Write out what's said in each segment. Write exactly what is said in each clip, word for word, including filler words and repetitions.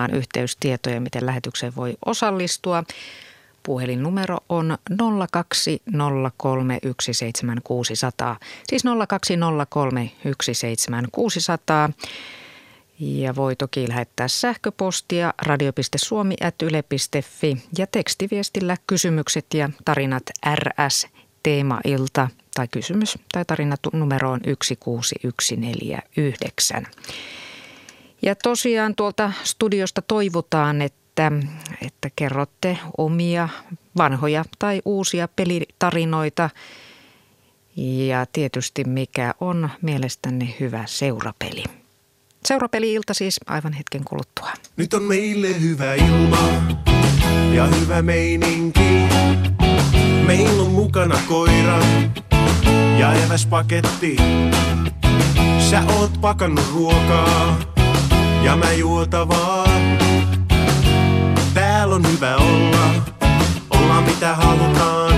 saamaan yhteystietoja, miten lähetykseen voi osallistua. Puhelinnumero on nolla kaksi nolla kolme yksi seitsemän kuusi nolla nolla, siis nolla kaksi nolla kolme yksi seitsemän kuusi nolla nolla. Ja voi toki lähettää sähköpostia radio piste suomi ät yle piste fi ja tekstiviestillä kysymykset ja tarinat R S teemailta tai kysymys tai tarina numeroon yksi kuusi yksi neljä yhdeksän. Ja tosiaan tuolta studiosta toivotaan, että, että kerrotte omia vanhoja tai uusia pelitarinoita ja tietysti mikä on mielestänne hyvä seurapeli. Seurapeli-ilta siis aivan hetken kuluttua. Nyt on meille hyvä ilma ja hyvä meininki. Meillä on mukana koira ja eväspaketti. Sä oot pakannut ruokaa ja mä juotavaa. Täällä on hyvä olla, ollaan mitä halutaan.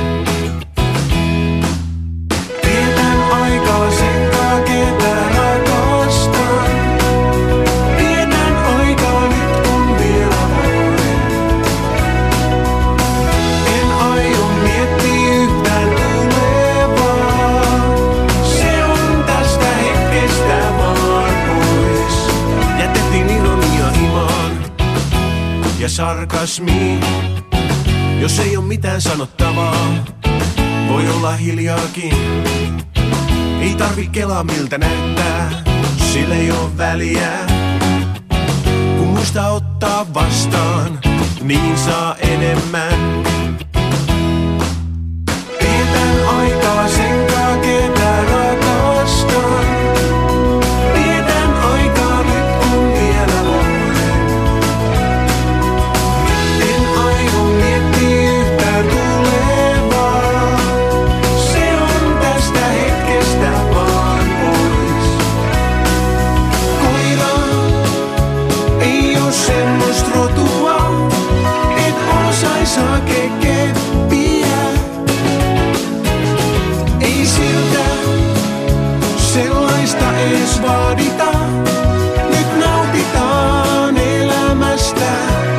Vietän aikaa sen kaa ketä rakastan. Vietän aikaa nyt kun vielä voin. En aio miettiä yhtään tulevaa. Se on tästä hetkestä vaan pois. Jätettiin ironia himaan ja sarkasmi. Jos ei oo mitään sanottavaa, voi olla hiljaakin. Ei tarvi kelaa miltä näyttää, sillä ei oo väliä. Kun muista ottaa vastaan, niin saa enemmän. Vietän aikaa sen kaa ketä rakastan. Vietän aikaa nyt kun vielä voin. En aio miettiä yhtään tulevaa. Se on tästä hetkestä vaan pois. Koira ei oo semmoista rotua, et osais hakee keppiä. Ei siltä sellaista ees vaadita. Nyt nautitaan elämästä.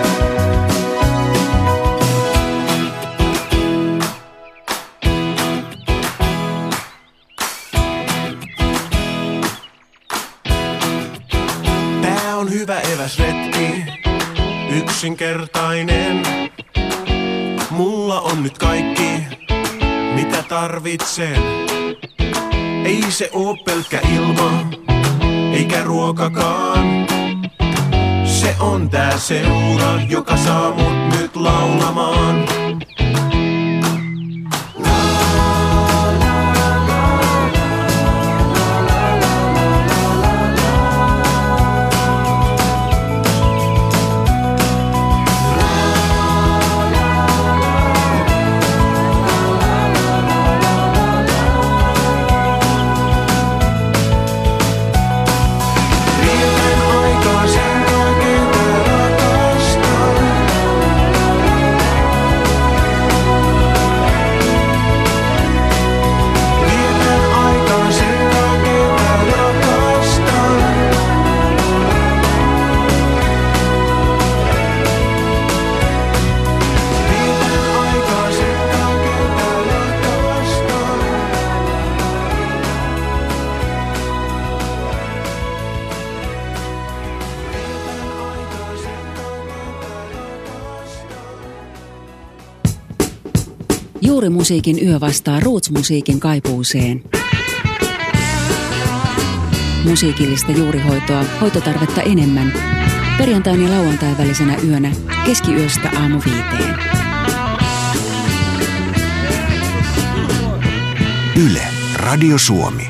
Tää on hyvä eväsretki, yksinkertainen. Mulla on nyt kaikki, mitä tarvitsen. Ei se oo pelkkä ilma, eikä ruokakaan. Se on tää seura, joka saa mut nyt laulamaan. Vietän aikaa sen kaa ketä rakastan. Vietän aikaa sen kaa ketä rakastan. Vietän aikaa sen kaa ketä rakastan. Juuri musiikin yö vastaa Roots-musiikin kaipuuseen. Musiikillista juurihoitoa, hoitotarvetta enemmän. Perjantain ja lauantain välisenä yönä keskiyöstä aamu viiteen. Yle, Radio Suomi.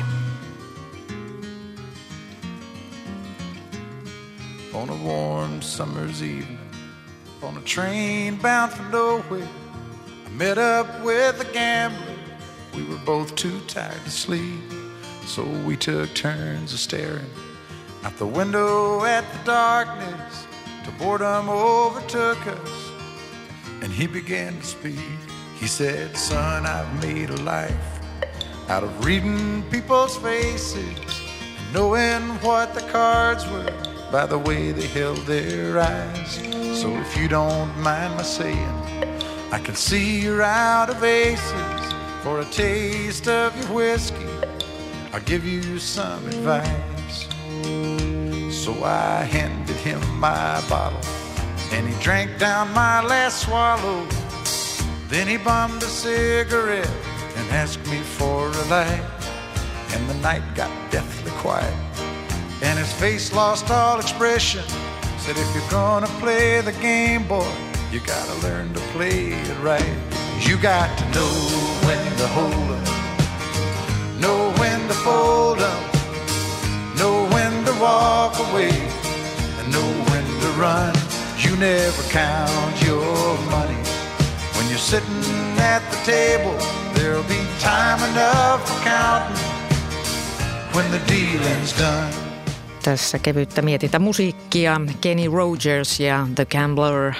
On a warm summer's evening, on a train bound for nowhere, I met up with a gambler. We were both too tired to sleep, so we took turns of staring out the window at the darkness till boredom overtook us, and he began to speak. He said, "Son, I've made a life out of reading people's faces and knowing what the cards were by the way they held their eyes. So if you don't mind my saying, I can see you're out of aces. For a taste of your whiskey, I'll give you some advice. So I handed him my bottle, and he drank down my last swallow. Then he bummed a cigarette and asked me for a light. And the night got deathly quiet, and his face lost all expression. Said, if you're gonna play the game, boy, you gotta learn to play it right. You got to know when to hold 'em, know when to fold 'em, know when to walk away, and know when to run. You never count your money. When you're sitting at the table, there'll be time enough for counting when the dealing's done. Tässä kevyttä mietitä musiikkia. Kenny Rogers ja The Gambler.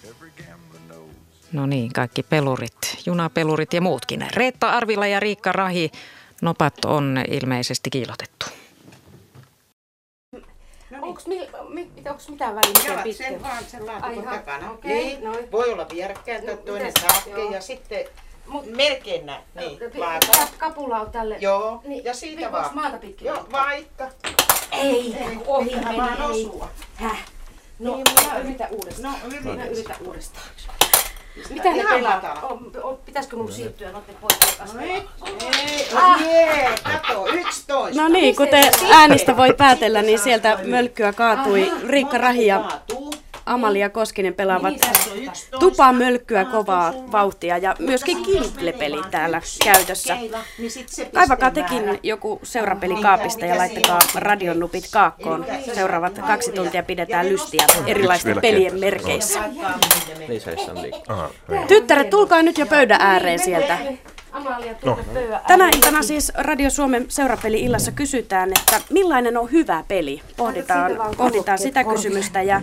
No niin, kaikki pelurit, junapelurit ja muutkin. Reetta Arvila ja Riikka Rahi, nopat on ilmeisesti kiilotettu. Onko mitään väliä, miten pitkä? sen vaan sen laatikon takana. Okay, niin, noin. voi olla vierekkäin, no, toinen saakke ja sitten Mut, melkein näin. Niin, vaaka. Kapula on tälle. Joo, niin, ja siitä vaan. maata pitkin? Joo, vaikka. Ei, ei ohi meni. Vaan osua. Häh? No, niin, mä yritän uudestaan. No, yritän. Mä yritän uudestaan. Mitä ne pelaa? Pitäisikö mun siirtyä noiden poikien kanssa? Ei, oh jee, kato, yksitoista. No niin, kuten äänistä voi päätellä, niin sieltä mölkkyä kaatui. Riikka Rahi ja Amalia Koskinen pelaavat tupaa mölkkyä kovaa vauhtia ja myöskin Kimple-peli täällä käytössä. Kaivakaa tekin joku seurapeli kaapista ja laittakaa radion nupit kaakkoon. Seuraavat kaksi tuntia pidetään lystiä erilaisten pelien merkeissä. Tyttäret, tulkaa nyt jo pöydän ääreen sieltä. No. Tänä iltana siis Radio Suomen seurapeli-illassa kysytään, että millainen on hyvä peli. Pohditaan, pohditaan sitä kysymystä ja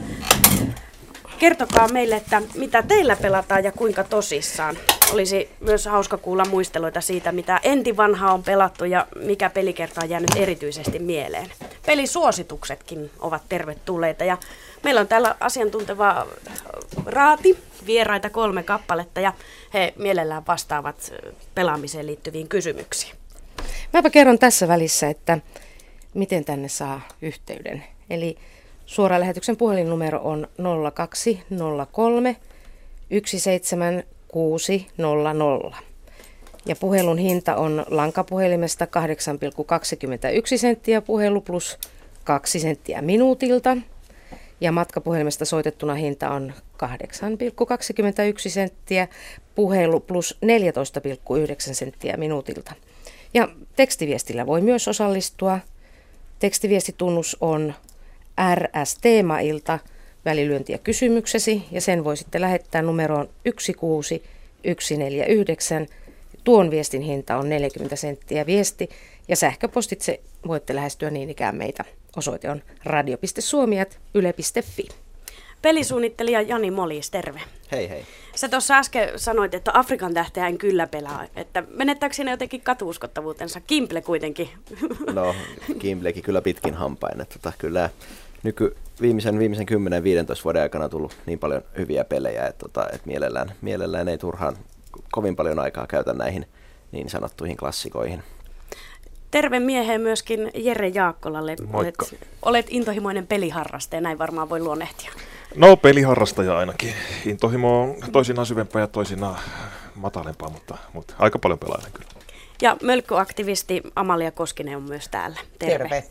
kertokaa meille, että mitä teillä pelataan ja kuinka tosissaan. Olisi myös hauska kuulla muisteluita siitä, mitä enti vanhaa on pelattu ja mikä pelikerta on jäänyt erityisesti mieleen. Pelisuosituksetkin ovat tervetulleita ja meillä on täällä asiantunteva raati, vieraita kolme kappaletta ja he mielellään vastaavat pelaamiseen liittyviin kysymyksiin. Mäpä kerron tässä välissä, että miten tänne saa yhteyden. Eli suoran lähetyksen puhelinnumero on nolla kaksi nolla kolme yksi seitsemän kuusi nolla nolla. Ja puhelun hinta on lankapuhelimesta kahdeksan pilkku kaksikymmentäyksi senttiä puhelu plus kaksi senttiä minuutilta. Ja matkapuhelimesta soitettuna hinta on kahdeksan pilkku kaksikymmentäyksi senttiä puhelu plus neljätoista pilkku yhdeksän senttiä minuutilta. Ja tekstiviestillä voi myös osallistua. Tekstiviestitunnus on R S Teemailta, välilyönti ja kysymyksesi, ja sen voi sitten lähettää numeroon yksi kuusi yksi neljä yhdeksän. Tuon viestin hinta on neljäkymmentä senttiä viesti, ja sähköpostitse voitte lähestyä niin ikään meitä. Osoite on radio piste suomi ät yle piste fi. Pelisuunnittelija Jani Molis, terve. Hei hei. Sä tuossa äsken sanoit, että Afrikan tähteä en kyllä pelaa. Että menettääkö siinä jotenkin katuuskottavuutensa? Kimple kuitenkin. No, Kimplekin kyllä pitkin hampain. Että tota, kyllä nyky, viimeisen, viimeisen kymmenen viisitoista vuoden aikana on tullut niin paljon hyviä pelejä, että, tota, että mielellään, mielellään ei turhaan kovin paljon aikaa käytä näihin niin sanottuihin klassikoihin. Terve mieheen myöskin Jere Jaakkolalle. Olet, olet intohimoinen peliharrastaja, näin varmaan voi luonnehtia. No, peliharrastaja ainakin. Intohimo on toisinaan syvempää ja toisinaan matalempaa, mutta, mutta aika paljon pelailen kyllä. Ja mölkkyaktivisti Amalia Koskinen on myös täällä. Terve. Terve.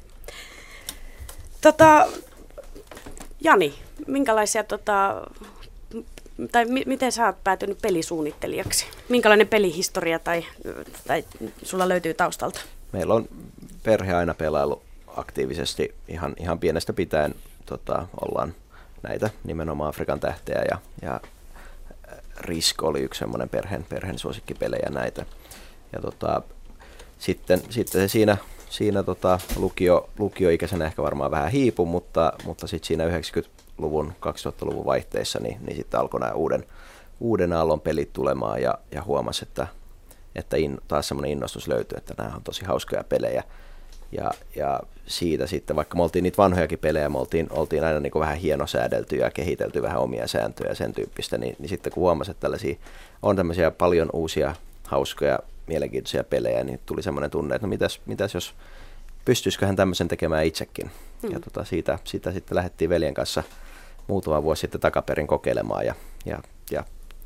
Tota, Jani, minkälaisia, tota, tai m- miten sä oot päätynyt pelisuunnittelijaksi? Minkälainen pelihistoria tai, tai sulla löytyy taustalta? Meillä on perhe aina pelaillut aktiivisesti ihan, ihan pienestä pitäen. Tota, ollaan näitä nimenomaan Afrikan tähteä ja, ja Risk oli yksi semmoinen perheen, perheen suosikkipelejä näitä. Ja tota, sitten, sitten se siinä, siinä tota, lukio, lukioikäisenä ehkä varmaan vähän hiipui, mutta, mutta sitten siinä yhdeksänkymmentäluvun, kaksituhattaluvun vaihteessa niin, niin sitten alkoi nämä uuden, uuden aallon pelit tulemaan ja, ja huomasi, että, että in, taas semmoinen innostus löytyi, että nämä on tosi hauskoja pelejä. Ja, ja siitä sitten, vaikka me oltiin niitä vanhojakin pelejä, me oltiin, oltiin aina niin kuin vähän hienosäädelty ja kehitelty vähän omia sääntöjä ja sen tyyppistä, niin, niin sitten kun huomasin, että tällaisia on tämmöisiä paljon uusia, hauskoja, mielenkiintoisia pelejä, niin tuli semmoinen tunne, että no mitäs, mitäs jos pystyisiköhän tämmöisen tekemään itsekin. Hmm. Ja tota, siitä, siitä sitten lähdettiin veljen kanssa muutama vuosi sitten takaperin kokeilemaan ja, ja, ja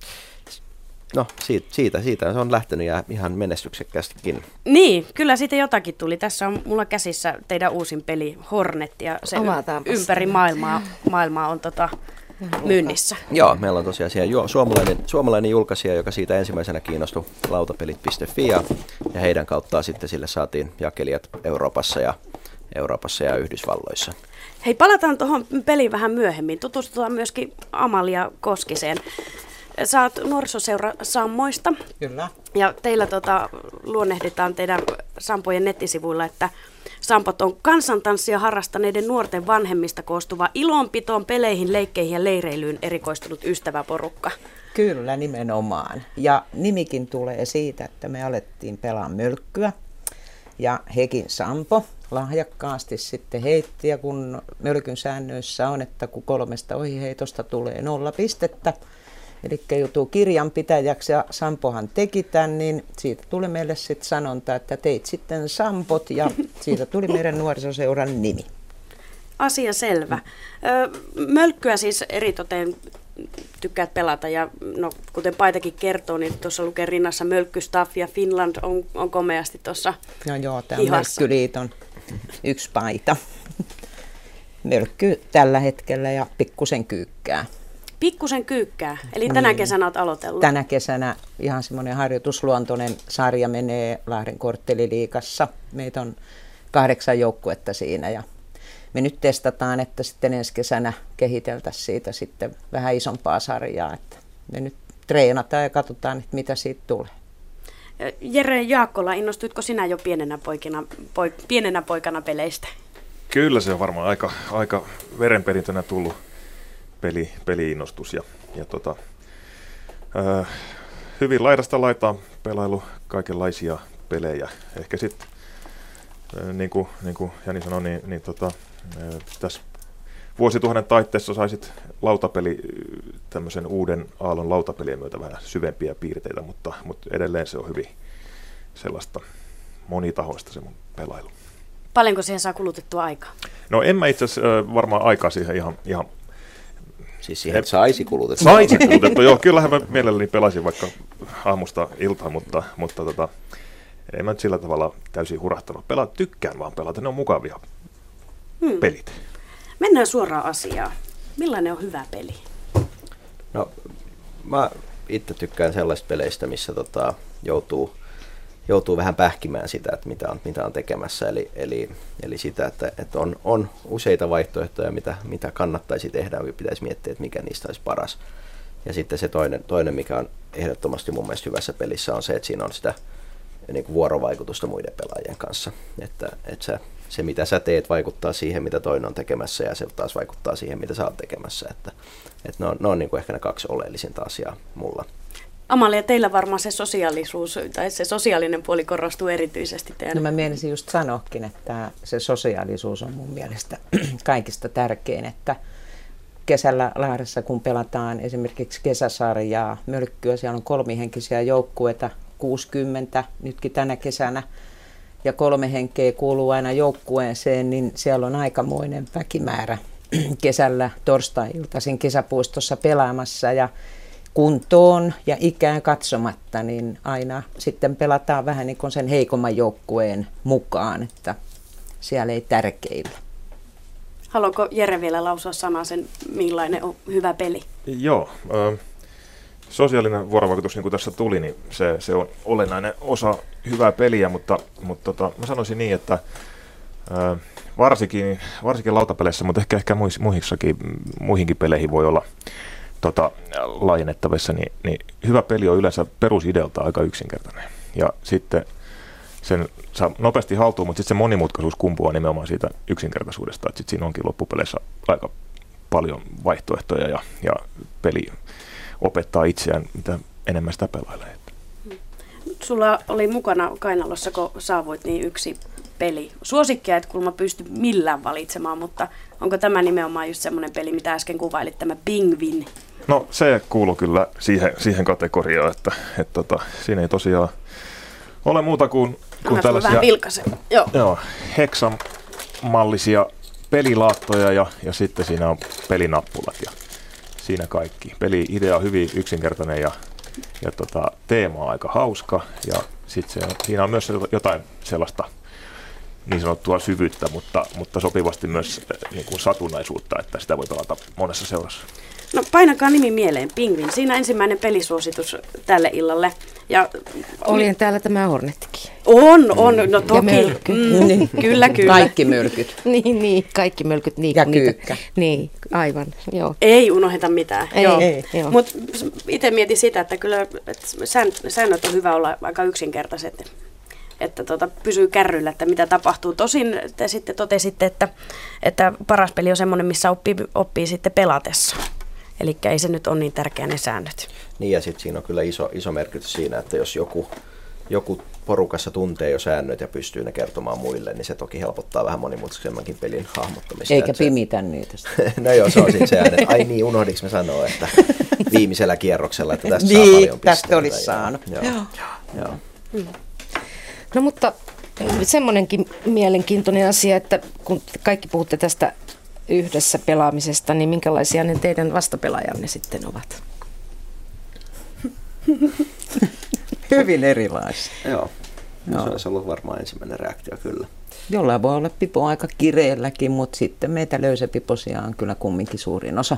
no siitä, siitä, siitä se on lähtenyt ja ihan menestyksekkäästikin. Niin, kyllä siitä jotakin tuli. Tässä on mulla käsissä teidän uusin peli Hornet ja se ympäri maailmaa, maailmaa on tota myynnissä. Joo, meillä on tosiaan siellä jo, suomalainen, suomalainen julkaisija, joka siitä ensimmäisenä kiinnostui lautapelit piste fi ja, ja heidän kauttaan sitten sille saatiin jakelijat Euroopassa ja, Euroopassa ja Yhdysvalloissa. Hei, palataan tuohon peliin vähän myöhemmin. Tutustutaan myöskin Amalia Koskiseen. Sä oot nuorisoseura Sammoista. Kyllä. Ja teillä tota, luonnehditaan teidän Sampojen nettisivuilla, että Sampot on kansantanssia harrastaneiden nuorten vanhemmista koostuva ilonpitoon, peleihin, leikkeihin ja leireilyyn erikoistunut ystäväporukka. Kyllä, nimenomaan. Ja nimikin tulee siitä, että me alettiin pelaa mölkkyä. Ja hekin Sampo lahjakkaasti sitten heitti, ja kun mölkyn säännöissä on, että kun kolmesta ohiheitosta tulee nolla pistettä, eli joutuu kirjanpitäjäksi ja Sampohan teki tämän, niin siitä tuli meille sitten sanonta, että teit sitten Sampot ja siitä tuli meidän nuorisoseuran nimi. Asia selvä. Mölkkyä siis eritoten tykkäät pelata ja no, kuten paitakin kertoo, niin tuossa lukee rinnassa Mölkkystaff ja Finland on, on komeasti tuossa No joo, tämä on Mölkkyliiton yksi paita. Mölkky tällä hetkellä ja pikkusen kyykkää. Pikkusen kyykkää, eli tänä niin. kesänä olet aloitellut. Tänä kesänä ihan semmoinen harjoitusluontoinen sarja menee Lahden kortteliliigassa. Meitä on kahdeksan joukkuetta siinä ja me nyt testataan, että sitten ensi kesänä kehiteltäisiin siitä sitten vähän isompaa sarjaa. Että me nyt treenataan ja katsotaan, että mitä siitä tulee. Jere Jaakkola, innostuitko sinä jo pienenä, poikina, poik, pienenä poikana peleistä? Kyllä se on varmaan aika, aika verenperintönä tullut peli, peli-innostus. Ja, ja tota, äh, hyvin laidasta laitaan pelailu kaikenlaisia pelejä. Ehkä sitten, äh, niin kuin niin kuin Jani sanoi, niin, niin tota, äh, tässä vuosituhannen taitteessa saisit lautapeli, tämmöisen uuden aallon lautapelien myötä vähän syvempiä piirteitä, mutta, mutta edelleen se on hyvin sellaista monitahoista se mun pelailu. Paljonko siihen saa kulutettua aikaa? No en mä itse asiassa äh, varmaan aikaa siihen ihan... ihan Siis siihen saisi kulutettua. Saisi kulutettua, joo. Kyllähän mä mielelläni pelaisin vaikka aamusta iltaan, mutta, mutta tota, en mä nyt sillä tavalla täysin hurahtanut. Pelaa, tykkään vaan pelata, ne on mukavia hmm. pelit. Mennään suoraan asiaan. Millainen on hyvä peli? No, mä itse tykkään sellaisista peleistä, missä tota, joutuu, joutuu vähän pähkimään sitä, että mitä on, mitä on tekemässä. Eli, eli, eli sitä, että, että on, on useita vaihtoehtoja, mitä, mitä kannattaisi tehdä, ja pitäisi miettiä, että mikä niistä olisi paras. Ja sitten se toinen, toinen, mikä on ehdottomasti mun mielestä hyvässä pelissä, on se, että siinä on sitä niin kuin vuorovaikutusta muiden pelaajien kanssa. Että, että sä, se, mitä sä teet, vaikuttaa siihen, mitä toinen on tekemässä, ja se taas vaikuttaa siihen, mitä sä oot tekemässä. Että, että ne on, ne on niin kuin ehkä ne kaksi oleellisinta asiaa mulla. Amalia, teillä varmaan se sosiaalisuus tai se sosiaalinen puoli korostuu erityisesti teidän. No mä meinasin just sanoakin, että se sosiaalisuus on mun mielestä kaikista tärkein, että kesällä Lahdessa, kun pelataan esimerkiksi kesäsarjaa, mölkkyä, siellä on kolmihenkisiä joukkueita, kuusikymmentä nytkin tänä kesänä, ja kolme henkeä kuuluu aina joukkueeseen, niin siellä on aikamoinen väkimäärä kesällä torstai-iltaisin kesäpuistossa pelaamassa, ja kuntoon ja ikään katsomatta, niin aina sitten pelataan vähän niin kuin sen heikomman joukkueen mukaan, että siellä ei tärkeillä. Haluatko Jere vielä lausua sanaa sen, millainen on hyvä peli? Joo. Äh, sosiaalinen vuorovaikutus, niin kuin tässä tuli, niin se, se on olennainen osa hyvää peliä, mutta, mutta tota, mä sanoisin niin, että äh, varsinkin, varsinkin lautapeleissä, mutta ehkä, ehkä muihinkin, muihinkin peleihin voi olla Tota, laajennettavissa, niin, niin hyvä peli on yleensä perusidealta aika yksinkertainen. Ja sitten sen saa nopeasti haltuun, mutta sitten se monimutkaisuus kumpuaa nimenomaan siitä yksinkertaisuudesta, että sitten siinä onkin loppupeleissä aika paljon vaihtoehtoja ja, ja peli opettaa itseään, mitä enemmän sitä pelailee. Sulla oli mukana kainalossa, kun saavuit, niin yksi peli? Suosikkia et kulma pysty millään valitsemaan, mutta onko tämä nimenomaan just semmoinen peli, mitä äsken kuvailit, tämä Pingvin? No se kuuluu kyllä siihen, siihen kategoriaan, että, että tota, siinä ei tosiaan ole muuta kuin, kuin tällaisia vähän vilkaisen. Joo. Joo, heksamallisia pelilaattoja ja, ja sitten siinä on pelinappulat ja siinä kaikki. Peli-idea on hyvin yksinkertainen ja, ja tota, teema on aika hauska ja sitten se, siinä on myös jotain sellaista niin sanottua syvyyttä, mutta, mutta sopivasti myös niin kuin satunnaisuutta, että sitä voi pelata monessa seurassa. No painakaa nimi mieleen, Pingvin. Siinä ensimmäinen pelisuositus tälle illalle. Ja Olien täällä tämä Hornettikin. On, on, no toki. Mm, niin. Kyllä, kyllä. Kaikki myrkyt. niin, niin, kaikki myrkyt. Niin, ja niitä, kyykkä. Niin, aivan, joo. Ei unoheta mitään. Ei, joo. ei, joo. Mutta itse mietin sitä, että kyllä että säännöt on hyvä olla aika yksinkertaiset, että tota, pysyy kärryllä, että mitä tapahtuu. Tosin te sitten totesitte, että, että paras peli on semmoinen, missä oppii, oppii sitten pelatessa. Eli ei se nyt ole niin tärkeä ne säännöt. Niin ja sitten siinä on kyllä iso, iso merkitys siinä, että jos joku, joku porukassa tuntee jo säännöt ja pystyy ne kertomaan muille, niin se toki helpottaa vähän monimutkaisemmankin pelin hahmottamista. Eikä pimitä niitä. No joo, se on sitten se ääne. Ai niin, unohdinko mä sanoa, että viimeisellä kierroksella, että tästä niin, saa paljon pisteitä. tästä olisi saanut. Joo. Joo. Joo. Mm. No mutta semmoinenkin mielenkiintoinen asia, että kun kaikki puhutte tästä yhdessä pelaamisesta, niin minkälaisia ne teidän vastapelaajanne sitten ovat? Hyvin erilaisia. Joo. Joo. Se olisi ollut varmaan ensimmäinen reaktio kyllä. Jollain voi olla pipo aika kireelläkin, mutta sitten meitä löysäpiposia on kyllä kumminkin suurin osa.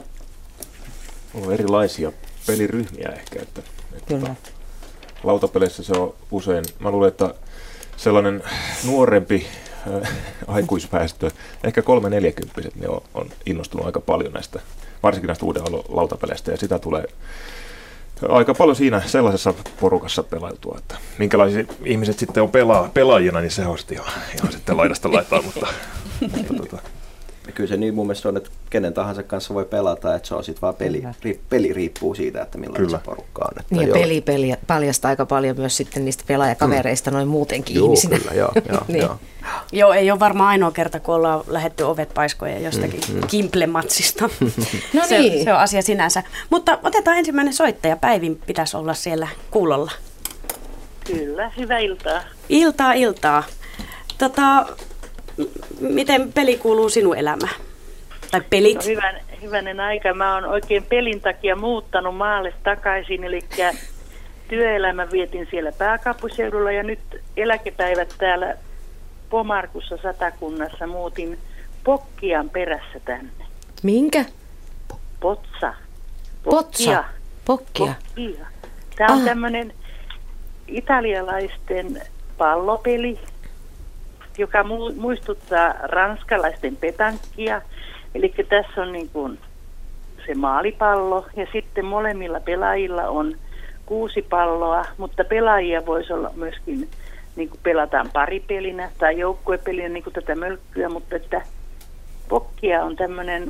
On erilaisia peliryhmiä ehkä. Että, että kyllä. Lautapeleissä se on usein, mä luulen, että sellainen nuorempi äh, aikuisväestö, ehkä kolme neljäkymppiset, ne on, on innostunut aika paljon näistä, varsinkin näistä uuden lautapeleistä, ja sitä tulee aika paljon siinä sellaisessa porukassa pelailtua, että minkälaisia ihmiset sitten on pelaa, pelaajina, niin se on sitten ihan, ihan sitten laidasta laitaa, mutta, mutta tota. Kyllä se niin mun mielestä on, että kenen tahansa kanssa voi pelata, että se on sitten vaan peli, ri, peli riippuu siitä, että millainen se porukka on. Että niin ja peli, peli paljastaa aika paljon myös sitten niistä pelaajakavereista mm. noin muutenkin joo, ihmisinä. Kyllä, joo, joo, niin. joo. Joo, ei ole varmaan ainoa kerta, kun ollaan lähdetty ovet paiskoja jostakin mm, mm. Kimple-matsista. No se, niin. se on asia sinänsä. Mutta otetaan ensimmäinen soittaja. Päivin pitäisi olla siellä kuulolla. Kyllä, hyvää iltaa. Iltaa, iltaa. Tota, miten peli kuuluu sinun elämään? Tai pelit? No, hyvän, hyvänen aika. Mä oon oikein pelin takia muuttanut maalle takaisin, eli työelämä vietin siellä pääkaupunkiseudulla ja nyt eläkepäivät täällä Pomarkussa Satakunnassa muutin Pokkian perässä tänne. Minkä? Potsa. Potsa? Pokkia. Pokkia. Tämä on ah. tämmöinen italialaisten pallopeli, joka muistuttaa ranskalaisten petankkia. Eli tässä on niin kuin se maalipallo ja sitten molemmilla pelaajilla on kuusi palloa, mutta pelaajia voisi olla myöskin, niin kuin pelataan paripelinä tai joukkuepelinä, niin kuin tätä mölkkyä, mutta että pokkia on tämmöinen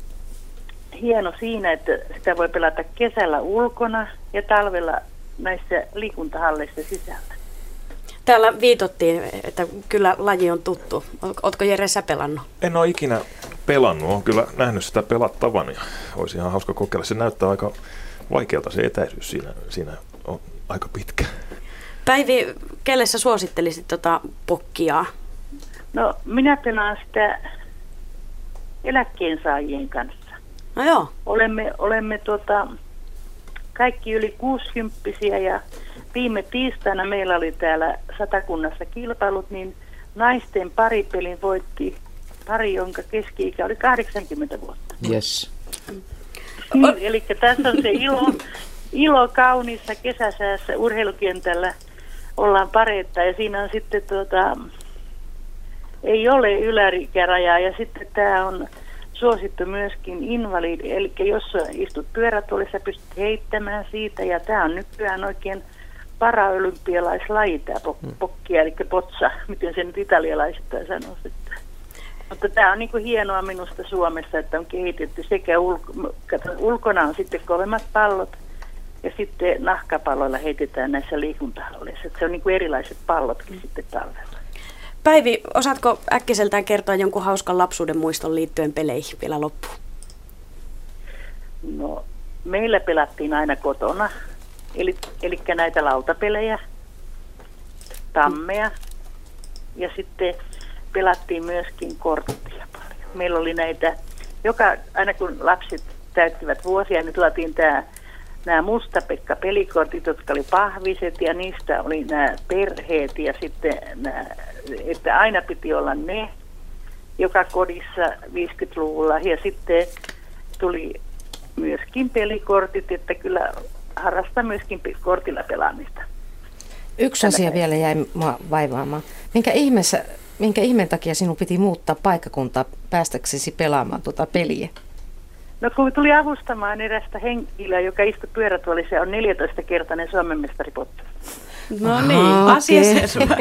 hieno siinä, että sitä voi pelata kesällä ulkona ja talvella näissä liikuntahalleissa sisällä. Täällä viitottiin, että kyllä laji on tuttu. Ootko Jere sä pelannut? En ole ikinä pelannut, olen kyllä nähnyt sitä pelattavan ja olisi ihan hauska kokeilla. Se näyttää aika vaikealta se etäisyys, siinä, siinä on aika pitkä. Päivi, kelle sä suosittelisit tota pokkiaa? No minä pelaan sitä eläkkeensaajien kanssa. No joo. Olemme, olemme tota, kaikki yli kuusikymppisiä ja viime tiistaina meillä oli täällä Satakunnassa kilpailut, niin naisten paripelin voitti pari, jonka keski-ikä oli kahdeksankymmentä vuotta. Yes. Niin, eli tässä on se ilo, ilo kauniissa kesäsäässä urheilukentällä ollaan pareita ja siinä on sitten tuota, ei ole ylärikärajaa ja sitten tämä on suosittu myöskin invalidi, eli jos istut pyörätuolissa pystyt heittämään siitä ja tämä on nykyään oikein paraolympialaislaji tämä pokkia, eli potsa, miten se nyt italialaisittain sanoisi. Mutta tämä on niin kuin hienoa minusta Suomessa, että on kehitetty sekä ulko, ulkona on sitten kovemmat pallot ja sitten nahkapalloilla heitetään näissä liikuntahalleissa. Että se on niin kuin erilaiset pallotkin sitten talvella. Päivi, osaatko äkkiseltään kertoa jonkun hauskan lapsuuden muiston liittyen peleihin vielä loppuun? No, meillä pelattiin aina kotona, eli, eli näitä lautapelejä, tammeja ja sitten pelattiin myöskin korttia paljon. Meillä oli näitä, joka, aina kun lapset täyttivät vuosia, niin tuotiin tämä nämä Musta-Pekka-pelikortit, jotka oli pahviset ja niistä oli nämä perheet ja sitten nämä, että aina piti olla ne joka kodissa viisikymmentäluvulla ja sitten tuli myöskin pelikortit, että kyllä harrastaa myöskin kortilla pelaamista. Yksi asia vielä jäi mua vaivaamaan. Minkä ihmeessä, minkä ihmeen takia sinun piti muuttaa paikkakuntaa päästäksesi pelaamaan tuota peliä? No kun tuli avustamaan erästä henkilöä, joka istui pyörätuolissa ja on neljätoistakertainen Suomen mestaripotti. No niin, asia selvä.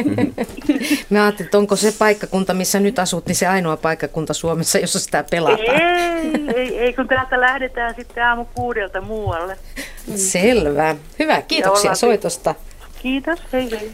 Mä ajattelin, että onko se paikkakunta, missä nyt asut, niin se ainoa paikkakunta Suomessa, jossa sitä pelataan. Ei, ei, ei kun täältä lähdetään sitten aamu kuudelta muualle. Selvä. Hyvä, kiitoksia soitosta. Kiitos, hei hei.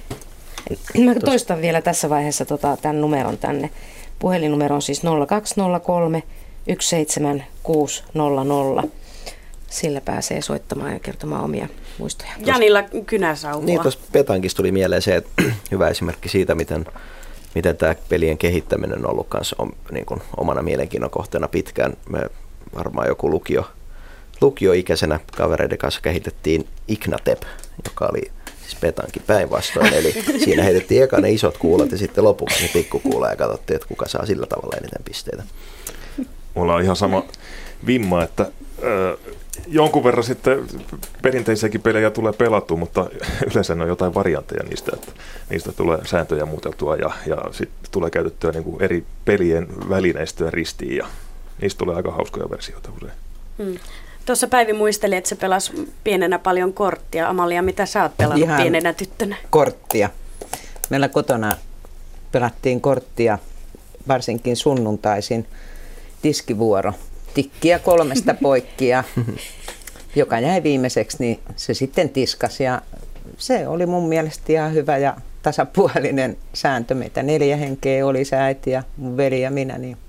Mä toistan vielä tässä vaiheessa tota, tämän numeron tänne. Puhelinnumero on siis nolla kaksi nolla kolme yksi seitsemän kuusi nolla nolla. Sillä pääsee soittamaan ja kertomaan omia muistoja. Janilla kynäsauvua. Niin, tuossa Petankissa tuli mieleen se, että hyvä esimerkki siitä, miten, miten tämä pelien kehittäminen on ollut kanssa on, niin kuin omana mielenkiinnon kohteena pitkään. Me varmaan joku lukio, lukioikäisenä kavereiden kanssa kehitettiin Ignatep, joka oli siis Petankin päinvastoin. Eli siinä heitettiin eka ne isot kuulat ja sitten lopuksi se pikkukuula ja katsottiin, että kuka saa sillä tavalla eniten pisteitä. Mulla on ihan sama vimma, että ö, jonkun verran sitten perinteisiäkin pelejä tulee pelattua, mutta yleensä ne on jotain variantteja niistä, että niistä tulee sääntöjä muuteltua ja, ja sitten tulee käytettyä niin kuin eri pelien välineistöä ristiin ja niistä tulee aika hauskoja versioita usein. Hmm. Tuossa Päivi muisteli, että se pelasi pienenä paljon korttia. Amalia, mitä sä oot pelannut Ihan pienenä tyttönä? Korttia. Meillä kotona pelattiin korttia varsinkin sunnuntaisin. Tiskivuoro. Tikkiä kolmesta poikkia, joka jäi viimeiseksi, niin se sitten tiskasi. Ja se oli mun mielestä ihan hyvä ja tasapuolinen sääntö. Meitä neljä henkeä oli, se äiti ja mun veli ja minä. Niin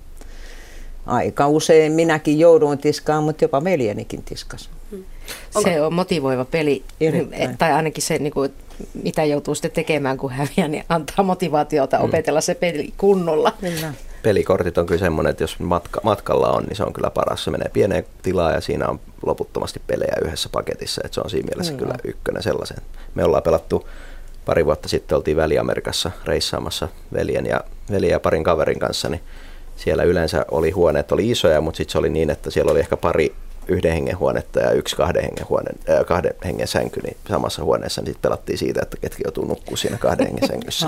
aika usein minäkin jouduin tiskaan, mutta jopa veljenikin tiskas. Se on motivoiva peli, Erittäin. Tai ainakin se, niin kuin, mitä joutuu sitten tekemään, kun häviää, niin antaa motivaatiota opetella se peli kunnolla. Kyllä. Pelikortit on kyllä semmoinen, että jos matka, matkalla on, niin se on kyllä paras. Se menee pieneen tilaan ja siinä on loputtomasti pelejä yhdessä paketissa. Että se on siinä mielessä kyllä, kyllä ykkönen sellaisen. Me ollaan pelattu pari vuotta sitten, oltiin Väli-Amerikassa reissaamassa veljen ja, veljen ja parin kaverin kanssa. Niin siellä yleensä oli huoneet, oli isoja, mutta sitten se oli niin, että siellä oli ehkä pari yhden hengen huonetta ja yksi kahden hengen, huone, äh, kahden hengen sänky niin samassa huoneessa. Niin sitten pelattiin siitä, että ketkä joutuu nukkua siinä kahden hengen sängyssä.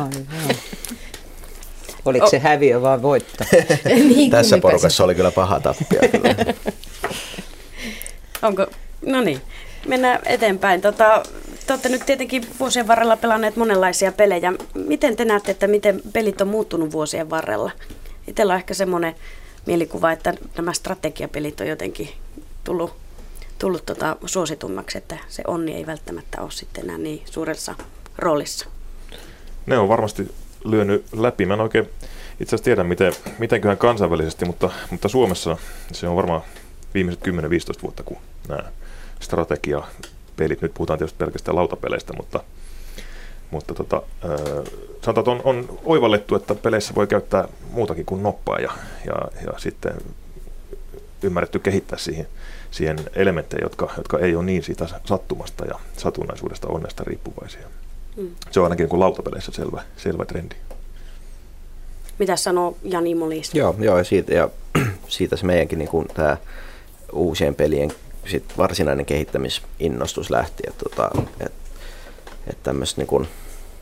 Oliko se häviö vai voitto? niin, Tässä porukassa se oli kyllä paha tappia. Kyllä. Onko? No niin, mennään eteenpäin. Tota, te olette nyt tietenkin vuosien varrella pelanneet monenlaisia pelejä. Miten te näette, että miten pelit on muuttunut vuosien varrella? Itsellä on ehkä semmoinen mielikuva, että nämä strategiapelit on jotenkin tullut, tullut tota suositummaksi, että se onni ei välttämättä ole sitten enää niin suuressa roolissa. Ne on varmasti lyönyt läpi. Mä en oikein itse asiassa tiedä, miten, mitenköhän kansainvälisesti, mutta, mutta Suomessa se on varmaan viimeiset kymmenen viisitoista vuotta, kun nämä strategiapelit, nyt puhutaan tietysti pelkästään lautapeleistä, mutta, mutta tota, äh, sanotaan, että on, on oivallettu, että peleissä voi käyttää muutakin kuin noppaa ja, ja, ja sitten ymmärretty kehittää siihen, siihen elementtejä, jotka, jotka ei ole niin siitä sattumasta ja satunnaisuudesta onnesta riippuvaisia. Mm. Se on ainakin niin kuin lautapeleissä selvä, selvä trendi. Mitä sanoo Jani Molis? Joo, joo ja, siitä, ja siitä se meidänkin niin kuin tämä uusien pelien sit varsinainen kehittämisinnostus lähti. Että tota, et, et tämmöistä niin kuin,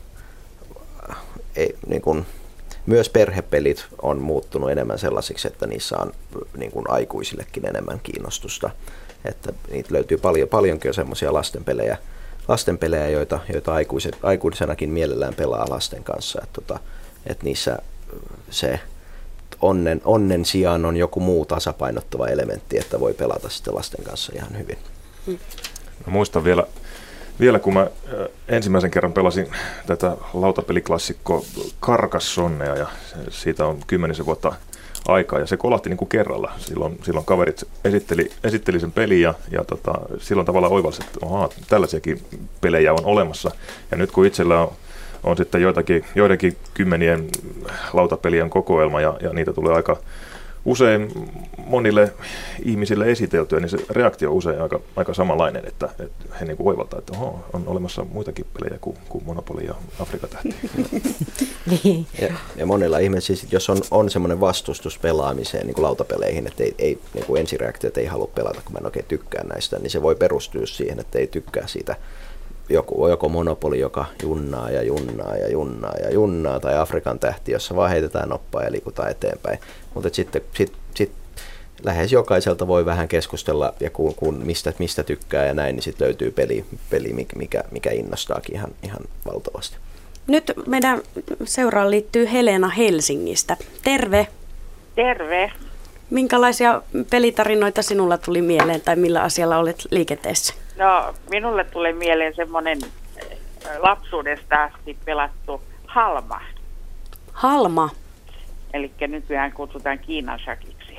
ei, niin kuin, myös perhepelit on muuttunut enemmän sellaisiksi, että niissä on niin kuin aikuisillekin enemmän kiinnostusta. Että niitä löytyy paljon, paljonkin jo semmoisia lastenpelejä, lastenpelejä, joita, joita aikuiset, aikuisenakin mielellään pelaa lasten kanssa. Että tota, et niissä se onnen, onnen sijaan on joku muu tasapainottava elementti, että voi pelata sitten lasten kanssa ihan hyvin. Mä muistan vielä, vielä kun mä ensimmäisen kerran pelasin tätä lautapeliklassikkoa Carcassonnea ja siitä on kymmenisen vuotta aikaa ja se kolahti niin kuin kerralla. Silloin, silloin kaverit esitteli, esitteli sen pelin ja, ja tota, silloin tavallaan oivalsi, että ohaa, tällaisiakin pelejä on olemassa. Ja nyt kun itsellä on, on sitten joitakin, joidenkin kymmenien lautapelien kokoelma ja, ja niitä tulee aika usein monille ihmisille esiteltyä, niin se reaktio on usein aika, aika samanlainen, että, että he niin kuin oivaltaa, että oho, on olemassa muitakin pelejä kuin, kuin Monopoly ja Afrikan tähti. Niin. ja, ja monilla ihmisillä, siis, jos on, on semmoinen vastustus pelaamiseen niin kuin lautapeleihin, että ei, ei, niin kuin ensireaktio, että ei halua pelata, kun mä en oikein tykkää näistä, niin se voi perustua siihen, että ei tykkää siitä. Joku, joko Monopoly, joka junnaa ja junnaa ja junnaa ja junnaa, tai Afrikan tähti, jossa vaan heitetään noppaa ja liikutaan eteenpäin. Mutta sitten sit, sit, lähes jokaiselta voi vähän keskustella, ja kun, kun mistä, mistä tykkää ja näin, niin sitten löytyy peli, peli mikä, mikä innostaakin ihan, ihan valtavasti. Nyt meidän seuraan liittyy Helena Helsingistä. Terve. Terve. Minkälaisia pelitarinoita sinulla tuli mieleen tai millä asialla olet liikenteessä? No, minulle tulee mieleen semmoinen lapsuudesta asti pelattu halma. Halma? Eli nykyään kutsutaan Kiinan shakiksi.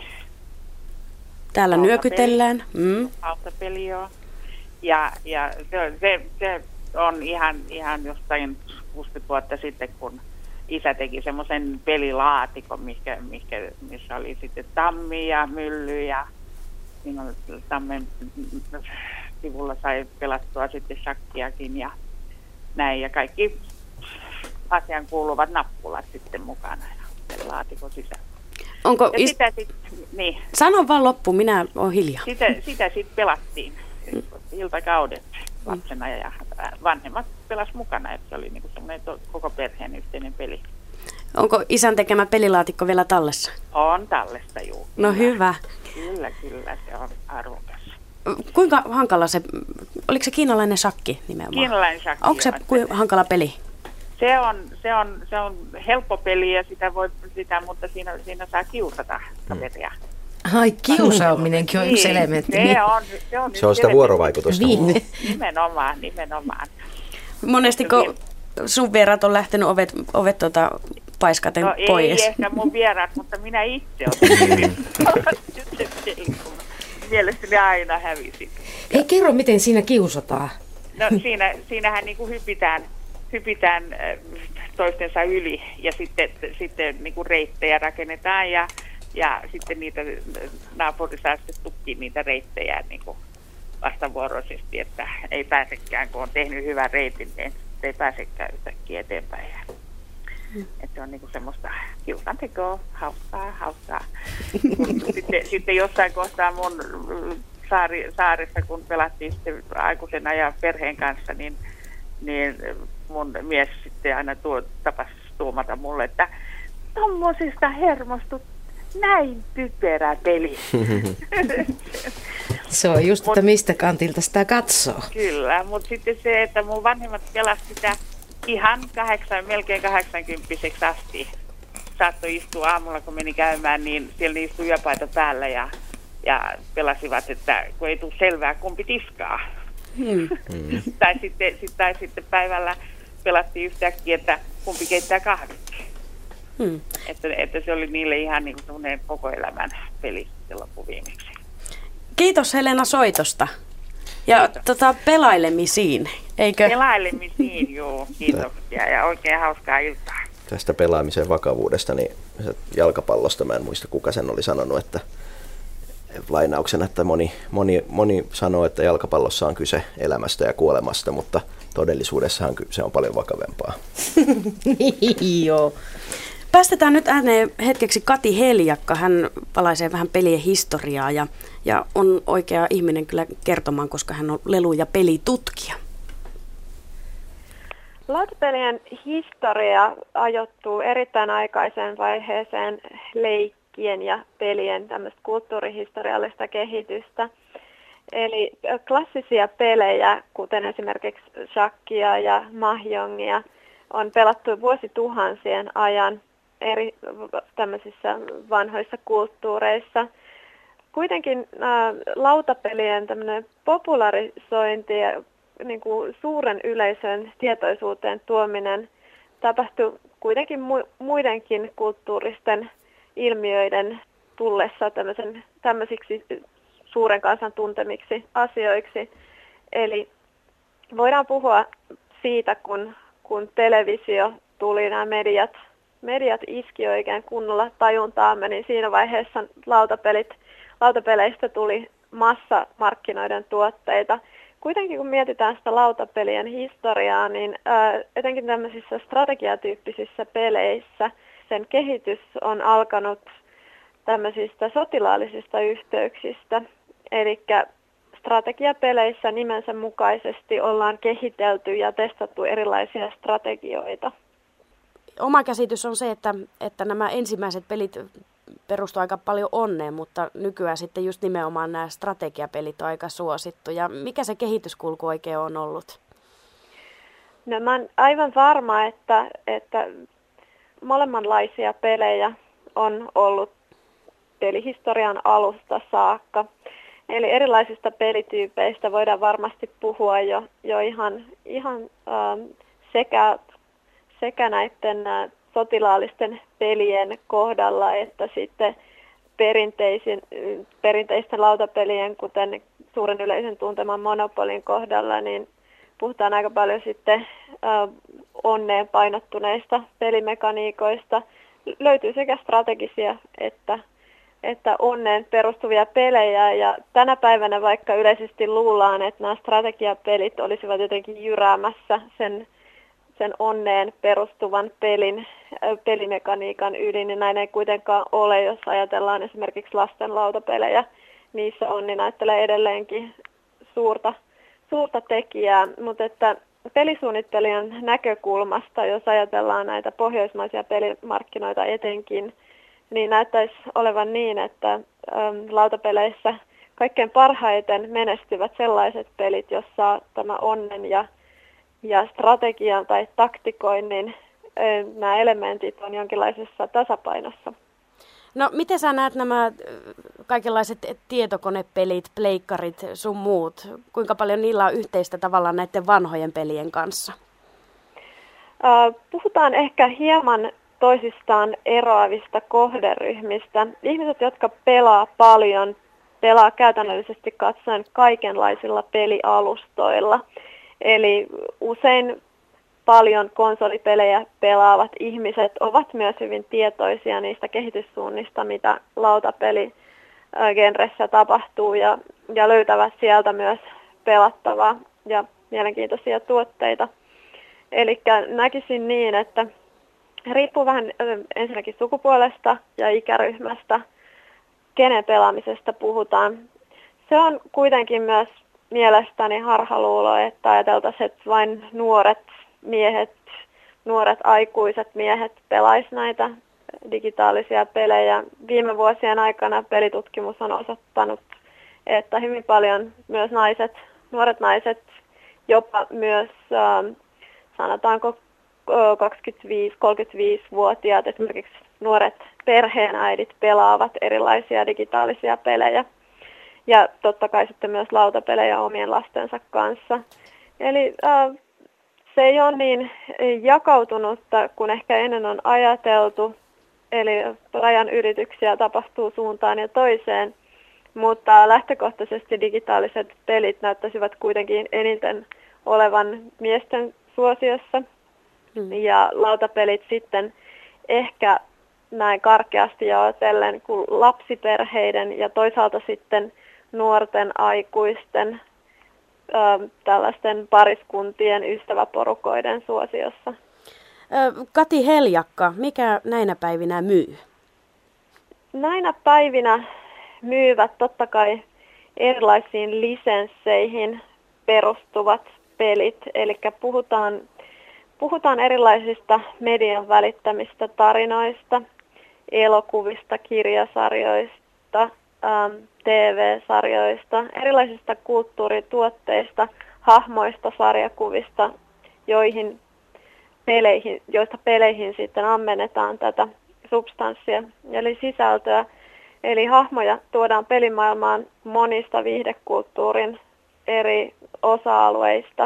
Täällä Haltapeli. Nyökytellään. Mm. Haltapeli, joo. Ja, ja se, se, se on ihan, ihan jostain kuusikymmentä vuotta sitten, kun isä teki semmoisen pelilaatikon, mikä, mikä, missä oli sitten tammi ja mylly ja siinä oli tammen sivulla sai pelattua sitten shakkiakin ja näin. Ja kaikki asiaan kuuluvat nappulat sitten mukana ja sen laatikon sisällä. Onko ja is... sitä sit, niin. Sano vaan loppu, minä olen hiljaa. Sitä, sitä sitten pelattiin mm. iltakaudet lapsena ja vanhemmat pelas mukana, että se oli niinku semmoinen to, koko perheen yhteinen peli. Onko isän tekemä pelilaatikko vielä tallessa? On tallessa, juu. No kyllä. hyvä. Kyllä, kyllä, se on arvokas. Kuinka hankala se, oliko se kiinalainen shakki nimenomaan? Kiinalainen shakki. Onko se kuinka hankala peli? Se on, se on, se on helppo peli ja sitä voi sitä, mutta siinä, siinä saa kiusata kaveria. Ai, kiusaaminenkin on yksi elementti. Se on, se on, se on sitä vuorovaikutusta. Niin. Nimenomaan, nimenomaan. Monestiko sun vieraat on lähtenyt ovet, ovet tuota, paiskaten no, pois? Ei ehkä mun vieraat, mutta minä itse olen. Mielestäni aina hävisin. Ei kerro, miten siinä kiusataan. No siinä, siinähän niin kuin hypitään, hypitään toistensa yli ja sitten, sitten niin kuin reittejä rakennetaan ja, ja sitten niitä naapuri saa sitten tukkiin niitä reittejä niin kuin vastavuoroisesti, että ei pääsekään, kun on tehnyt hyvän reitin, niin ei pääsekään yhtäkkiä eteenpäin. Mm. Että se on niinku semmoista kiusantekoa, hauskaa, hauskaa. sitten, sitten jossain kohtaa mun saari, saaressa, kun pelattiin sitten aikuisena ja perheen kanssa, niin, niin mun mies sitten aina tuo, tapasi tuomata mulle, että tommosista hermostut näin typerä peli. Se on just, että mistä kantilta sitä katsoo. Kyllä, mutta sitten se, että mun vanhemmat pelasivat sitä ihan kahdeksan, melkein kahdeksankymppiseksi asti. Saattoi istua aamulla, kun meni käymään, niin siellä istui yöpaita päällä ja, ja pelasivat, että kun ei tule selvää, kumpi tiskaa. Hmm. tai, sitten, sit, tai sitten päivällä pelattiin yhtäkkiä, että kumpi keittää kahvit. Hmm. Että, että se oli niille ihan niin kuin koko elämän peli loppuviimeksi. Kiitos Helena soitosta. Ja tota, pelailemisiin, eikö? Pelailemisiin, joo. Kiitoksia ja oikein hauskaa iltaa. Tästä pelaamisen vakavuudesta, niin jalkapallosta mä en muista kuka sen oli sanonut, että lainauksena, että moni, moni, moni sanoo, että jalkapallossa on kyse elämästä ja kuolemasta, mutta todellisuudessahan se on paljon vakavempaa. Joo. Päästetään nyt ääneen hetkeksi Kati Heljakka. Hän palaisee vähän pelien historiaa ja, ja on oikea ihminen kyllä kertomaan, koska hän on lelu- ja pelitutkija. Lautapelien historia ajoittuu erittäin aikaiseen vaiheeseen leikkien ja pelien tämmöistä kulttuurihistoriallista kehitystä. Eli klassisia pelejä, kuten esimerkiksi shakkia ja mahjongia, on pelattu vuosituhansien ajan eri tämmöisissä vanhoissa kulttuureissa. Kuitenkin ä, lautapelien tämmöinen popularisointi niin kuin suuren yleisön tietoisuuteen tuominen tapahtui kuitenkin mu- muidenkin kulttuuristen ilmiöiden tullessa tämmöisiksi suuren kansan tuntemiksi asioiksi. Eli voidaan puhua siitä, kun, kun televisio tuli, nämä mediat, mediat iski oikein kunnolla tajuntaamme, niin siinä vaiheessa lautapelit, lautapeleistä tuli massamarkkinoiden tuotteita. Kuitenkin kun mietitään sitä lautapelien historiaa, niin ää, etenkin tämmöisissä strategiatyyppisissä peleissä sen kehitys on alkanut tämmöisistä sotilaallisista yhteyksistä. Eli strategiapeleissä nimensä mukaisesti ollaan kehitelty ja testattu erilaisia strategioita. Oma käsitys on se, että, että nämä ensimmäiset pelit perustuvat aika paljon onneen, mutta nykyään sitten just nimenomaan nämä strategiapelit on aika suosittuja. Mikä se kehityskulku oikein on ollut? No mä oon aivan varma, että, että molemmanlaisia pelejä on ollut pelihistorian alusta saakka. Eli erilaisista pelityypeistä voidaan varmasti puhua jo, jo ihan, ihan ähm, sekä, sekä näiden äh, sotilaallisten pelien kohdalla että sitten perinteisin, perinteisten lautapelien, kuten suuren yleisön tunteman Monopolin kohdalla, niin puhutaan aika paljon sitten äh, onneen painottuneista pelimekaniikoista. Löytyy sekä strategisia että että onneen perustuvia pelejä, ja tänä päivänä vaikka yleisesti luullaan, että nämä strategiapelit olisivat jotenkin jyräämässä sen, sen onneen perustuvan pelin, pelimekaniikan yli, niin näin ei kuitenkaan ole, jos ajatellaan esimerkiksi lasten lautapelejä. Niissä onni näyttelee edelleenkin suurta, suurta tekijää, mutta että pelisuunnittelijan näkökulmasta, jos ajatellaan näitä pohjoismaisia pelimarkkinoita etenkin, niin näyttäisi olevan niin, että äm, lautapeleissä kaikkein parhaiten menestyvät sellaiset pelit, jossa tämä onnen ja, ja strategian tai taktikoinnin ä, nämä elementit on jonkinlaisessa tasapainossa. No miten sä näet nämä kaikenlaiset tietokonepelit, pleikkarit sun muut? Kuinka paljon niillä on yhteistä tavallaan näiden vanhojen pelien kanssa? Äh, puhutaan ehkä hieman toisistaan eroavista kohderyhmistä. Ihmiset, jotka pelaa paljon, pelaa käytännöllisesti katsoen kaikenlaisilla pelialustoilla. Eli usein paljon konsolipelejä pelaavat ihmiset ovat myös hyvin tietoisia niistä kehityssuunnista, mitä lautapeligenressä tapahtuu, ja, ja löytävät sieltä myös pelattavaa ja mielenkiintoisia tuotteita. Eli näkisin niin, että riippuu vähän ensinnäkin sukupuolesta ja ikäryhmästä, kenen pelaamisesta puhutaan. Se on kuitenkin myös mielestäni harhaluulo, että ajateltaisiin, että vain nuoret miehet, nuoret aikuiset miehet pelaisi näitä digitaalisia pelejä. Viime vuosien aikana pelitutkimus on osoittanut, että hyvin paljon myös naiset, nuoret naiset, jopa myös sanotaanko kaksikymmentäviisi-kolmekymmentäviisivuotiaat, esimerkiksi nuoret perheenäidit pelaavat erilaisia digitaalisia pelejä. Ja totta kai sitten myös lautapelejä omien lastensa kanssa. Eli äh, se ei ole niin jakautunutta kuin ehkä ennen on ajateltu. Eli rajan ylityksiä tapahtuu suuntaan ja toiseen. Mutta lähtökohtaisesti digitaaliset pelit näyttäisivät kuitenkin eniten olevan miesten suosiossa. Mm. Ja lautapelit sitten ehkä näin karkeasti jaotellen kuin lapsiperheiden ja toisaalta sitten nuorten aikuisten ö, tällaisten pariskuntien ystäväporukoiden suosiossa. Kati Heljakka, mikä näinä päivinä myy? Näinä päivinä myyvät totta kai erilaisiin lisensseihin perustuvat pelit, eli puhutaan Puhutaan erilaisista median välittämistä tarinoista, elokuvista, kirjasarjoista, T V-sarjoista, erilaisista kulttuurituotteista, hahmoista, sarjakuvista, joihin peleihin, joista peleihin sitten ammennetaan tätä substanssia, eli sisältöä. Eli hahmoja tuodaan pelimaailmaan monista viihdekulttuurin eri osa-alueista.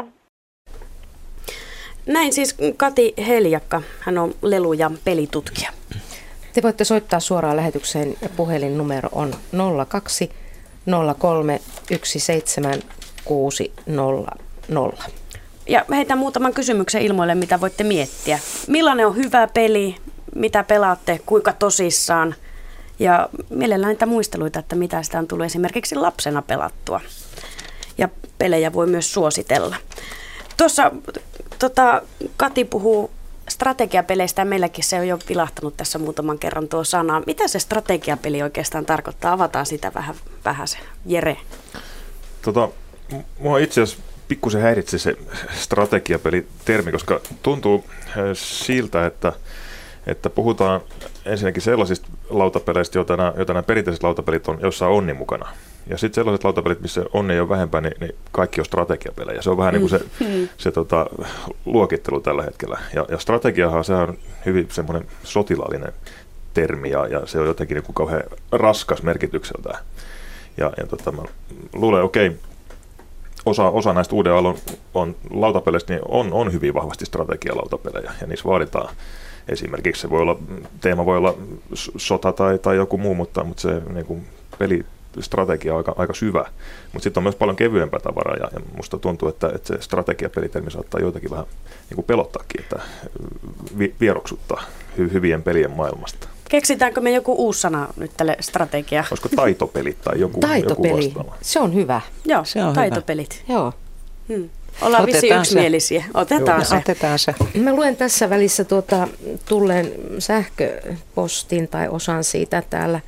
Näin siis Kati Heljakka, hän on lelu- ja pelitutkija. Te voitte soittaa suoraan lähetykseen ja puhelinnumero on nolla kaksi nolla kolme yksi seitsemän kuusi nolla nolla. Ja heitän muutaman kysymyksen ilmoille, mitä voitte miettiä. Millainen on hyvä peli, mitä pelaatte, kuinka tosissaan ja mielellään niitä muisteluita, että mitä sitä on tullut esimerkiksi lapsena pelattua. Ja pelejä voi myös suositella. Tuossa tota, Kati puhuu strategiapeleistä ja meilläkin se on jo vilahtanut tässä muutaman kerran tuo sana. Mitä se strategiapeli oikeastaan tarkoittaa? Avataan sitä vähän, vähän se. Jere. Tota, mua itse asiassa pikkusen häiritsi se strategiapelitermi, koska tuntuu siltä, että, että puhutaan ensinnäkin sellaisista lautapeleistä, joita nämä, joita nämä perinteiset lautapelit on, joissa on onni mukana. Ja sitten sellaiset lautapelit, missä onni ei ole vähempää, niin, niin kaikki on strategiapelejä. Se on vähän niin kuin se, mm. se tota, luokittelu tällä hetkellä. Ja, ja strategiahan se on hyvin semmoinen sotilaallinen termi, ja, ja se on jotenkin niin kuin kauhean raskas merkitykseltään. Ja, ja tota, mä luulen, okei, okay, osa, osa näistä uuden aallon on lautapeleistä niin on, on hyvin vahvasti strategialautapelejä, ja niissä vaaditaan esimerkiksi, se voi olla, teema voi olla sota tai, tai joku muu, mutta, mutta se niin kuin pelistrategia on aika, aika syvä. Mutta sitten on myös paljon kevyempää tavaraa, ja, ja musta tuntuu, että, että se strategiapelitermi saattaa joitakin vähän niin kuin pelottaakin, että vi, vieroksuttaa hy, hyvien pelien maailmasta. Keksitäänkö me joku uusi sana nyt tälle strategia? Olisiko taitopelit tai joku, Taitopeli. joku vastaava? Se on hyvä. Joo, se on taitopelit. Hyvä. Joo. Hmm. Ollaan vissiin yksimielisiä. Otetaan se. Otetaan se. Mä luen tässä välissä tuota, tulleen sähköpostin tai osan siitä täällä.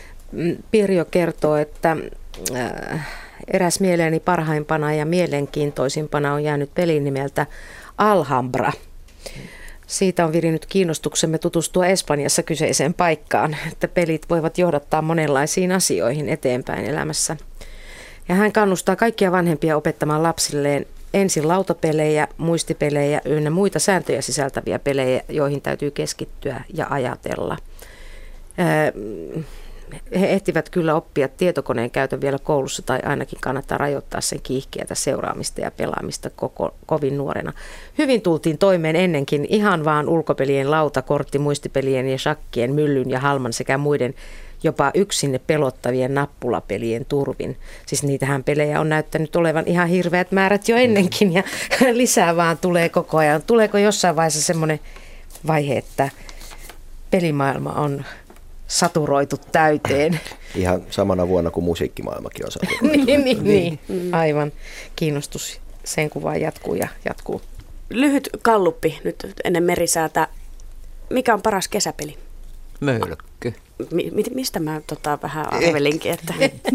Pirjo kertoo, että äh, eräs mieleeni parhaimpana ja mielenkiintoisimpana on jäänyt pelin nimeltä Alhambra. Siitä on virinnyt kiinnostuksemme tutustua Espanjassa kyseiseen paikkaan, että pelit voivat johdattaa monenlaisiin asioihin eteenpäin elämässä. Ja hän kannustaa kaikkia vanhempia opettamaan lapsilleen ensin lautapelejä, muistipelejä ynnä muita sääntöjä sisältäviä pelejä, joihin täytyy keskittyä ja ajatella. He ehtivät kyllä oppia tietokoneen käytön vielä koulussa, tai ainakin kannattaa rajoittaa sen kiihkeätä seuraamista ja pelaamista koko, kovin nuorena. Hyvin tultiin toimeen ennenkin ihan vaan ulkopelien, lautakortti, muistipelien ja shakkien, myllyn ja halman sekä muiden jopa yksinne pelottavien nappulapelien turvin. Siis niitähän pelejä on näyttänyt olevan ihan hirveät määrät jo ennenkin, ja lisää vaan tulee koko ajan. Tuleeko jossain vaiheessa semmoinen vaihe, että pelimaailma on saturoitu täyteen? Ihan samana vuonna kuin musiikkimaailmakin on saturoitu. niin, niin, niin, aivan. Kiinnostus sen kuvaan jatkuu ja jatkuu. Lyhyt galluppi nyt ennen merisäätä. Mikä on paras kesäpeli? Mölkky. Mi- mistä mä tota, vähän arvelinkin, että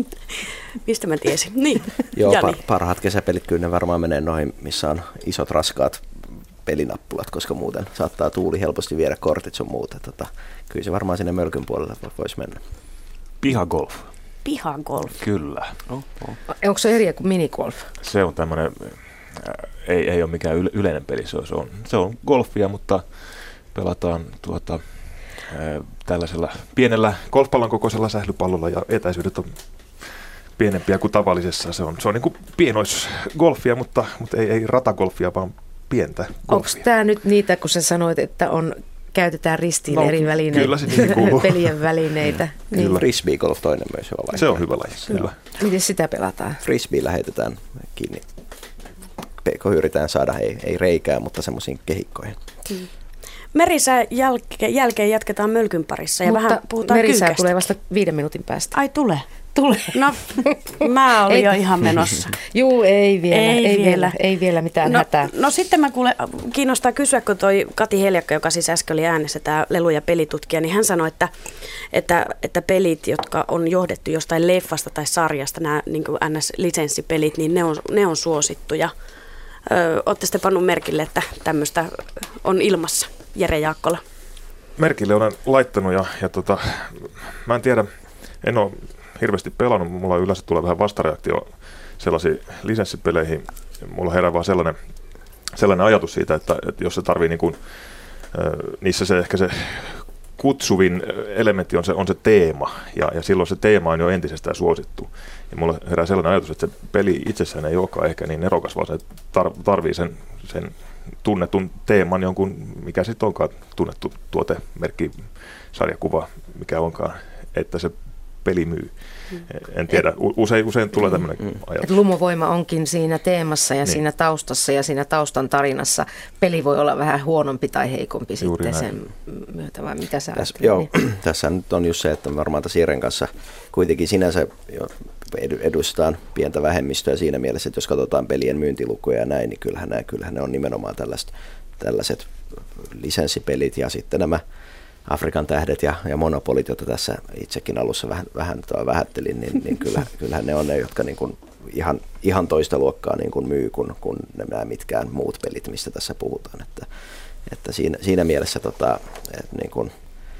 mistä mä tiesin? Niin. Joo, par- parhaat kesäpelit kyllä ne varmaan menee noihin, missä on isot raskaat pelinappulat, koska muuten saattaa tuuli helposti viedä kortit sun muuta. Tota, kyllä se varmaan sinne mölkyn puolelle voisi mennä. Pihagolf. Pihagolf? Kyllä. Oh, oh. Onko se eri kuin minigolf? Se on tämmöinen, äh, ei, ei ole mikään yle, yleinen peli, se on, se, on, se on golfia, mutta pelataan tuota, äh, tällaisella pienellä golfpallon kokoisella sählypallolla ja etäisyydet on pienempiä kuin tavallisessa. Se on, se on niin kuin pienoisgolfia, mutta, mutta ei, ei ratagolfia, vaan pientä golfia. Onko tämä nyt niitä, kun sä sanoit, että on, käytetään ristiin no, eri välineitä, kyllä se niin kuuluu. pelien välineitä? Kyllä, niin. Frisbee golf toinen myös hyvä laji. Se on hyvä laji, kyllä. Miten sitä pelataan? Frisbee lähetetään kiinni. Peko yritetään saada, ei, ei reikää, mutta semmoisiin kehikkoihin. Hmm. Merisää jälke- jälkeen jatketaan mölkyn parissa ja mutta vähän puhutaan merisää kyykästä. tulee vasta viiden minuutin päästä. Ai tulee? Tulee. No, mä olin jo ihan menossa. Juu, ei vielä, ei, ei vielä. vielä, ei vielä mitään no, hätää. No sitten mä kuule, kiinnostaa kysyä, kun toi Kati Heljakka, joka siis äsken oli äänessä, tämä lelu- ja pelitutkija, niin hän sanoi, että, että, että pelit, jotka on johdettu jostain leffasta tai sarjasta, nämä niin kuin N S-lisenssipelit, niin ne on, ne on suosittuja. Ootte sitten pannut merkille, että tämmöistä on ilmassa, Jere Jaakkola? Merkille olen laittanut ja, ja tota, mä en tiedä, en ole hirveästi pelannut, mulla yleensä tulee vähän vastareaktio sellaisiin lisenssipeleihin. Mulla herää vaan sellainen, sellainen ajatus siitä, että, että jos se tarvii niin kuin, niissä se ehkä se kutsuvin elementti on se, on se teema, ja, ja silloin se teema on jo entisestään suosittu. Ja mulle herää sellainen ajatus, että se peli itsessään ei olekaan ehkä niin erokas, vaan se tar- tarvii sen, sen tunnetun teeman, jonkun, mikä sitten onkaan tunnettu tuotemerkki, sarjakuva, mikä onkaan, että se peli myy. En tiedä, usein, usein tulee tämmöinen mm. ajatus. Et lumovoima onkin siinä teemassa ja niin. siinä taustassa ja siinä taustan tarinassa. Peli voi olla vähän huonompi tai heikompi Juuri sitten näin. sen myötä, vai mitä sä Täs, joo, niin? Tässä nyt on just se, että varmaan tässä Iren kanssa kuitenkin sinänsä edustaan pientä vähemmistöä siinä mielessä, että jos katsotaan pelien myyntilukuja ja näin, niin kyllähän, nämä, kyllähän ne on nimenomaan tällaiset, tällaiset lisenssipelit ja sitten nämä Afrikan tähdet ja, ja monopolit, joita tässä itsekin alussa vähän, vähän vähättelin, niin, niin kyllä, kyllähän ne on ne, jotka niin kuin ihan, ihan toista luokkaa niin kuin myy kuin, kuin nämä mitkään muut pelit, mistä tässä puhutaan. Että, että siinä, siinä mielessä tota, niin kuin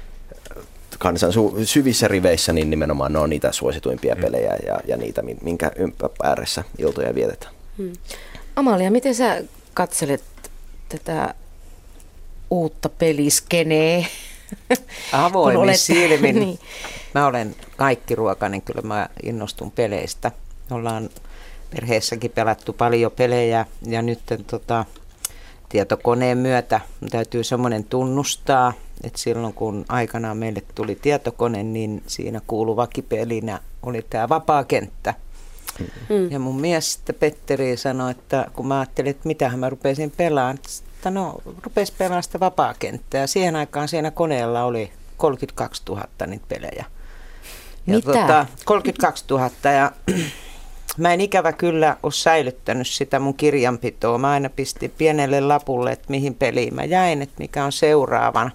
kansan su- syvissä riveissä niin nimenomaan ne on niitä suosituimpia mm. pelejä ja, ja niitä, minkä ääressä iltoja vietetään. Hmm. Amalia, miten sä katselet tätä uutta peliskenee? Avoimin olet... silmin. niin. Mä olen kaikkiruokainen, kyllä mä innostun peleistä. Ollaan perheessäkin pelattu paljon pelejä ja nyt tota, tietokoneen myötä täytyy semmoinen tunnustaa, että silloin kun aikanaan meille tuli tietokone, niin siinä kuuluvakin pelinä oli tämä vapaakenttä. Mm. Ja mun mies sitten Petteri sanoi, että kun mä ajattelin, että mitähän mä rupesin pelaamaan, että no rupesi pelaamaan sitä vapaakenttää. Siihen aikaan siinä koneella oli kolmekymmentäkaksituhatta niitä pelejä. Ja Mitä? Tota, kolmekymmentäkaksituhatta ja mä en ikävä kyllä ole säilyttänyt sitä mun kirjanpitoa. Mä aina pistin pienelle lapulle, että mihin peliin mä jäin, että mikä on seuraavana.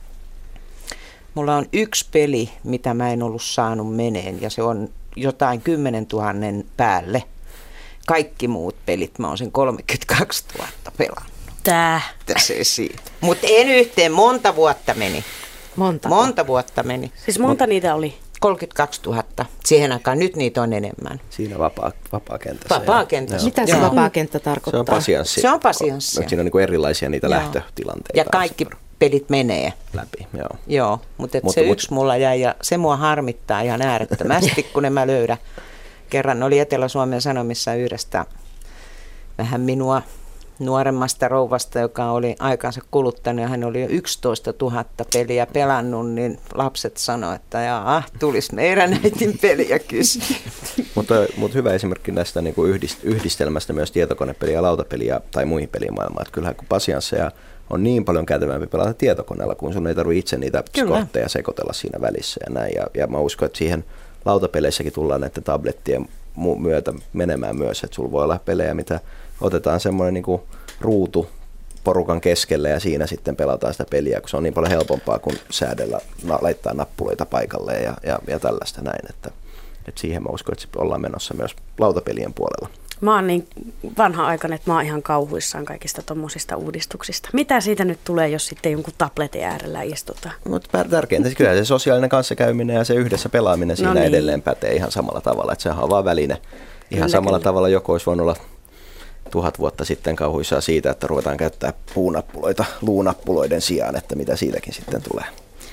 Mulla on yksi peli, mitä mä en ollut saanut meneen ja se on jotain kymmenen tuhannen päälle. Kaikki muut pelit mä oon sen kolmekymmentäkaksituhatta pelannut. Tää. Tässä ei siitä. Mutta en yhteen, monta vuotta meni. Monta? Monta vuotta meni. Siis monta Mut, niitä oli? kolmekymmentäkaksituhatta. Siihen aikaan nyt niitä on enemmän. Siinä vapaa, vapaa-kentässä. Vapaa-kentässä. Mitä se vapaa-kenttä tarkoittaa? Se on pasianssi. Se on pasianssia. Siinä on niin erilaisia niitä joo. lähtötilanteita. Ja kaikki pelit menee. Läpi, joo. Joo, mutta Mut, se mut, yksi mulla jäi ja se mua harmittaa ihan äärettömästi, kun en mä löydä. Kerran oli Etelä-Suomen Sanomissa yhdestä vähän minua nuoremmasta rouvasta, joka oli aikansa kuluttanut ja hän oli jo yksitoista tuhatta peliä pelannut, niin lapset sanoivat, että jaa, tulisi meidän äitin peliä kysyä. mutta, mutta hyvä esimerkki näistä niin kuin yhdistelmästä myös tietokonepeliä, lautapeliä tai muihin pelimaailmaan. Että kyllähän kun pasiansseja on niin paljon kätevämpi pelata tietokoneella, kun sun ei tarvitse itse niitä kortteja sekoitella siinä välissä ja näin. Ja, ja mä uskon, että siihen lautapeleissäkin tullaan näiden tablettien myötä menemään myös, että sulla voi olla pelejä, mitä otetaan semmoinen niin kuin ruutu porukan keskelle ja siinä sitten pelataan sitä peliä, kun se on niin paljon helpompaa kuin säädellä, na, laittaa nappuloita paikalleen ja, ja, ja tällaista näin. Että, että siihen mä uskon, että ollaan menossa myös lautapelien puolella. Mä oon niin vanha-aikainen, että mä oon ihan kauhuissaan kaikista tommosista uudistuksista. Mitä siitä nyt tulee, jos sitten jonkun tabletin äärellä istutaan? Mutta tärkeintä, kyllä se sosiaalinen kanssakäyminen ja se yhdessä pelaaminen siinä no niin. edelleen pätee ihan samalla tavalla. Että sehän on vaan väline. Ihan kyllä, samalla kyllä. tavalla joku olisi voinut olla tuhat vuotta sitten kauhuissaan siitä, että ruvetaan käyttää puunappuloita luunappuloiden sijaan, että mitä siitäkin sitten tulee.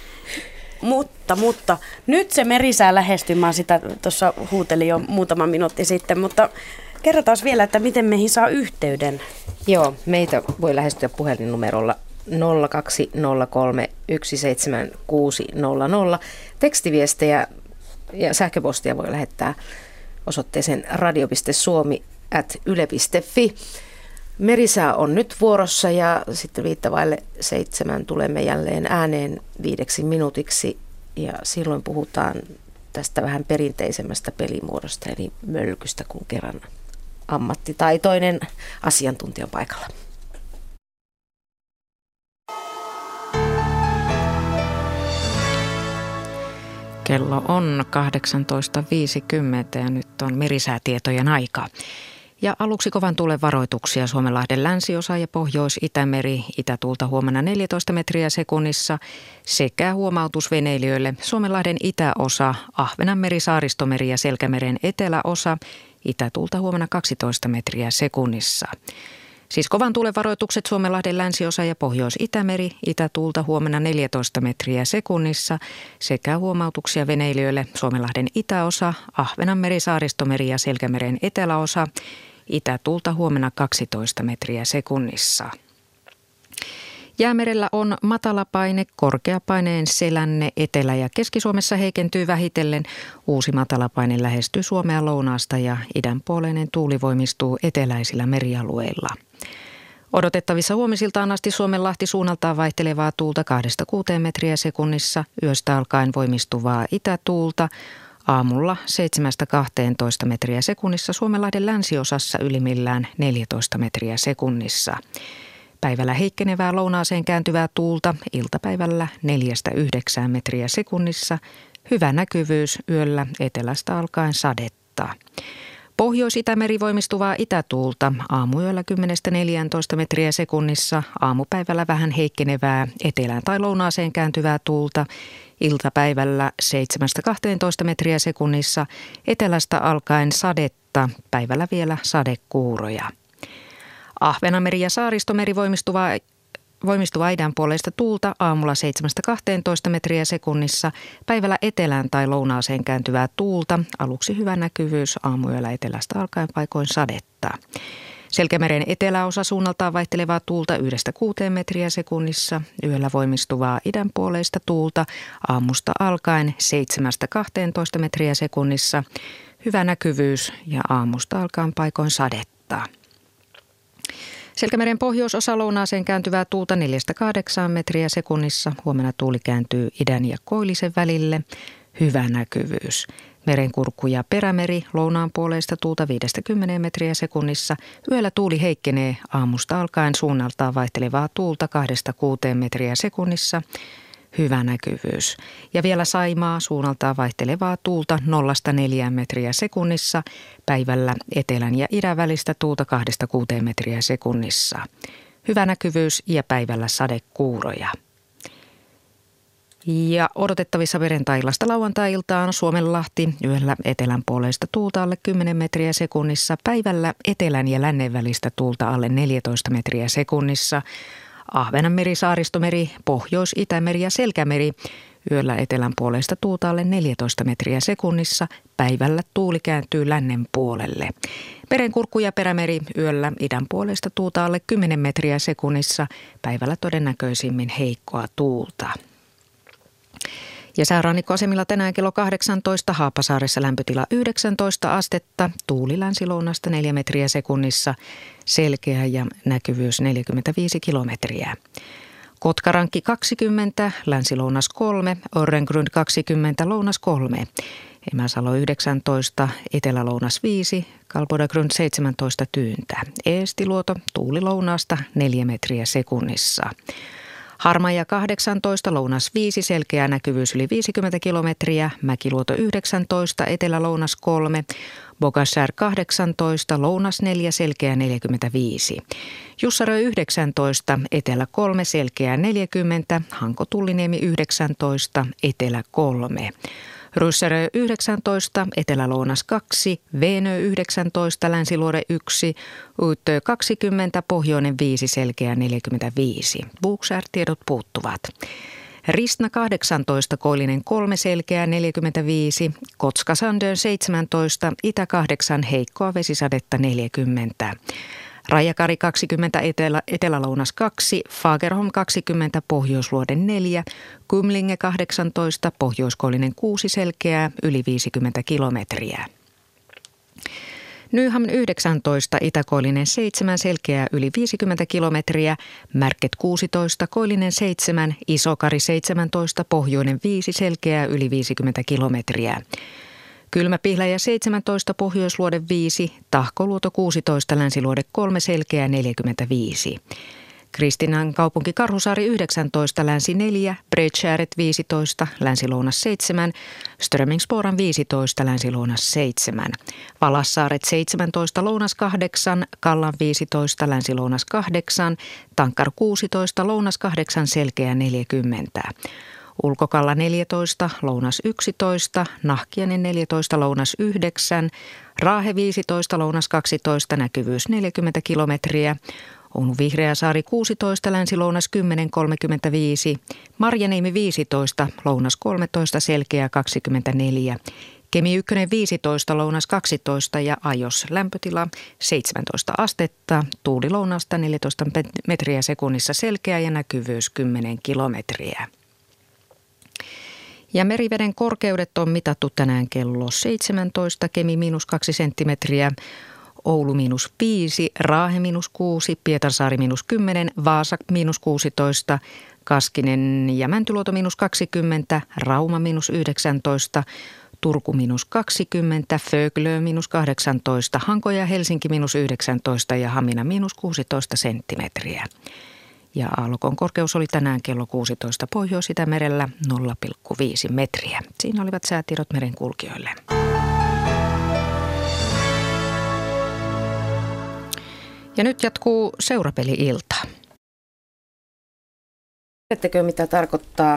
Mutta, mutta nyt se merisää lähestymään, sitä tuossa huuteli jo muutama minuutti sitten, mutta kerrotaan vielä, että miten meihin saa yhteyden. Joo, meitä voi lähestyä puhelinnumerolla nolla kaksi nolla kolme yksi seitsemän kuusi nolla nolla. Tekstiviestejä ja sähköpostia voi lähettää osoitteeseen radio piste suomi ät yle piste fi. Merisää on nyt vuorossa ja sitten viittavaille seitsemän tulemme jälleen ääneen viideksi minuutiksi ja silloin puhutaan tästä vähän perinteisemmästä pelimuodosta eli mölkystä, kun kerran ammattitaitoinen asiantuntija paikalla. Kello on kahdeksantoista viisikymmentä ja nyt on merisäätietojen aika. Ja aluksi kovan tuulen varoituksia Suomenlahden länsiosa ja Pohjois-Itämeri, itätuulta huomenna neljätoista metriä sekunnissa sekä huomautus veneilijöille Suomenlahden itäosa, Ahvenanmeri, Saaristomeri ja Selkämeren eteläosa, itätuulta huomenna kaksitoista metriä sekunnissa. Siis kovan tuulen varoitukset Suomenlahden länsiosa ja Pohjois-Itämeri, itätuulta huomenna neljätoista metriä sekunnissa sekä huomautuksia veneilijöille Suomenlahden itäosa, Ahvenanmeri, Saaristomeri ja Selkämeren eteläosa, itätuulta huomenna kaksitoista metriä sekunnissa. Jäämerellä on matalapaine, korkeapaineen selänne Etelä- ja Keski-Suomessa heikentyy vähitellen. Uusi matalapaine lähestyy Suomea lounaasta ja idänpuoleinen tuuli voimistuu eteläisillä merialueilla. Odotettavissa huomisiltaan asti Suomenlahti suunnaltaan vaihtelevaa tuulta kahdesta kuuteen metriä sekunnissa, yöstä alkaen voimistuvaa itätuulta. Aamulla seitsemästä kahteentoista metriä sekunnissa, Suomenlahden länsiosassa ylimmillään neljätoista metriä sekunnissa. Päivällä heikkenevää lounaaseen kääntyvää tuulta, iltapäivällä neljästä yhdeksään metriä sekunnissa. Hyvä näkyvyys, yöllä etelästä alkaen sadetta. Pohjois-Itämeri voimistuvaa itätuulta, aamuyöllä kymmenestä neljääntoista metriä sekunnissa. Aamupäivällä vähän heikkenevää etelään tai lounaaseen kääntyvää tuulta. Iltapäivällä seitsemästä kahteentoista metriä sekunnissa. Etelästä alkaen sadetta, päivällä vielä sadekuuroja. Ahvenanmeri ja Saaristomeri voimistuvaa, voimistuvaa idänpuoleista tuulta aamulla seitsemästä kahteentoista metriä sekunnissa, päivällä etelään tai lounaaseen kääntyvää tuulta, aluksi hyvä näkyvyys, aamuyöllä etelästä alkaen paikoin sadetta. Selkämeren eteläosa suunnaltaan vaihtelevaa tuulta yhdestä kuuteen metriä sekunnissa, yöllä voimistuvaa idänpuoleista tuulta, aamusta alkaen seitsemästä kahteentoista metriä sekunnissa, hyvä näkyvyys ja aamusta alkaen paikoin sadetta. Selkämeren pohjoisosa lounaaseen kääntyvää tuulta neljästä kahdeksaan metriä sekunnissa. Huomenna tuuli kääntyy idän ja koillisen välille. Hyvä näkyvyys. Merenkurkku ja perämeri lounaan puoleista tuulta viidestä kymmeneen metriä sekunnissa. Yöllä tuuli heikkenee aamusta alkaen suunnaltaan vaihtelevaa tuulta kahdesta kuuteen metriä sekunnissa. Hyvä näkyvyys. Ja vielä Saimaa suunnaltaan vaihtelevaa tuulta nollasta neljään metriä sekunnissa. Päivällä etelän ja idän välistä tuulta kahdesta kuuteen metriä sekunnissa. Hyvä näkyvyys ja päivällä sadekuuroja. Ja odotettavissa perjantai-illasta lauantai-iltaan Suomenlahti, yöllä etelän puoleista tuulta alle kymmenen metriä sekunnissa. Päivällä etelän ja lännen välistä tuulta alle neljätoista metriä sekunnissa. Ahvenanmeri, Saaristomeri, Pohjois-Itämeri ja Selkämeri. Yöllä etelän puolesta tuulta alle neljätoista metriä sekunnissa. Päivällä tuuli kääntyy lännen puolelle. Merenkurkku ja perämeri yöllä idän puolesta tuulta alle kymmenen metriä sekunnissa. Päivällä todennäköisimmin heikkoa tuulta. Ja säärannikkoasemilla tänään kello kahdeksantoista, Haapasaaressa lämpötila yhdeksäntoista astetta, tuuli länsilounasta neljä metriä sekunnissa, selkeä ja näkyvyys neljäkymmentäviisi kilometriä. Kotkarankki kaksikymmentä, länsilounas kolme, Orrengrund kaksikymmentä, lounas kolme, Emäsalo yhdeksäntoista, etelälounas viisi, Kalbodagrund seitsemäntoista tyyntä, Eestiluoto tuuli lounaasta neljä metriä sekunnissa. Harmaja kahdeksantoista, lounas viisi, selkeä näkyvyys yli viisikymmentä kilometriä, Mäkiluoto yhdeksäntoista, etelä-lounas kolme, Bogassär kahdeksantoista, lounas neljä, selkeä neljäkymmentäviisi. Jussarö yhdeksäntoista, etelä kolme, selkeä neljäkymmentä, Hanko-Tulliniemi yhdeksäntoista, etelä kolme. Ryssärö yhdeksäntoista, etelä-lounas kaksi, Veenö yhdeksäntoista, länsiluode yksi, Uittö kaksikymmentä, pohjoinen viisi, selkeä neljäkymmentäviisi. Buuksär-tiedot puuttuvat. Ristna kahdeksantoista, koillinen kolme, selkeä neljäkymmentäviisi, Kotskasandön seitsemäntoista, itä kahdeksan, heikkoa vesisadetta neljäkymmentä. Rajakari kaksikymmentä, etelä, etelälounas kaksi, Fagerholm kaksikymmentä, pohjoisluode neljä, Kumlinge kahdeksantoista, pohjoiskoillinen kuusi, selkeää yli viisikymmentä kilometriä. Nyhamn yhdeksäntoista, itäkoillinen seitsemän, selkeää yli viisikymmentä kilometriä, Märket kuusitoista, koillinen seitsemän, Isokari seitsemäntoista, pohjoinen viisi, selkeää yli viisikymmentä kilometriä. Kylmäpihlaja seitsemäntoista, pohjoisluode viisi, Tahkoluoto kuusitoista, länsiluode kolme, selkeää neljäkymmentäviisi. Kristinan kaupunki Karhusaari yhdeksäntoista, länsi neljä, Bredkäret viisitoista, länsilounas seitsemän, Strömingsboran viisitoista, länsilounas seitsemän. Valassaaret seitsemäntoista, lounas kahdeksan, Kallan viisitoista, länsilounas kahdeksan, Tankkar kuusitoista, lounas kahdeksan, selkeää neljäkymmentä. Ulkokalla neljätoista, lounas yksitoista, Nahkiainen neljätoista, lounas yhdeksän, Raahe viisitoista, lounas kaksitoista, näkyvyys neljäkymmentä kilometriä, Oulun Vihreäsaari kuusitoista, Länsi-Lounas kymmenen kolmekymmentäviisi, Marjaniemi viisitoista, Lounas kolmetoista, Selkeä kaksikymmentäneljä, Kemi ykkönen viisitoista, Lounas kaksitoista ja Ajos lämpötila seitsemäntoista astetta, tuuli lounasta neljätoista metriä sekunnissa, Selkeä ja näkyvyys kymmenen kilometriä. Ja meriveden korkeudet on mitattu tänään kello seitsemäntoista, Kemi miinus kaksi senttimetriä, Oulu miinus viisi, Raahe miinus kuusi, Pietarsaari miinus kymmenen, Vaasa miinus kuusitoista, Kaskinen ja Mäntyluoto miinus kaksikymmentä, Rauma miinus yhdeksäntoista, Turku miinus kaksikymmentä, Föglö miinus kahdeksantoista, Hanko ja Helsinki miinus yhdeksäntoista ja Hamina miinus kuusitoista senttimetriä. Ja aallokon korkeus oli tänään kello kuusitoista Pohjois-Itämerellä nolla pilkku viisi metriä. Siinä olivat säätiedot merenkulkijoille. Ja nyt jatkuu seurapeli-ilta. Tiedättekö, mitä tarkoittaa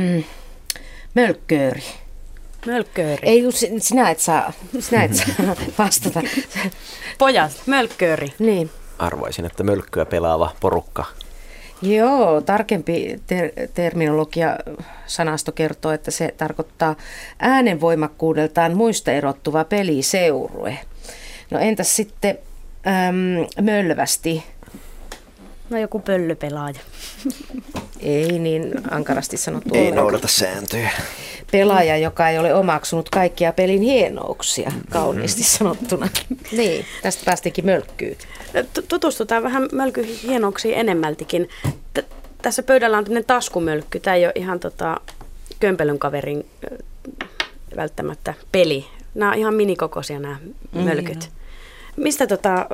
mölkkööri? Mölkkööri. Ei, sinä et saa, sinä et saa vastata. Pojat, mölkkööri. Niin. Arvaisin, että mölkkyä pelaava porukka. Joo, tarkempi ter- terminologia sanasto kertoo, että se tarkoittaa äänenvoimakkuudeltaan muista erottuva peliseurue. No entäs sitten äm, mölvästi? No joku pöllöpelaaja. Ei niin ankarasti sanottu. Ei noudata sääntöjä. Pelaaja, joka ei ole omaksunut kaikkia pelin hienouksia, kauniisti sanottuna. Niin, tästä päästiinkin mölkkyyn. Tutustutaan vähän mölkyhienouksiin enemmältikin. T- tässä pöydällä on tämmöinen taskumölkky. Tämä ei ole ihan tota, kömpelön kaverin äh, välttämättä peli. Nämä on ihan minikokoisia nämä mölkyt. Mm-hmm. Mistä tota,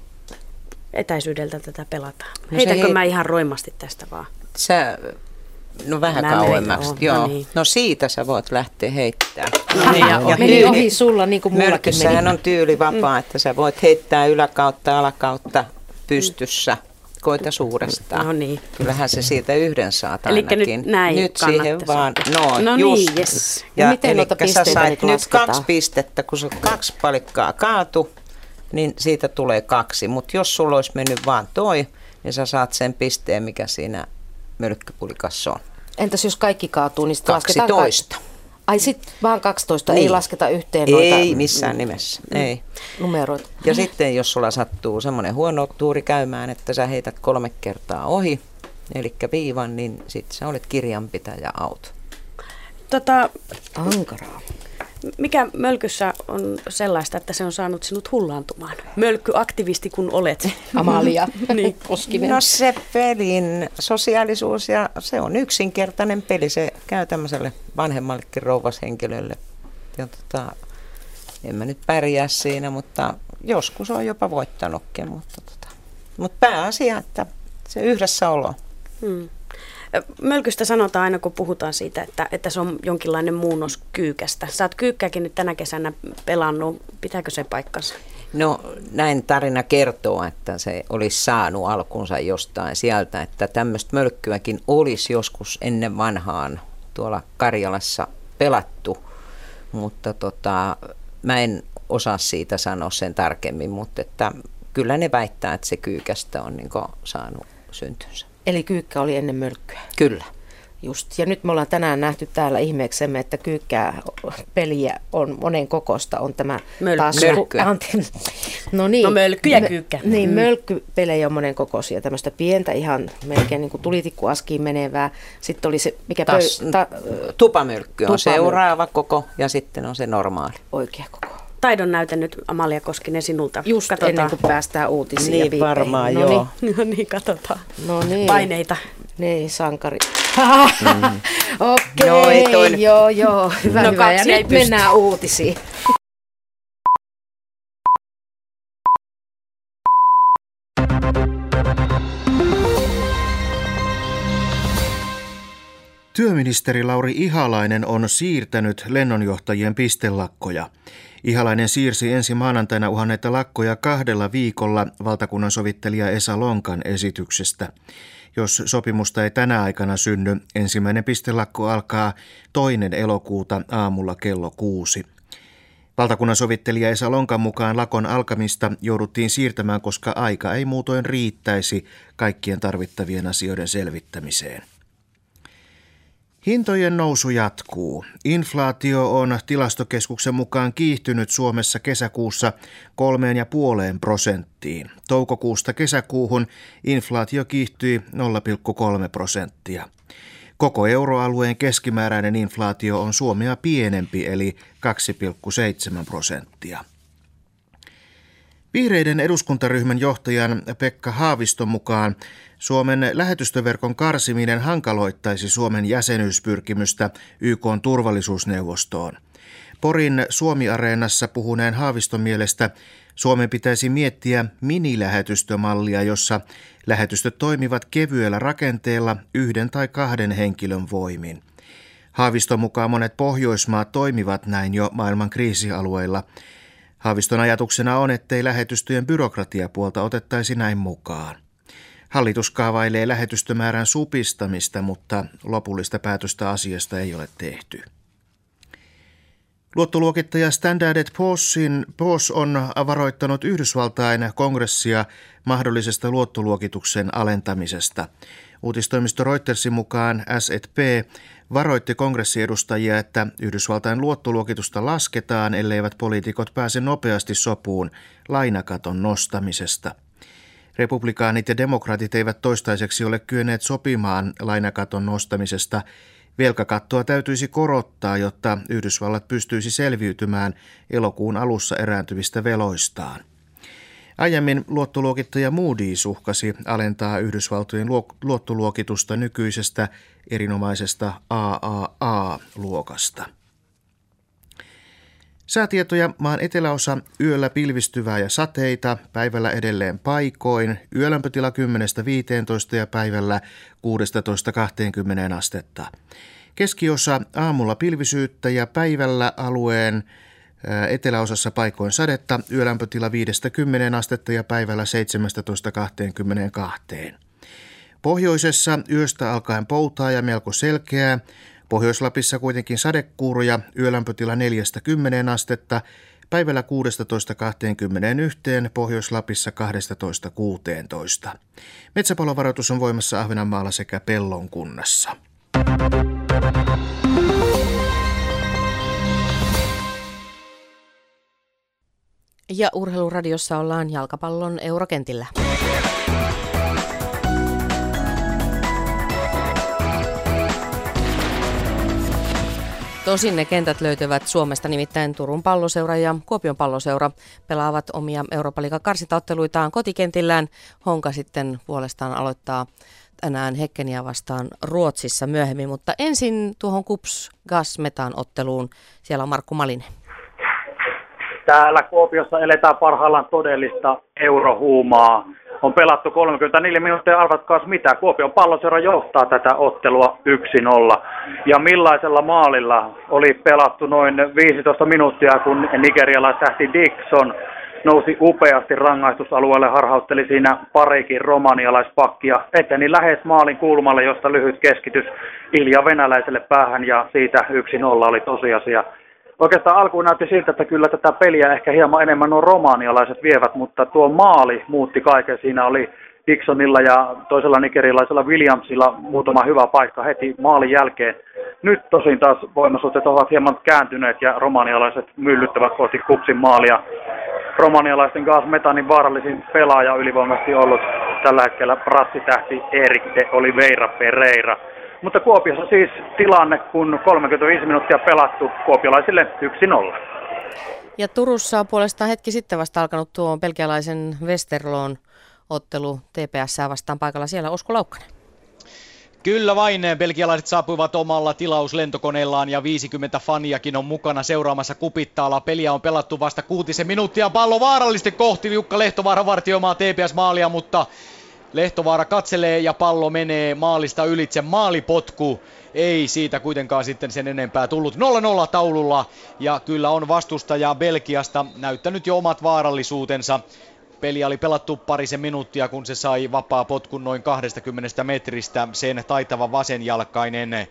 etäisyydeltä tätä pelataan? No Heitänkö hei... mä ihan roimasti tästä vaan? Sä... No vähän mä kauemmaksi, joo. No, niin. No siitä sä voit lähteä heittämään. No niin, ja meni tyyli, ohi sulla niin kuin mullakin mölkyssähän on tyyli vapaa, mm. että sä voit heittää yläkautta, alakautta pystyssä. Koita suurestaan. No niin. Kyllähän se siitä yhden saat ainakin. Elikkä nyt näin nyt siihen vaan, no, no just. Niin, yes. Ja, ja miten noita sä sait nyt nyt kaksi pistettä, kun se kaksi palikkaa kaatu, niin siitä tulee kaksi. Mutta jos sulla olisi mennyt vaan toi, niin sä saat sen pisteen, mikä siinä mölkkypulikassa on. Entäs jos kaikki kaatuu, niin sitten lasketaan kaksitoista. Ai sitten vaan kaksitoista, niin. Ei lasketa yhteen ei, noita... Ei missään nimessä, mm. ei. Numeroita. Ja sitten jos sulla sattuu semmoinen huono tuuri käymään, että sä heität kolme kertaa ohi, eli viivan, niin sitten sä olet kirjanpitäjä out. Tota, Ankaraa. Mikä mölkyssä on sellaista, että se on saanut sinut hullaantumaan? Mölkkyaktivisti kun olet. Amalia. Niin. No se pelin sosiaalisuus ja se on yksinkertainen peli. Se käy tämmöiselle vanhemmallekin rouvashenkilölle. Ja tota, en mä nyt pärjää siinä, mutta joskus on jopa voittanutkin. Mutta, tota, mutta pääasia, että se yhdessä olo. Hmm. Mölkystä sanotaan aina, kun puhutaan siitä, että, että se on jonkinlainen muunnos kyykästä. Sä oot kyykkääkin nyt tänä kesänä pelannut. Pitääkö se paikkansa? No näin tarina kertoo, että se olisi saanut alkunsa jostain sieltä, että tämmöistä mölkkyäkin olisi joskus ennen vanhaan tuolla Karjalassa pelattu, mutta tota, mä en osaa siitä sanoa sen tarkemmin, mutta että kyllä ne väittää, että se kyykästä on niin kuin saanut syntynsä. Eli kyykkä oli ennen mölkkyä. Kyllä. Just. Ja nyt me ollaan tänään nähty täällä ihmeeksemme, että kyykkää peliä on monen kokosta. On tämä tasku. No niin. No mölkky ja kyykkä. Niin, mm. mölkkypelejä on monen kokoisia. Tämmöistä pientä ihan melkein niin kuin tulitikkuaskiin menevää. Sitten oli se, mikä Tas, pöy... Ta, tupamölkky on seuraava koko ja sitten on se normaali. Oikea koko. Taidon näytä nyt, Amalia Koskinen, sinulta. Just katsotaan. Ennen kuin päästään uutisiin niin, ja viitteihin. Varmaan, no joo. Niin. No niin, katsotaan. No niin. Paineita. Niin, sankari. Mm. Okei, no, toinen... joo, joo. Hyvä, no, hyvä. Ja nyt pysty. Mennään uutisiin. Työministeri Lauri Ihalainen on siirtänyt lennonjohtajien pistelakkoja. Ihalainen siirsi ensi maanantaina uhanneita lakkoja kahdella viikolla valtakunnan sovittelija Esa Lonkan esityksestä. Jos sopimusta ei tänä aikana synny, ensimmäinen pistelakko alkaa toinen elokuuta aamulla kello kuusi. Valtakunnan sovittelija Esa Lonkan mukaan lakon alkamista jouduttiin siirtämään, koska aika ei muutoin riittäisi kaikkien tarvittavien asioiden selvittämiseen. Hintojen nousu jatkuu. Inflaatio on Tilastokeskuksen mukaan kiihtynyt Suomessa kesäkuussa kolmeen ja puoleen prosenttiin. Toukokuusta kesäkuuhun inflaatio kiihtyi nolla pilkku kolme prosenttia. Koko euroalueen keskimääräinen inflaatio on Suomea pienempi, eli kaksi pilkku seitsemän prosenttia. Vihreiden eduskuntaryhmän johtajan Pekka Haaviston mukaan Suomen lähetystöverkon karsiminen hankaloittaisi Suomen jäsenyyspyrkimystä Y K:n turvallisuusneuvostoon. Porin Suomi-areenassa puhuneen Haaviston mielestä Suomen pitäisi miettiä minilähetystömallia, jossa lähetystöt toimivat kevyellä rakenteella yhden tai kahden henkilön voimin. Haaviston mukaan monet Pohjoismaat toimivat näin jo maailman kriisialueilla. Haaviston ajatuksena on, ettei lähetystöjen byrokratiapuolta otettaisi näin mukaan. Hallitus kaavailee lähetystömäärän supistamista, mutta lopullista päätöstä asiasta ei ole tehty. Luottoluokittaja Standard and Poor's on varoittanut Yhdysvaltain kongressia mahdollisesta luottoluokituksen alentamisesta. Uutistoimisto Reutersin mukaan S and P varoitti kongressiedustajia, että Yhdysvaltain luottoluokitusta lasketaan, elleivät poliitikot pääse nopeasti sopuun lainakaton nostamisesta. Republikaanit ja demokraatit eivät toistaiseksi ole kyenneet sopimaan lainakaton nostamisesta. Velkakattoa täytyisi korottaa, jotta Yhdysvallat pystyisi selviytymään elokuun alussa erääntyvistä veloistaan. Aiemmin luottoluokittaja Moody's uhkasi alentaa Yhdysvaltojen luottoluokitusta nykyisestä erinomaisesta A A A-luokasta. Säätietoja: maan eteläosa yöllä pilvistyvää ja sateita, päivällä edelleen paikoin, yölämpötila kymmenestä viiteentoista ja päivällä kuudestatoista kahteenkymmeneen astetta. Keskiosa aamulla pilvisyyttä ja päivällä alueen eteläosassa paikoin sadetta, yölämpötila viidestä kymmeneen astetta ja päivällä seitsemästätoista kahteenkymmeneenkahteen. Pohjoisessa yöstä alkaen poutaa ja melko selkeää. Pohjois-Lapissa kuitenkin sadekuuroja, yölämpötila neljästä kymmeneen astetta, päivällä kuudestatoista kahteenkymmeneenyhteen, Pohjois-Lapissa kahdestatoista kuuteentoista. Metsäpalovaroitus on voimassa Ahvenanmaalla sekä Pellon kunnassa. Ja Urheiluradiossa ollaan jalkapallon eurokentillä. Tosin ne kentät löytyvät Suomesta, nimittäin Turun Palloseura ja Kuopion Palloseura pelaavat omia Eurooppa-liigan karsintaotteluitaan kotikentillään. Honka sitten puolestaan aloittaa tänään Häckeniä vastaan Ruotsissa myöhemmin, mutta ensin tuohon Kups Gas Metan otteluun. Siellä on Markku Malinen. Täällä Kuopiossa eletään parhaillaan todellista eurohuumaa. On pelattu kolmekymmentäneljä minuuttia, arvatkaas mitä. Kuopion Palloseura johtaa tätä ottelua yksi nolla. Ja millaisella maalilla oli pelattu noin viisitoista minuuttia, kun nigerialaistähti Dixon nousi upeasti rangaistusalueelle, harhautteli siinä parikin romanialaispakkia. Eteni lähes maalin kulmalle, josta lyhyt keskitys Ilja Venäläiselle päähän ja siitä yksi nolla oli tosiasia. Oikeastaan alkuun näytti siltä, että kyllä tätä peliä ehkä hieman enemmän nuo romanialaiset vievät, mutta tuo maali muutti kaiken. Siinä oli Dixonilla ja toisella nigerialaisella Williamsilla muutama hyvä paikka heti maalin jälkeen. Nyt tosin taas voimasuhteet ovat hieman kääntyneet ja romanialaiset myllyttävät kohti Kupsin maalia. Romanialaisten Gas Metanin vaarallisin pelaaja ylivoimaisesti ollut tällä hetkellä brassitähti Erik de Oliveira Pereira. Mutta Kuopiossa siis tilanne, kun kolmekymmentäviisi minuuttia pelattu, kuopiolaisille yksi nolla. Ja Turussa on puolestaan hetki sitten vasta alkanut tuo belgialaisen Westerloon ottelu T P S:ää vastaan paikalla. Siellä Osku Laukkanen. Kyllä vain, belgialaiset saapuivat omalla tilauslentokoneellaan ja viisikymmentä faniakin on mukana seuraamassa Kupittaalla. Peliä on pelattu vasta kuutisen minuuttia. Pallo vaarallisesti kohti Jukka Lehtovaara vartioimaa T P S-maalia, mutta Lehtovaara katselee ja pallo menee maalista ylitse. Maalipotku ei siitä kuitenkaan sitten sen enempää tullut. nolla nolla taululla ja kyllä on vastustaja Belgiasta näyttänyt jo omat vaarallisuutensa. Peli oli pelattu parisen minuuttia, kun se sai vapaa potkun noin kaksikymmentä metristä. Sen taitava vasenjalkainen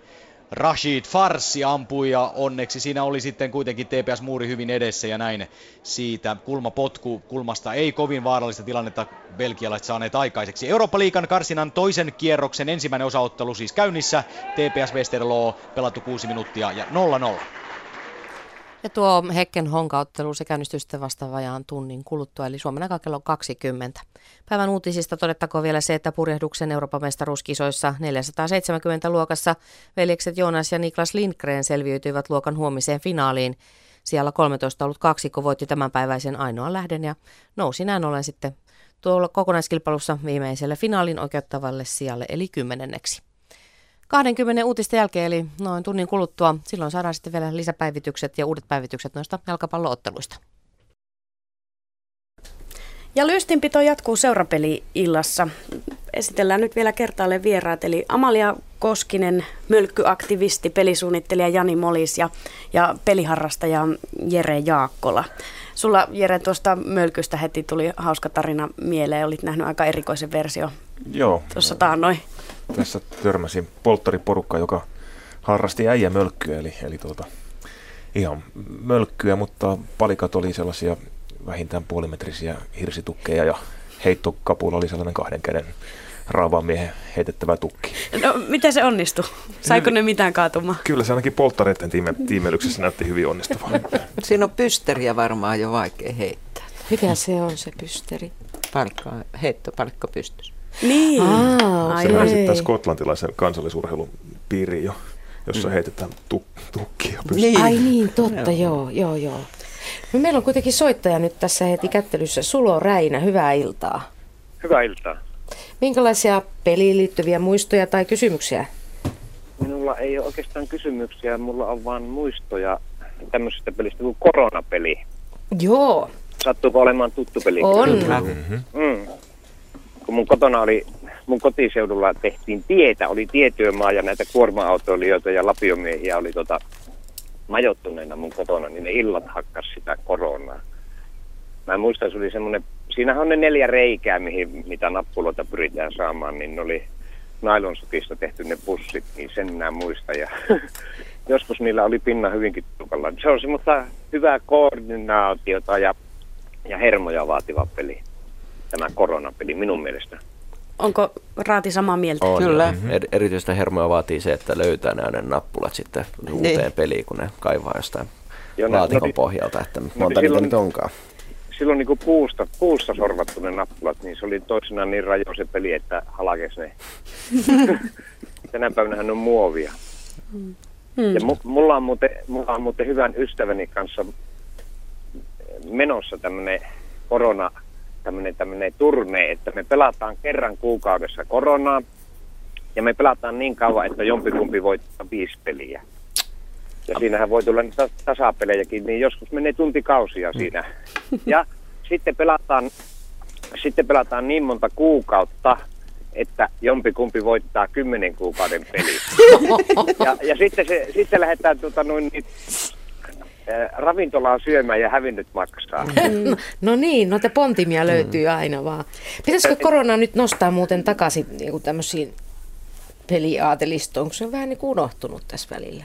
Rashid Farsi ampui ja onneksi siinä oli sitten kuitenkin T P S-muuri hyvin edessä ja näin siitä kulmapotku kulmasta ei kovin vaarallista tilannetta belgialaiset saaneet aikaiseksi. Eurooppa-liigan karsinan toisen kierroksen ensimmäinen osaottelu siis käynnissä. T P S Westerlo pelattu kuusi minuuttia ja nolla nolla. Ja tuo Hekken Honka-ottelu se käynnistyy sitten vasta vajaan tunnin kuluttua, eli Suomen aika kello kaksikymmentä. Päivän uutisista todettakoon vielä se, että purjehduksen Euroopan mestaruuskisoissa neljäsataaseitsemänkymmentä luokassa veljekset Jonas ja Niklas Lindgren selviytyivät luokan huomiseen finaaliin. Siellä kolmetoista ollut kaksikko voitti tämänpäiväisen ainoan lähden ja nousi näin ollen sitten tuolla kokonaiskilpailussa viimeiselle finaalin oikeuttavalle sijalle, eli kymmenenneksi. kaksikymmentä uutista jälkeen, eli noin tunnin kuluttua, silloin saadaan sitten vielä lisäpäivitykset ja uudet päivitykset noista jalkapallootteluista. Ja lyystinpito jatkuu seurapeli-illassa. Esitellään nyt vielä kertaalleen vieraat, eli Amalia Koskinen, mölkkyaktivisti, pelisuunnittelija Jani Molis ja, ja peliharrastaja Jere Jaakkola. Sulla, Jere, tuosta mölkystä heti tuli hauska tarina mieleen. Olit nähnyt aika erikoisen versio. Joo. Tuossa taannoin. Tässä törmäsin polttariporukka, joka harrasti äijämölkkyä, eli, eli tuota, ihan mölkkyä, mutta palikat oli sellaisia vähintään puolimetrisiä hirsitukkeja ja heittokapulla oli sellainen kahden käden raavaan miehen heitettävä tukki. No, miten se onnistui? Saiko ne mitään kaatumaan? Kyllä se ainakin polttareiden tiime, tiimeilyksessä näytti hyvin onnistuvan. Siinä on pysteriä varmaan jo vaikea heittää. Mikä se on se pysteri? Palkka, heittopalkka pystys. Niin. Aa, se on sitten skotlantilaisen kansallisurheilun piiriin jo, jossa mm. heitetään tuk, tukkia pystyyn. Niin. Ai niin, totta, joo, joo, joo. No, meillä on kuitenkin soittaja nyt tässä heti kättelyssä. Sulo Räinä, hyvää iltaa. Hyvää iltaa. Minkälaisia peliin liittyviä muistoja tai kysymyksiä? Minulla ei ole oikeastaan kysymyksiä, mulla on vaan muistoja tämmöisestä pelistä kuin koronapeli. Joo. Sattuuko olemaan tuttu peli? On. Mm-hmm. Mm. Kun mun kotona oli, mun kotiseudulla tehtiin tietä, oli tietyömaa ja näitä kuorma-autoilijoita ja lapiomiehiä oli tota majoittuneena mun kotona, niin ne illat hakkas sitä koronaa. Mä muistan, se oli semmoinen, siinähän on ne neljä reikää, mihin, mitä nappuloita pyritään saamaan, niin ne oli nailonsukista tehty ne pussit, niin sen minä muistan. Ja joskus niillä oli pinna hyvinkin tukalla. Se on semmoista hyvää koordinaatiota ja, ja hermoja vaativa peli, tämä koronapeli minun mielestä. Onko Raati samaa mieltä? On, Kyllä. Mm-hmm. Er, erityistä hermoja vaatii se, että löytää nämä nappulat sitten uuteen niin. peliin, kun ne kaivaa jostain jo, laatikon no, pohjalta, että no, monta niitä nyt onkaan. Silloin niin puusta, puusta sorvattu ne nappulat, niin se oli toisinaan niin rajo se peli, että halakes ne. Tänä päivänähän on muovia. Hmm. Ja mu, mulla, on muuten, mulla on muuten hyvän ystäväni kanssa menossa tämmöinen korona, tämmöinen, tämmöinen turne, että me pelataan kerran kuukaudessa koronaa ja me pelataan niin kauan, että jompikumpi voittaa viisi peliä. Ja siinähän voi tulla niitä tasapelejäkin, niin joskus menee tuntikausia siinä. Ja sitten pelataan, sitten pelataan niin monta kuukautta, että jompikumpi voittaa kymmenen kuukauden peliä. Ja, ja sitten, se, sitten lähdetään tuota, noin, niin, äh, ravintolaan syömään ja hävinnyt maksaa. No, no niin, noita pontimia löytyy mm. aina vaan. Pitäisikö korona nyt nostaa muuten takaisin niin tämmöisiin peliaatelistoon, kun se on vähän niin kuin unohtunut tässä välillä?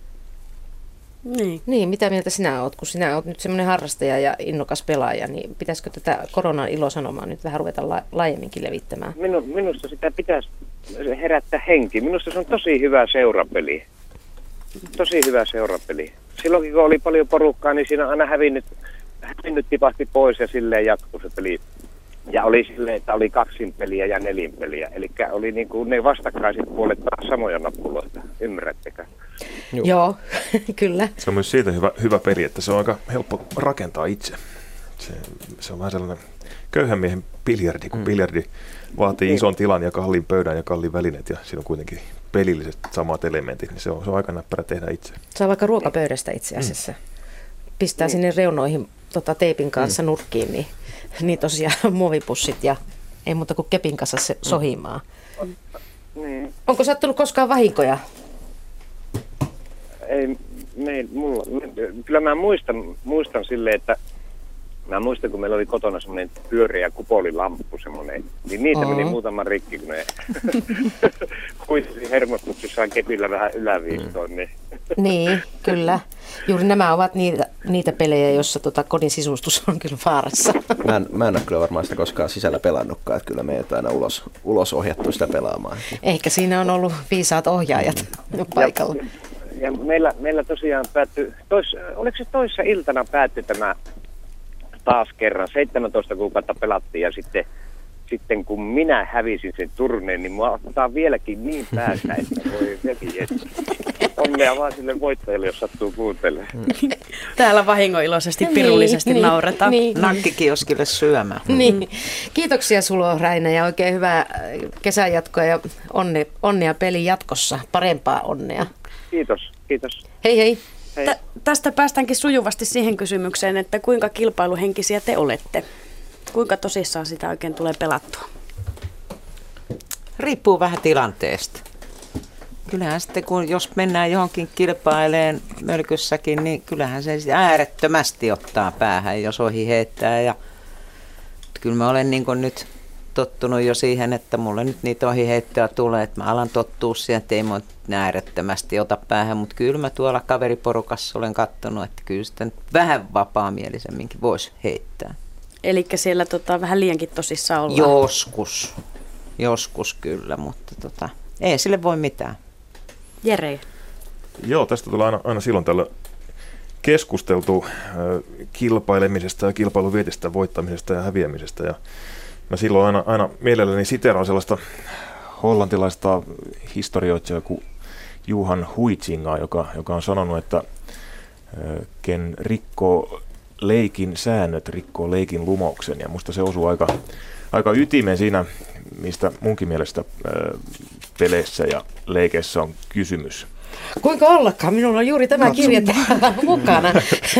Niin. niin, mitä mieltä sinä olet, kun sinä olet nyt semmoinen harrastaja ja innokas pelaaja, niin pitäisikö tätä koronan ilosanomaa nyt vähän ruveta la- laajemminkin levittämään? Minu, minusta sitä pitäisi herättää henki. Minusta se on tosi hyvä seurapeli. Tosi hyvä seurapeli. Silloinkin kun oli paljon porukkaa, niin siinä on aina hävinnyt, hävinnyt tipahti pois ja silleen jatkui se peli. Ja oli silleen, että oli kaksin peliä ja nelin peliä. Eli oli niin kuin ne vastakkaiset puolet taas samoja nappuloita. Ymmärrättekö? Joo, Joo kyllä. Se on myös siitä hyvä, hyvä peli, että se on aika helppo rakentaa itse. Se, se on vähän sellainen köyhän miehen biljardi, kun mm. biljardi vaatii ison tilan ja kalliin pöydän ja kalliin välineet ja siinä on kuitenkin pelilliset samat elementit, niin se on, se on aika näppärä tehdä itse. Se on vaikka ruokapöydästä itse asiassa. Mm. Pistää mm. sinne reunoihin tota, teipin kanssa mm. nurkkiin, niin, niin tosiaan muovipussit ja ei muuta kuin kepin kanssa se sohimaa. Mm. Niin. Onko sattunut koskaan vahinkoja? Ei, me, mulla, me, kyllä mä muistan, muistan silleen, että Mä muistan, kun meillä oli kotona semmoinen pyöreä kupolilamppu semmoinen, niin niitä Oo. meni muutaman rikki, kun ne kuitenkin hermostuksissaan kepillä vähän yläviistoon. Niin. Niin, kyllä. Juuri nämä ovat niitä, niitä pelejä, joissa tota kodin sisustus on kyllä vaarassa. Mä en, mä en ole kyllä varmaan sitä koskaan sisällä pelannutkaan, että kyllä meidät aina ulos, ulos ohjattu sitä pelaamaan. Ehkä siinä on ollut viisaat ohjaajat mm. paikalla. Ja, ja meillä, meillä tosiaan päättyi, tois, oliko se toissa iltana päättyi tämä taas kerran, seitsemäntoista kuukautta pelattiin ja sitten, sitten kun minä hävisin sen turneen, niin mua ottaa vieläkin niin päästä, että voi veti, että onnea vaan sille voittajalle, jos sattuu kuuntelemaan. Täällä vahingoiloisesti, pirullisesti niin, nauretaan. Niin, Nakkikioskille syömään. niin. Kiitoksia Sulo Räinä ja oikein hyvää kesän jatkoa ja onne, onnea pelin jatkossa. Parempaa onnea. Kiitos, kiitos. Hei hei. Tä, tästä päästäänkin sujuvasti siihen kysymykseen, että kuinka kilpailuhenkisiä te olette? Kuinka tosissaan sitä oikein tulee pelattua? Riippuu vähän tilanteesta. Kyllähän sitten, kun jos mennään johonkin kilpaileen mölkyssäkin, niin kyllähän se äärettömästi ottaa päähän, jos ohi heittää. Ja kyllä mä olen niin kuin nyt tottunut jo siihen, että mulle nyt niitä ohi heittää tulee, että mä alan tottua siihen, että ei mua äärettömästi ota päähän, mutta kyllä mä tuolla kaveriporukassa olen katsonut, että kyllä sitä vähän vapaamielisemminkin voisi heittää. Eli siellä tota, vähän liiankin tosissaan ollaan. Joskus, joskus kyllä, mutta tota, ei sille voi mitään. Jere. Joo, tästä tulee aina, aina silloin tällä keskusteltu äh, kilpailemisesta ja kilpailuvietistä, voittamisesta ja häviämisestä. Ja mä silloin aina, aina mielelläni siteeraan sellaista hollantilaista historioitsijaa kuin Johan Huizingaa, joka, joka on sanonut, että äh, ken rikkoo leikin säännöt, rikkoo leikin lumouksen. Ja musta se osuu aika, aika ytimeen siinä, mistä munkin mielestä äh, peleissä ja leikeissä on kysymys. Kuinka ollakaan? Minulla on juuri tämä Katso. kirja täällä mukana.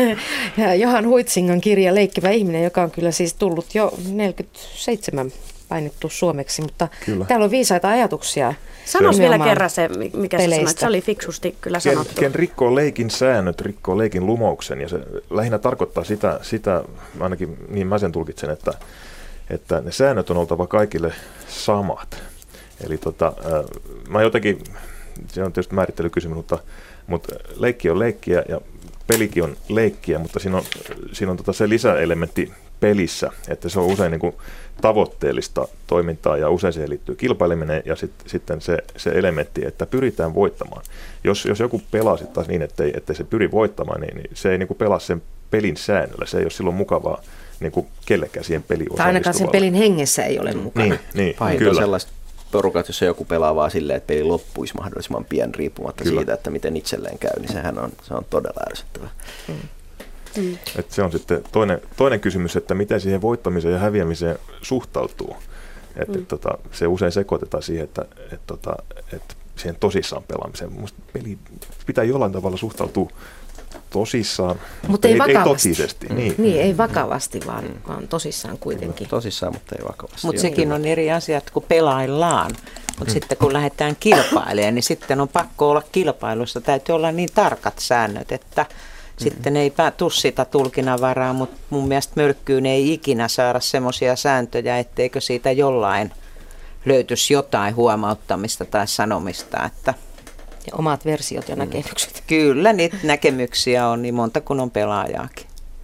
Johan Huitzingan kirja Leikkivä ihminen, joka on kyllä siis tullut jo neljäkymmentäseitsemän painettu suomeksi, mutta kyllä. Täällä on viisaita ajatuksia. Sanois vielä kerran se, mikä peleistä. sä sanoit. Se oli fiksusti kyllä Ken, sanottu. ken rikkoo leikin säännöt, rikkoo leikin lumouksen, ja se lähinnä tarkoittaa sitä, sitä ainakin niin mä sen tulkitsen, että, että ne säännöt on oltava kaikille samat. Eli tota, äh, mä jotenkin, se on tietysti määrittelykysymys, mutta, mutta leikki on leikkiä ja pelikin on leikkiä, mutta siinä on, siinä on tota se lisäelementti pelissä, että se on usein niin kuin tavoitteellista toimintaa ja usein siihen liittyy kilpaileminen ja sit, sitten se, se elementti, että pyritään voittamaan. Jos, jos joku pelaa sitten taas niin, ettei, ettei se pyri voittamaan, niin, niin se ei niin kuin pelaa sen pelin säännöllä. Se ei ole silloin mukavaa niin kuin kellekään siihen peliin Tai ainakaan sen pelin hengessä ei ole mukana. Niin, niin kyllä. Sellaiset porukat, jossa joku pelaa vaan silleen, että peli loppuisi mahdollisimman pian riippumatta kyllä. siitä, että miten itselleen käy, niin sehän on, se on todella ärsyttävää. Mm. Mm. Et se on sitten toinen, toinen kysymys, että miten siihen voittamiseen ja häviämiseen suhtautuu. Että mm. et, tota, se usein sekoitetaan siihen, että et, tota, et siihen tosissaan pelaamiseen. Minusta peli pitää jollain tavalla suhtautua tosissaan, mutta ei, ei, ei totisesti. Mm. Niin. niin, ei vakavasti, vaan, mm. vaan tosissaan kuitenkin. Tosissaan, mutta ei vakavasti. Mutta sekin kyllä. on eri asiat, kun pelaillaan. Mutta mm. sitten kun lähdetään kilpailemaan, niin sitten on pakko olla kilpailussa. Täytyy olla niin tarkat säännöt, että sitten ei tule sitä tulkinnanvaraa, mutta mun mielestä mölkkyyn ei ikinä saada semmoisia sääntöjä, etteikö siitä jollain löytyisi jotain huomauttamista tai sanomista. Että ja omat versiot ja näkemykset. Kyllä, niitä näkemyksiä on niin monta kuin on pelaajaakin.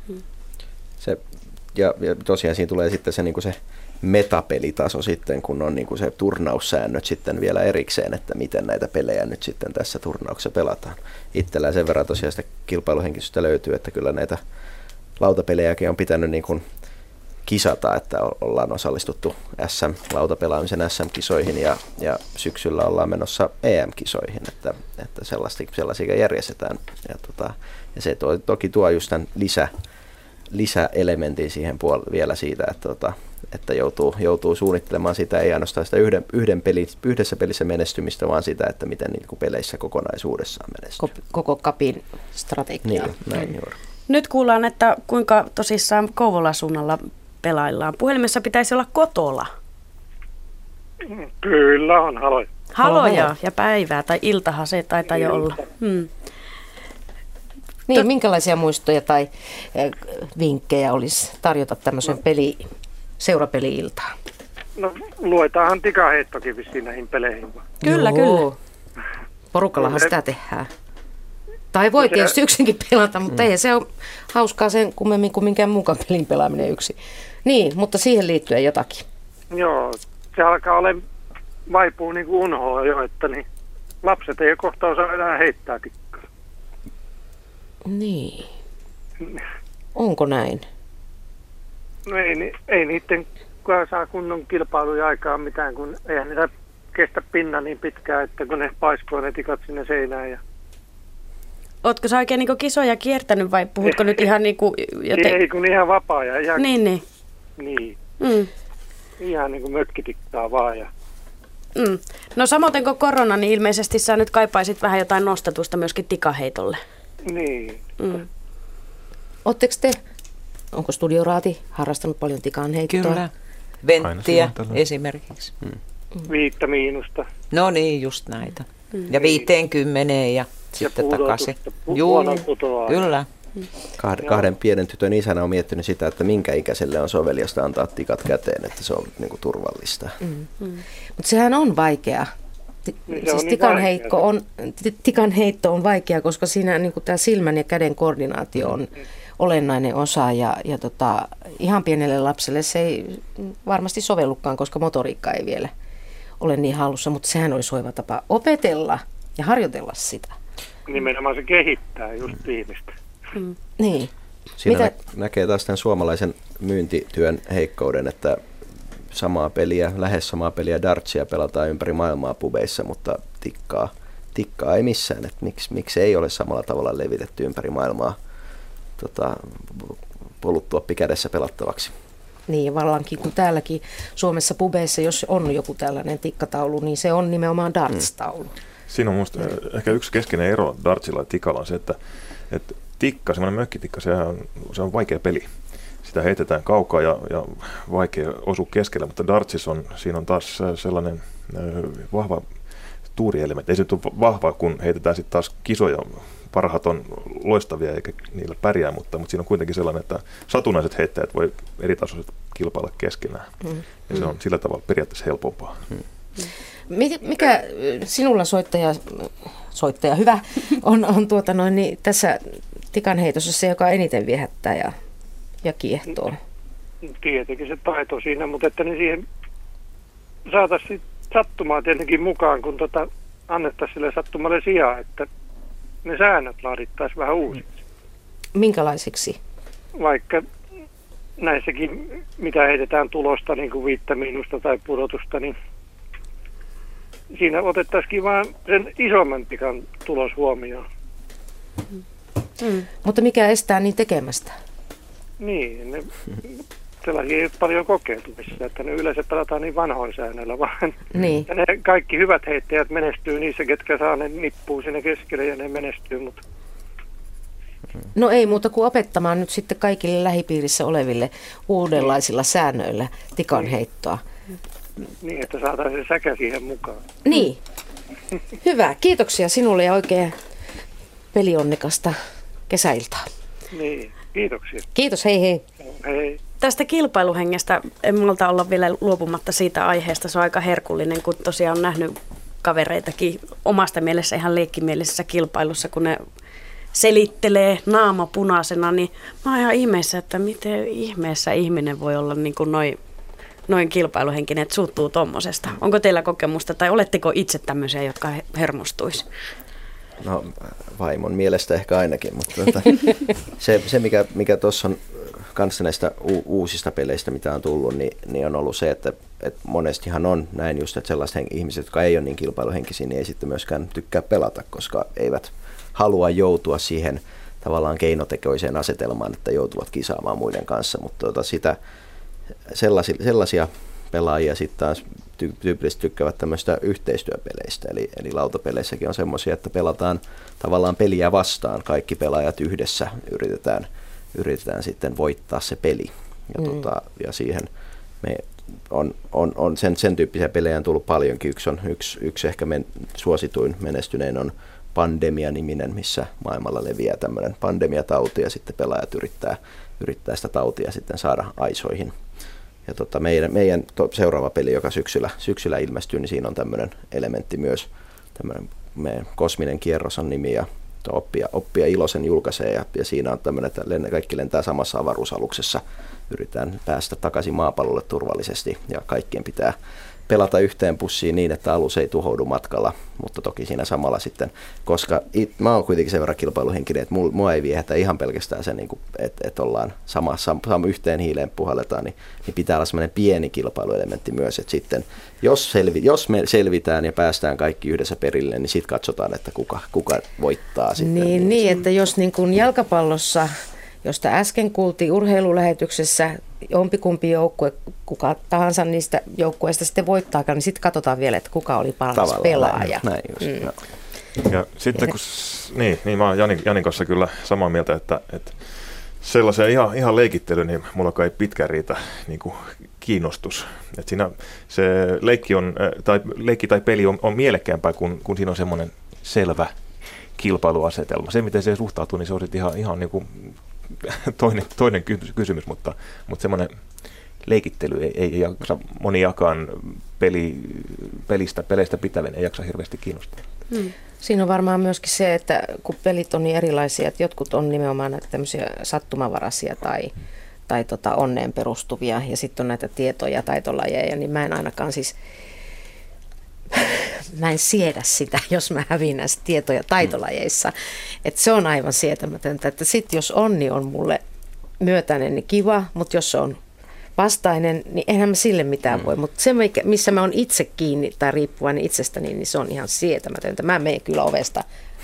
Se, ja, ja tosiaan siinä tulee sitten se, niin kuin se metapelitaso sitten, kun on niin kuin se turnaussäännöt sitten vielä erikseen, että miten näitä pelejä nyt sitten tässä turnauksessa pelataan. Itsellään sen verran tosiaan sitä kilpailuhenkisyyttä löytyy, että kyllä näitä lautapelejäkin on pitänyt niin kuin kisata, että ollaan osallistuttu S M-lautapelaamisen S M-kisoihin ja, ja syksyllä ollaan menossa E M-kisoihin, että, että sellaisia järjestetään. Ja, tota, ja se to, toki tuo just tämän lisä, lisäelementin siihen puol- vielä siitä, että, tota, että joutuu, joutuu suunnittelemaan sitä, ei ainoastaan sitä yhden, yhden peli, yhdessä pelissä menestymistä, vaan sitä, että miten niin kuin peleissä kokonaisuudessaan menestyy. Koko kapin strategia. Niin, näin juuri. Nyt kuullaan, että kuinka tosissaan Kouvolan suunnalla pelaillaan. Puhelimessa pitäisi olla Kotola. Kyllä on, haloja. Haloja ja päivää, tai iltahan se taitaa jo olla. Hmm. Niin, Tot... minkälaisia muistoja tai vinkkejä olisi tarjota tämmöisen peli, seurapeli-iltaan? No luetaanhan tikaheittokin vissiin näihin peleihin. Kyllä, Joo. kyllä. Porukallahan sitä tehdään. Tai voi tietysti yksinkin pelata, mutta mm. ei se ole hauskaa sen kummemmin kuin minkään mukaan pelin pelaaminen yksin. Niin, mutta siihen liittyen jotakin. Joo, se alkaa olla vaipuu niin kuin unhoa jo, että niin lapset ei kohta osaa enää heittää tikkaa. Niin. Onko näin? No ei, ei niiden kukaan saa kunnon kilpailuja aikaan mitään, kun eihän niitä kestä pinna niin pitkään, että kun ne paiskoo ne tikat sinne seinään. Ja... Ootko sä oikein niin kisoja kiertänyt vai puhutko nyt ihan niin kuin... Joten... Ei, kun ihan vapaa ja ihan... Niin, niin. Niin. Mm. Ihan niin kuin mökkitikkaa vaan. Ja... Mm. No samoin kuin korona, niin ilmeisesti sä nyt kaipaisit vähän jotain nostatusta myöskin tikaheitolle. Niin. Mm. Ootteko te, onko Studioraati harrastanut paljon tikanheittoa? Kyllä. Venttiä esimerkiksi. Mm. Viittä miinusta. No niin, just näitä. Mm. Ja viiteen kymmeneen ja, ja sitten takaisin. Juu, kyllä. Kahden, kahden pienen tytön isänä on miettinyt sitä, että minkä ikäiselle on soveliasta antaa tikat käteen, että se on niin kuin turvallista. Mm. Mm. Mutta sehän on vaikea. T- siis on tikanheitto on, tikanheitto on vaikea, koska siinä niin tämä silmän ja käden koordinaatio on mm. olennainen osa. Ja, ja tota, ihan pienelle lapselle se ei varmasti sovellukaan, koska motoriikka ei vielä ole niin hallussa. Mutta sehän olisi oiva tapa opetella ja harjoitella sitä. Nimenomaan se kehittää just ihmistä. Mm. Niin. Siinä nä- näkee taas tämän suomalaisen myyntityön heikkouden, että samaa peliä, lähes samaa peliä dartsia pelataan ympäri maailmaa pubeissa, mutta tikkaa, tikkaa ei missään. Että miksi, miksi ei ole samalla tavalla levitetty ympäri maailmaa tota, poluttuoppi kädessä pelattavaksi? Niin, vallankin kun täälläkin Suomessa pubeissa, jos on joku tällainen tikkataulu, niin se on nimenomaan darts-taulu. Mm. Siinä on minusta ehkä yksi keskeinen ero dartsilla ja tikalla on se, että, että tikka, semmoinen mökkitikka, se on, se on vaikea peli. Sitä heitetään kaukaa ja, ja vaikea osua keskellä, mutta dartsissa on, siinä on taas sellainen äh, vahva tuurielementti. Ei se tule vahva, kun heitetään sitten taas kisoja. Parhaat on loistavia eikä niillä pärjää, mutta, mutta siinä on kuitenkin sellainen, että satunnaiset heittäjät voi eri tasoiset kilpailla keskenään. Mm. Ja se on sillä tavalla periaatteessa helpompaa. Mm. Mikä sinulla soittaja, soittaja hyvä, on, on tuota noin, niin tässä tikanheitossa se, joka eniten viehättää ja, ja kiehtoo? Tietenkin se taito siinä, mutta että niin siihen saataisiin sattumaa tietenkin mukaan, kun tota, annettaisiin sille sattumalle sijaa, että ne säännöt laadittaisiin vähän uusiksi. Minkälaisiksi? Vaikka näissäkin, mitä heitetään tulosta, niin kuin viittä miinusta tai pudotusta, niin siinä otettaisiin vaan sen isomman tikan tulos huomioon. Mm. Mutta mikä estää niin tekemästä? Niin, ne, sellaisia ei ole paljon kokeiltu missä, että ne yleensä pelataan niin vanhoin säännöillä vaan. Niin. Ja ne kaikki hyvät heittäjät menestyy niissä, ketkä saa ne nippuu sinne keskelle ja ne menestyy. Mutta... No ei muuta kuin opettamaan nyt sitten kaikille lähipiirissä oleville uudenlaisilla säännöillä tikanheittoa. Niin, että saataisiin säkä siihen mukaan. Niin. Hyvä. Kiitoksia sinulle ja oikein pelionnekasta kesäiltaa. Niin, kiitoksia. Kiitos, hei hei. Hei. Tästä kilpailuhengestä en malta olla vielä luopumatta siitä aiheesta. Se on aika herkullinen, kun tosiaan on nähnyt kavereitakin omasta mielessä ihan leikkimielisessä kilpailussa, kun ne selittelee naama punaisena, niin mä oon ihan ihmeessä, että miten ihmeessä ihminen voi olla niin kuin noin noin kilpailuhenkinen, että suuttuu tommosesta. Onko teillä kokemusta tai oletteko itse tämmöisiä, jotka hermostuisi? No vaimon mielestä ehkä ainakin, mutta tuota, se, se mikä, mikä tuossa on kanssa näistä u- uusista peleistä, mitä on tullut, niin, niin on ollut se, että, että monestihan on näin just, että sellaiset hen- ihmiset, jotka ei ole niin kilpailuhenkisiä, niin ei sitten myöskään tykkää pelata, koska eivät halua joutua siihen tavallaan keinotekoiseen asetelmaan, että joutuvat kisaamaan muiden kanssa, mutta tuota, sitä Sellaisia, sellaisia pelaajia sitten taas tyypillisesti tykkäävät tämmöistä yhteistyöpeleistä, eli, eli lautapeleissäkin on semmoisia, että pelataan tavallaan peliä vastaan, kaikki pelaajat yhdessä yritetään, yritetään sitten voittaa se peli, ja, mm. tota, ja siihen me on, on, on sen, sen tyyppisiä pelejä on tullut paljonkin, yksi, on, yksi, yksi ehkä men, suosituin menestynein on Pandemia-niminen, missä maailmalla leviää tämmöinen pandemiatauti ja sitten pelaajat yrittää, yrittää sitä tautia sitten saada aisoihin. Ja tota, meidän, meidän to, seuraava peli, joka syksyllä, syksyllä ilmestyy, niin siinä on tämmöinen elementti myös, tämmöinen meidän Kosminen kierros on nimi ja oppia, oppia Ilosen julkaisee ja, ja siinä on tämmöinen, että lenne, kaikki lentää samassa avaruusaluksessa, yritetään päästä takaisin maapallolle turvallisesti ja kaikkien pitää pelata yhteen pussiin niin, että alus ei tuhoudu matkalla, mutta toki siinä samalla sitten, koska it, mä oon kuitenkin sen verran kilpailuhenkinen, että mua, mua ei viehätä ihan pelkästään se, niin että et ollaan sama, sam, sam, yhteen hiileen puhalletaan, niin, niin pitää olla semmoinen pieni kilpailuelementti myös, että sitten jos, selvi, jos me selvitään ja päästään kaikki yhdessä perille, niin sitten katsotaan, että kuka, kuka voittaa sitten. Niin, niin, niin että jos niin kuin jalkapallossa, josta äsken kuultiin urheilulähetyksessä, jompikumpi joukkue, kuka tahansa niistä joukkueista sitten voittaakaan, niin sitten katsotaan vielä, että kuka oli paras tavallaan pelaaja. Näin, näin just, mm. Ja sitten kun, niin, niin mä oon Janin, Janin kanssa kyllä samaa mieltä, että, että sellaisen ihan, ihan leikittely, niin mulla kai pitkään riitä niin kuin kiinnostus. Että siinä se leikki, on, tai, leikki tai peli on, on mielekkäämpää, kun, kun siinä on semmoinen selvä kilpailuasetelma. Se, miten se suhtautuu, niin se on sitten ihan, ihan niin kuin toinen, toinen kysymys, mutta, mutta semmoinen leikittely ei, ei jaksa moniakaan peli, pelistä, peleistä pitävän, ei jaksa hirveästi kiinnostaa. Hmm. Siinä on varmaan myöskin se, että kun pelit on niin erilaisia, että jotkut on nimenomaan näitä tämmöisiä sattumavaraisia tai, tai tota onneen perustuvia ja sitten on näitä tietoja, taitolajeja, niin mä en ainakaan siis mä en siedä sitä, jos mä häviin näissä tieto- ja taitolajeissa. Että se on aivan sietämätöntä, että sitten jos onni on mulle myötäinen, niin kiva, mutta jos se on vastainen, niin eihän mä sille mitään voi. Mutta se, missä mä oon itse kiinni tai riippuvainen itsestäni, niin se on ihan sietämätöntä. Mä menen kyllä ovesta.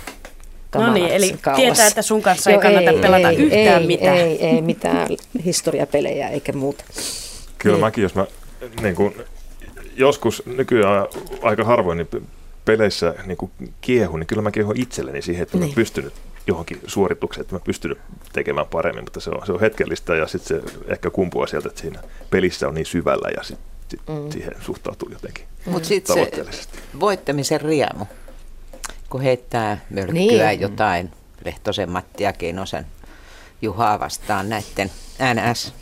No niin, eli kaulassa. Tietää, että sun kanssa ei kannata ei, pelata ei, yhtään ei, mitään. Ei, ei mitään historiapelejä eikä muuta. Kyllä ei. mäkin, jos mä niin kun, joskus nykyään aika harvoin niin peleissä niin kun kiehun, niin kyllä mä kiehun itselleni siihen, että niin. mä pystynyt johonkin suoritukseen, että mä pystynyt tekemään paremmin, mutta se on, se on hetkellistä ja sitten se ehkä kumpuaa sieltä, että siinä pelissä on niin syvällä ja sitten sit mm. siihen suhtautuu jotenkin mm. tavoitteellisesti. Mutta voittamisen riemu, kun heittää mölkkyä niin. jotain Lehtosen Matti ja Keinosen Juhaa vastaan näiden N S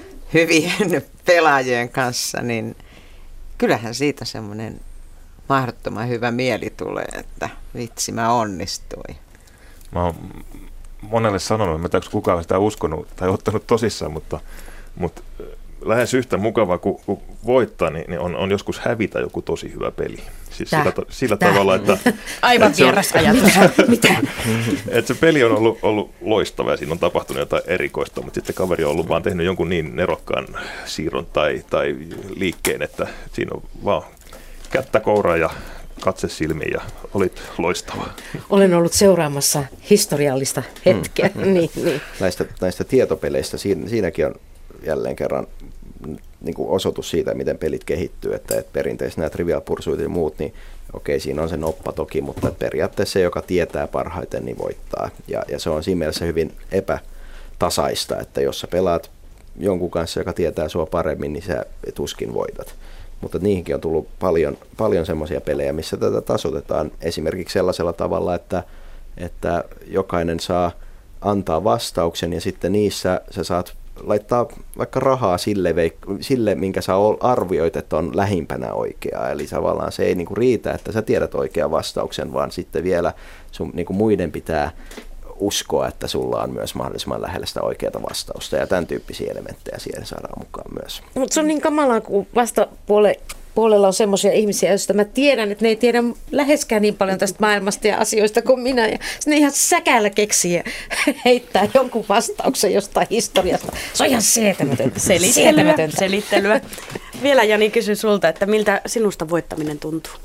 hyvien pelaajien kanssa, niin kyllähän siitä semmoinen mahdottoman hyvä mieli tulee, että vitsi, mä onnistuin. Mä oon monelle sanonut, en tiedä, kukaan on sitä uskonut tai ottanut tosissaan, mutta, mutta lähes yhtä mukavaa kuin, kuin voittaa, niin, niin on, on joskus hävitä joku tosi hyvä peli. Siis sillä, sillä tavalla, että... Aivan että vieras ajatus. Mitä? Että se peli on ollut, ollut loistava ja siinä on tapahtunut jotain erikoista, mutta sitten kaveri on ollut vaan tehnyt jonkun niin nerokkaan siirron tai, tai liikkeen, että siinä on vaan kättä kouraa ja katse silmiin ja olit loistava. Olen ollut seuraamassa historiallista hetkeä. Mm. niin, niin. Näistä, näistä tietopeleistä, siinä, siinäkin on jälleen kerran niin kuin osoitus siitä, miten pelit kehittyy, että, että perinteisesti nämä Trivial Pursuit ja muut, niin okei, siinä on se noppa toki, mutta periaatteessa se, joka tietää parhaiten, niin voittaa. Ja, ja se on siinä mielessä hyvin epätasaista, että jos sä pelaat jonkun kanssa, joka tietää sua paremmin, niin sä tuskin voitat. Mutta niihinkin on tullut paljon, paljon semmoisia pelejä, missä tätä tasoitetaan esimerkiksi sellaisella tavalla, että, että jokainen saa antaa vastauksen ja sitten niissä sä saat laittaa vaikka rahaa sille, sille minkä sä arvioit, että on lähimpänä oikeaa. Eli tavallaan se ei niinku riitä, että sä tiedät oikean vastauksen, vaan sitten vielä sun niinku muiden pitää uskoa, että sulla on myös mahdollisimman lähellä sitä oikeaa vastausta. Ja tämän tyyppisiä elementtejä siihen saadaan mukaan myös. Mutta se on niin kamalaa, kun vastapuolella on semmoisia ihmisiä, joista mä tiedän, että ne ei tiedä läheskään niin paljon tästä maailmasta ja asioista kuin minä. Ja ne ihan säkällä keksii heittää jonkun vastauksen jostain historiasta. Se on ihan sietämätöntä. Selittelyä. Selittelyä. Vielä Jani kysyn sulta, että miltä sinusta voittaminen tuntuu?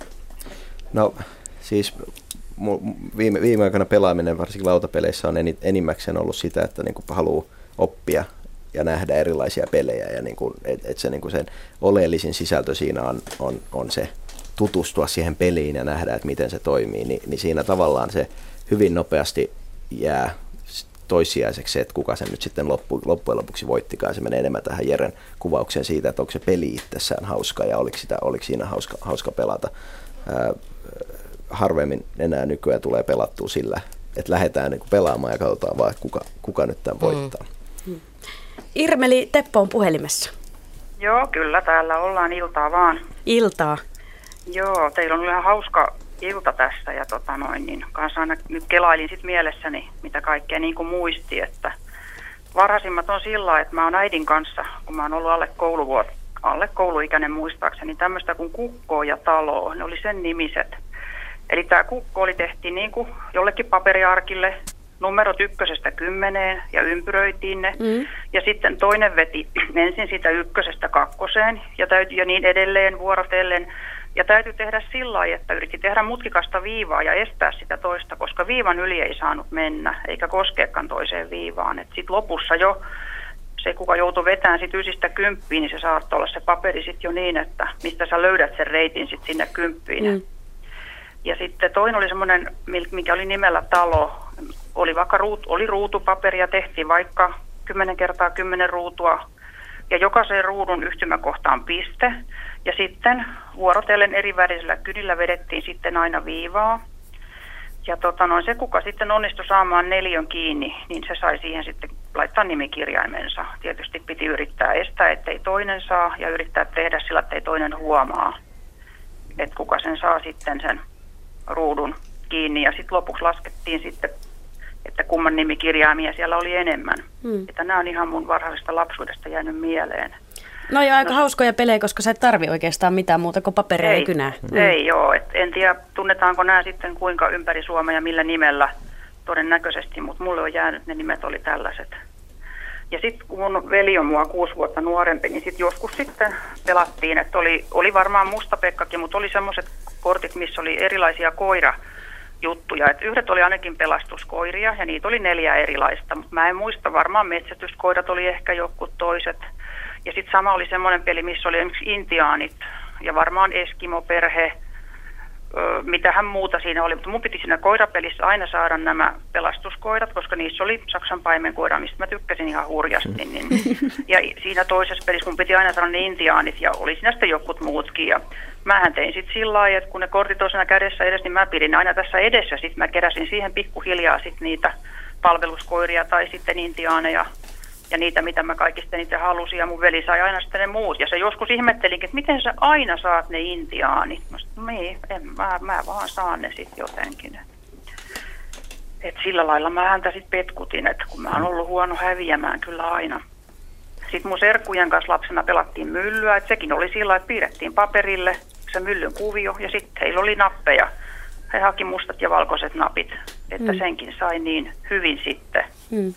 No siis... Viime, viime aikoina pelaaminen, varsinkin lautapeleissä, on enimmäkseen ollut sitä, että niinku haluaa oppia ja nähdä erilaisia pelejä. Ja niinku, et, et se, niinku sen oleellisin sisältö siinä on, on, on se tutustua siihen peliin ja nähdä, että miten se toimii. Ni, niin siinä tavallaan se hyvin nopeasti jää toissijaiseksi se, että kuka sen nyt sitten loppu, loppujen lopuksi voittikaan. Se menee enemmän tähän Jeren kuvaukseen siitä, että onko se peli itsessään hauska ja oliko, sitä, oliko siinä hauska, hauska pelata. Ää, harvemmin enää nykyään tulee pelattua sillä, että lähdetään niin kuin pelaamaan ja katsotaan vaan, kuka, kuka nyt tämän voittaa. Mm. Irmeli, Teppo on puhelimessa. Joo, kyllä, täällä ollaan iltaa vaan. Iltaa. Joo, teillä on ihan hauska ilta tässä ja tota noin, niin kanssa aina nyt kelailin sit mielessäni, mitä kaikkea niin kuin muisti, että varhaisimmat on sillä, että mä oon äidin kanssa, kun mä oon ollut alle kouluvuot, alle kouluikäinen muistaakseni, tämmöistä kuin Kukkoa ja Taloa, ne oli sen nimiset. Eli tämä Kukko oli tehtiin niin kuin jollekin paperiarkille, numerot ykkösestä kymmeneen ja ympyröitiin ne. Mm. Ja sitten toinen veti ensin sitä ykkösestä kakkoseen ja, täytyi, ja niin edelleen vuorotellen. Ja täytyy tehdä sillä lailla, että yritti tehdä mutkikasta viivaa ja estää sitä toista, koska viivan yli ei saanut mennä, eikä koskeekaan toiseen viivaan. Sitten lopussa jo se, kuka joutui vetämään sit ysistä kymppiin, niin se saattoi olla se paperi sitten jo niin, että mistä sä löydät sen reitin sit sinne kymppiin. Mm. Ja sitten toinen oli semmoinen, mikä oli nimellä Talo. Oli vaikka ruut, oli ruutupaperi ja tehtiin vaikka kymmenen kertaa kymmenen ruutua. Ja jokaisen ruudun yhtymäkohtaan piste. Ja sitten vuorotellen eri värisellä kydillä vedettiin sitten aina viivaa. Ja tota noin, se, kuka sitten onnistui saamaan neljön kiinni, niin se sai siihen sitten laittaa nimikirjaimensa. Tietysti piti yrittää estää, ettei toinen saa, ja yrittää tehdä sillä, ettei toinen huomaa, että kuka sen saa sitten sen ruudun kiinni. Ja sitten lopuksi laskettiin sitten, että kumman nimikirjaimia siellä oli enemmän. Hmm. Että nämä on ihan mun varhaisesta lapsuudesta jäänyt mieleen. No joo, aika no, hauskoja pelejä, koska sä et tarvi oikeastaan mitään muuta kuin paperia ja kynää. Mm. Ei joo, et en tiedä tunnetaanko nämä sitten kuinka ympäri Suomea ja millä nimellä todennäköisesti, mutta mulle on jäänyt, ne nimet oli tällaiset. Ja sitten kun mun veli on mua kuusi vuotta nuorempi, niin sitten joskus sitten pelattiin, että oli, oli varmaan Musta-Pekkakin, mutta oli semmoiset kortit, missä oli erilaisia koirajuttuja. Et yhdet oli ainakin pelastuskoiria ja niitä oli neljä erilaista, mutta mä en muista, varmaan metsästyskoirat oli ehkä jotkut toiset. Ja sitten sama oli semmoinen peli, missä oli esimerkiksi intiaanit ja varmaan Eskimo-perhe, öö, mitähän muuta siinä oli. Mutta mun piti siinä koirapelissä aina saada nämä pelastuskoirat, koska niissä oli Saksan paimenkoira, mistä mä tykkäsin ihan hurjasti. Niin. Ja siinä toisessa pelissä mun piti aina saada ne intiaanit ja oli siinä sitten jokut muutkin. Ja mähän tein sitten sillä lailla, että kun ne kortit on siinä kädessä edessä, niin mä pidin aina tässä edessä. Sitten mä keräsin siihen pikkuhiljaa sit niitä palveluskoiria tai sitten intiaaneja. Ja niitä, mitä mä kaikista niitä halusin, ja mun veli sai aina sitten ne muut. Ja se joskus ihmettelinkin, että miten sä aina saat ne intiaanit. Mä sanoin, niin, en, mä, mä vaan saan ne sitten jotenkin. Et sillä lailla mä häntä sitten petkutin, että kun mä oon ollut huono häviämään kyllä aina. Sitten mun serkkujen kanssa lapsena pelattiin myllyä, että sekin oli sillä, että piirrettiin paperille se myllyn kuvio, ja sitten heillä oli nappeja. He haki mustat ja valkoiset napit, että mm. senkin sai niin hyvin sitten. Mm.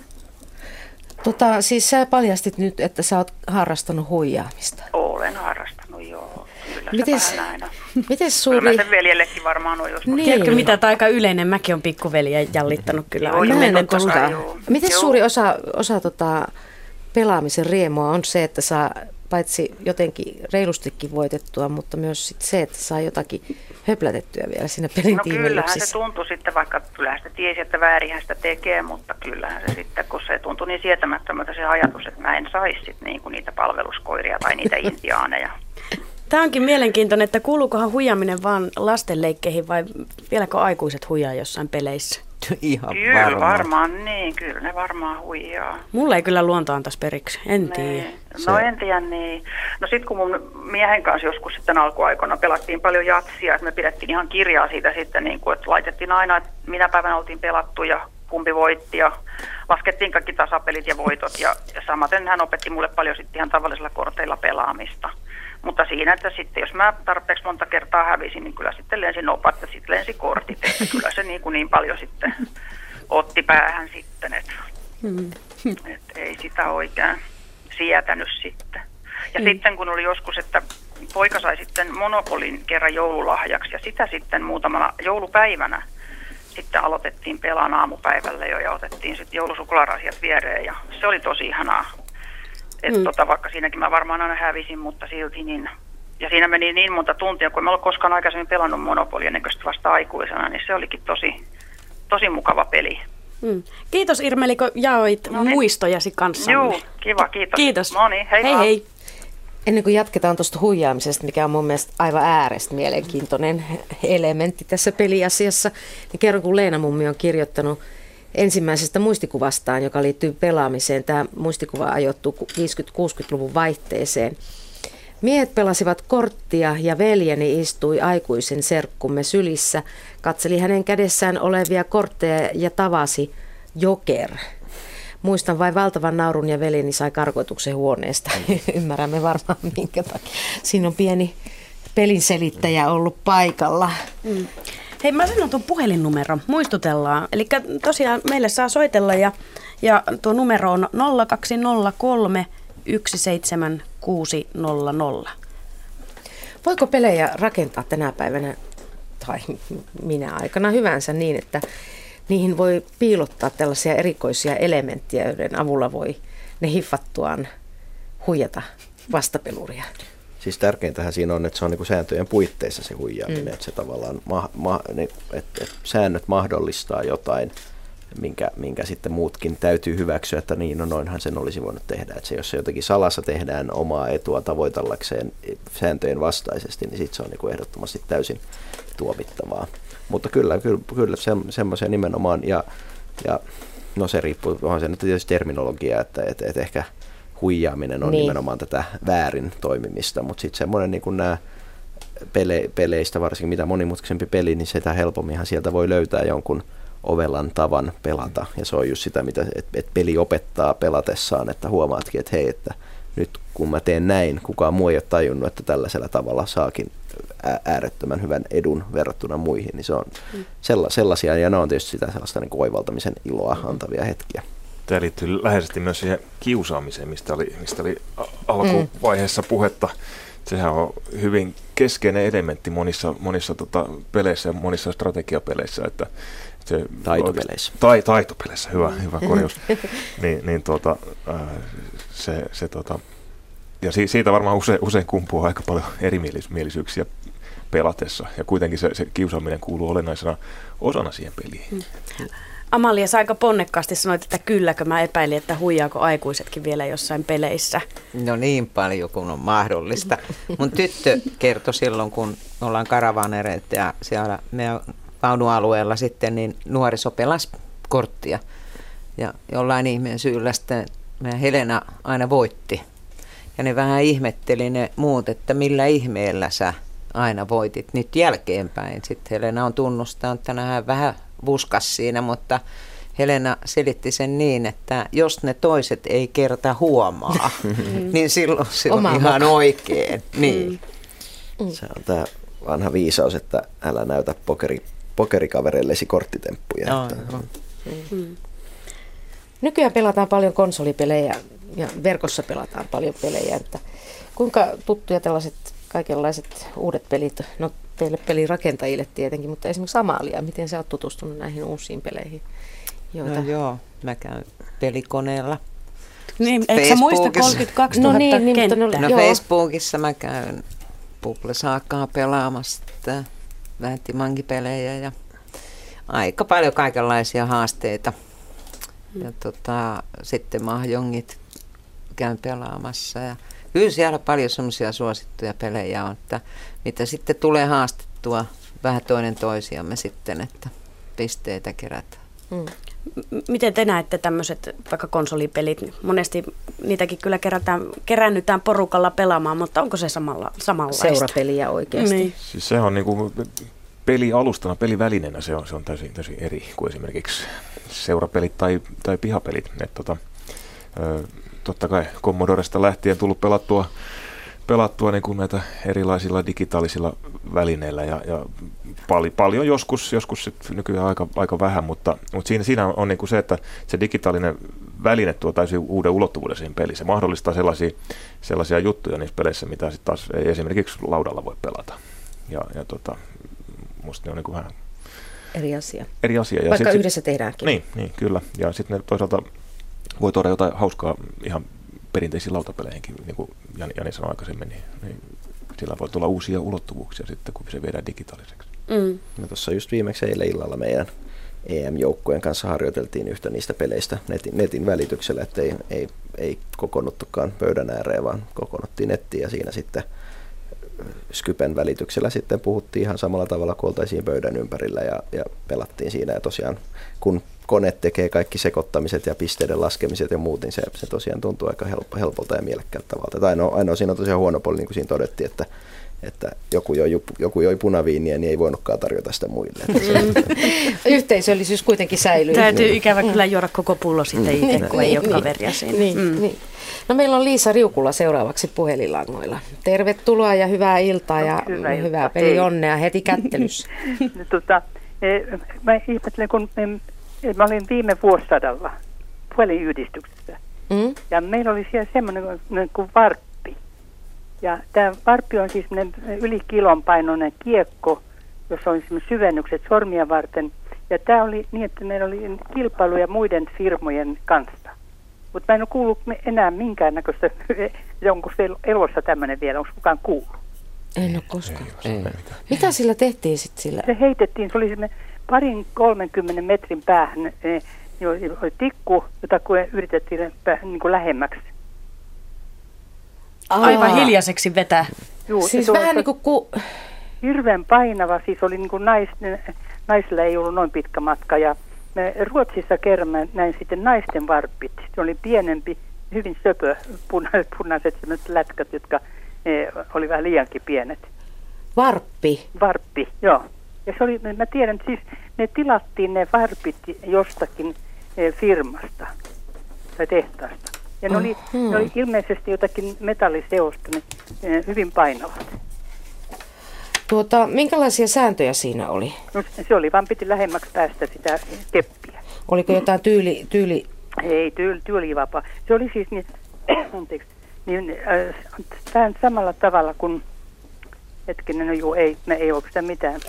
Tota, siis sä paljastit nyt, että sä oot harrastanut huijaamista. Olen harrastanut, joo. Kyllä mites, se vähän aina. Mites suuri... Kyllä mä sen veljellekin varmaan on joskus. Niin. Tiedätkö mitä, tämä aika yleinen. Mäkin on pikkuveliä jallittanut kyllä. Joo, mä en tota, Miten joo. suuri osa, osa tota, pelaamisen riemua on se, että saa paitsi jotenkin reilustikin voitettua, mutta myös sit se, että saa jotakin höplätettyä vielä siinä pelin no tiimellyksissä. Kyllähän se tuntui sitten, vaikka kyllähän sitä tiesi, että väärinhän sitä tekee, mutta kyllähän se sitten, kun se tuntui niin sietämättömältä se ajatus, että mä en saisi sit niinku niitä palveluskoiria tai niitä intiaaneja. Tämä onkin mielenkiintoinen, että kuuluukohan huijaaminen vaan lastenleikkeihin vai vieläkö aikuiset huijaa jossain peleissä? Ihan kyllä varmaan. varmaan niin, kyllä ne varmaan huijaa. Mulla ei kyllä luonto antaisi periksi, en tiedä. No en tiedä niin. No sit kun mun miehen kanssa joskus sitten alkuaikoina pelattiin paljon jatsia, että me pidettiin ihan kirjaa siitä sitten, niin kuin, että laitettiin aina, että minä päivänä oltiin pelattu ja kumpi voitti ja laskettiin kaikki tasapelit ja voitot ja, ja samaten hän opetti mulle paljon sitten ihan tavallisilla korteilla pelaamista. Mutta siinä, että sitten jos mä tarpeeksi monta kertaa hävisin, niin kyllä sitten lensi nopat ja sitten lensi kortit. Että kyllä se niin, kuin niin paljon sitten otti päähän sitten, että mm. et ei sitä oikein sietänyt sitten. Ja mm. sitten kun oli joskus, että poika sai sitten Monopolin kerran joululahjaksi ja sitä sitten muutamana joulupäivänä sitten aloitettiin pelaan aamupäivällä jo ja otettiin sitten joulusuklaarasiat viereen ja se oli tosi ihanaa. Että mm. tota, vaikka siinäkin mä varmaan aina hävisin, mutta silti niin. Ja siinä meni niin monta tuntia, kun en ole koskaan aikaisemmin pelannut Monopolia ennen kuin vasta aikuisena, niin se olikin tosi, tosi mukava peli. Mm. Kiitos Irmeli, kun jaoit no niin. muistojasi kanssamme. Joo, kiva, kiitos. Kiitos. No niin, hei hei, hei. Ennen kuin jatketaan tuosta huijaamisesta, mikä on mun mielestä aivan äärestä mielenkiintoinen elementti tässä peliasiassa, niin kerron, kun Leena mummi on kirjoittanut ensimmäisestä muistikuvastaan, joka liittyy pelaamiseen. Tämä muistikuva ajoittuu viisikymmentä-kuusikymmentäluvun vaihteeseen. Miehet pelasivat korttia ja veljeni istui aikuisen serkkumme sylissä, katseli hänen kädessään olevia kortteja ja tavasi joker. Muistan vain valtavan naurun ja veljeni sai karkoituksen huoneesta. Ymmärrämme varmaan minkä takia. Siinä on pieni pelin selittäjä ollut paikalla. Mm. Hei, mä sanon tuon puhelinnumero. Muistutellaan. Eli tosiaan meille saa soitella ja, ja tuo numero on nolla kaksi nolla kolme yksi seitsemän kuusi nolla nolla. Voiko pelejä rakentaa tänä päivänä tai minä aikana hyvänsä niin, että niihin voi piilottaa tällaisia erikoisia elementtejä, joiden avulla voi ne hiffattuaan huijata vastapeluria? Siis tärkeintähän siinä on, että se on niinku sääntöjen puitteissa se huijaaminen, Mm. että se tavallaan ma, ma, ne, et, et säännöt mahdollistaa jotain, minkä, minkä sitten muutkin täytyy hyväksyä, että niin, no noinhan sen olisi voinut tehdä. Että se, jos se jotenkin salassa tehdään omaa etua tavoitellakseen sääntöjen vastaisesti, niin sitten se on niinku ehdottomasti täysin tuomittavaa. Mutta kyllä, kyllä, kyllä se, semmoisia nimenomaan, ja, ja no se riippuu, onhan se nyt tietysti terminologia, että et, et ehkä huijaaminen on niin. nimenomaan tätä väärin toimimista, mutta sitten semmoinen niin kuin nämä pele, peleistä, varsinkin mitä monimutkaisempi peli, niin sitä helpomminhan sieltä voi löytää jonkun ovelan tavan pelata, ja se on just sitä, mitä et, et peli opettaa pelatessaan, että huomaatkin, että hei, että nyt kun mä teen näin, kukaan muu ei ole tajunnut, että tällaisella tavalla saakin äärettömän hyvän edun verrattuna muihin, niin se on mm. sella, sellaisia, ja ne on tietysti sitä sellaista niin kuin oivaltamisen iloa antavia hetkiä. Tämä liittyy läheisesti myös siihen kiusaamiseen, mistä oli, mistä oli alkuvaiheessa puhetta. Sehän on hyvin keskeinen elementti monissa, monissa tota, peleissä ja monissa strategiapeleissä. Että se taitopeleissä. Tai, taitopeleissä, hyvä, hyvä korjaus. niin, niin, tuota, se, se, tota, ja siitä varmaan usein, usein kumpuaa aika paljon erimielisyyksiä pelatessa. Ja kuitenkin se, se kiusaaminen kuuluu olennaisena osana siihen peliin. Mm. Amalia, sä aika ponnekkaasti sanoit, että kylläkö mä epäilin, että huijaako aikuisetkin vielä jossain peleissä. No niin paljon kuin on mahdollista. Mun tyttö kertoi silloin, kun ollaan karavanereita ja siellä meidän vaunualueella sitten, niin nuoriso pelasi korttia. Ja jollain ihmeen syyllä sitten meidän Helena aina voitti. Ja ne vähän ihmetteli ne muut, että millä ihmeellä sä aina voitit nyt jälkeenpäin. Sitten Helena on tunnustanut, että hän vähän vuskas siinä, mutta Helena selitti sen niin, että jos ne toiset ei kerta huomaa, niin silloin se on Oma ihan vaka. Oikein. Niin. Mm. Se on tämä vanha viisaus, että älä näytä pokeri, pokerikavereillesi korttitemppuja. No, no. Mm. Nykyään pelataan paljon konsolipelejä ja verkossa pelataan paljon pelejä. Että kuinka tuttuja tällaiset kaikenlaiset uudet pelit, no teille pelirakentajille tietenkin, mutta esimerkiksi Amalia, miten sä oot tutustunut näihin uusiin peleihin? Joita... No joo, mä käyn pelikoneella. Niin, eikö sä muista kolmekymmentäkaksituhatta no niin, kenttää? No, no Facebookissa mä käyn Bubble-saakkaa pelaamassa vähtimankipelejä ja aika paljon kaikenlaisia haasteita. Mm. Ja tota, sitten mahjongit käyn pelaamassa ja kyllä siellä paljon semmoisia suosittuja pelejä on, että mitä sitten tulee haastettua vähän toinen toisiamme sitten, että pisteitä kerätään. Mm. Miten te näette tämmöiset vaikka konsolipelit? Monesti niitäkin kyllä kerätään, kerännytään porukalla pelaamaan, mutta onko se samalla, samanlaista? Seurapeliä oikeasti. Niin. Siis se on niinku pelialustana, pelivälineenä se on, se on täysin, täysin eri kuin esimerkiksi seurapelit tai, tai pihapelit. Et tota, ö, totta kai Commodoresta lähtien tullut pelattua, pelattua niin kuin näitä erilaisilla digitaalisilla välineillä ja, ja pal- paljon joskus, joskus sit nykyään aika, aika vähän, mutta, mutta siinä, siinä on niin kuin se, että se digitaalinen väline tuo täysin uuden ulottuvuuden siihen peliin. Se mahdollistaa sellaisia, sellaisia juttuja niissä peleissä, mitä sitten taas ei esimerkiksi laudalla voi pelata. Ja, ja tota, musta ne on niin kuin vähän eri asia. Eri asia. Ja vaikka sit, yhdessä tehdäänkin. Niin, niin, kyllä. Ja sitten ne toisaalta voi tuoda jotain hauskaa ihan perinteisiin lautapeleihinkin, niin kuin Jani, Jani sanoi aikaisemmin, niin, niin sillä voi tulla uusia ulottuvuuksia sitten, kun se viedään digitaaliseksi. Mm. No tuossa just viimeksi eilen illalla meidän E M-joukkueen kanssa harjoiteltiin yhtä niistä peleistä netin, netin välityksellä, että ei, ei, ei kokoonnuttukaan pöydän ääreen, vaan kokoonnuttiin nettiin ja siinä sitten Skypen välityksellä sitten puhuttiin ihan samalla tavalla kuin oltaisiin pöydän ympärillä ja, ja pelattiin siinä. Ja tosiaan kun kone tekee kaikki sekoittamiset ja pisteiden laskemiset ja muut, niin se, se tosiaan tuntuu aika helppo, helpolta ja mielekkäältä tavalla. Ainoa, ainoa siinä on tosiaan huono puoli, niin kuin siinä todettiin, että, että joku joi, joku joi punaviiniä, niin ei voinutkaan tarjota sitä muille. Mm. Yhteisöllisyys kuitenkin säilyy. Täytyy niin. Ikävä kyllä juoda koko pullo sitten itse, mm. kun ei ole kaveria siinä. Niin, mm. niin. No meillä on Liisa Riukula seuraavaksi puhelinlangoilla. Tervetuloa ja hyvää iltaa no, ja hyvää, hyvää pelionnea heti kättelyssä. tota, mä ihmettelen, kun mä olin viime vuosisadalla puhelinyhdistyksessä. Mm. Ja meillä oli siellä semmoinen kuin varppi. Ja tämä varppi on siis yli kilon painoinen kiekko, jossa oli syvennykset sormia varten. Ja tämä oli niin, että meillä oli kilpailuja muiden firmojen kanssa. Mutta mä en ole kuullut enää minkäännäköistä, onko se elossa tämmöinen vielä, onko kukaan kuullut? En ole koskaan. Ei, ei. Mitä sillä tehtiin sitten sillä? Se heitettiin, se oli semmoinen parin kolmenkymmenen metrin päähän, oli tikku, jota kun yritettiin niin kuin lähemmäksi. Aivan hiljaiseksi vetää. Juu, siis vähän niin kuin ku... Hirveän painava, siis oli niin kuin nais, naisilla ei ollut noin pitkä matka ja me Ruotsissa kerran näin sitten naisten varppit. Se oli pienempi, hyvin söpö, punaiset, punaiset lätkät, jotka e, oli vähän liiankin pienet. Varppi? Varppi, joo. Ja se oli, mä tiedän, siis ne tilattiin ne varpit jostakin e, firmasta tai tehtaasta. Ja ne oli, mm-hmm. ne oli ilmeisesti jotakin metalliseosta, ne e, hyvin painavat. Tuota, minkälaisia sääntöjä siinä oli? No, se oli, vaan piti lähemmäksi päästä sitä keppiä. Oliko jotain tyyli... tyyli... Ei, tyyli, tyylivapaa. Se oli siis niin, anteeksi, niin äh, tämän samalla tavalla kuin, hetkinen, no juu, ei, me ei ole sitä mitään.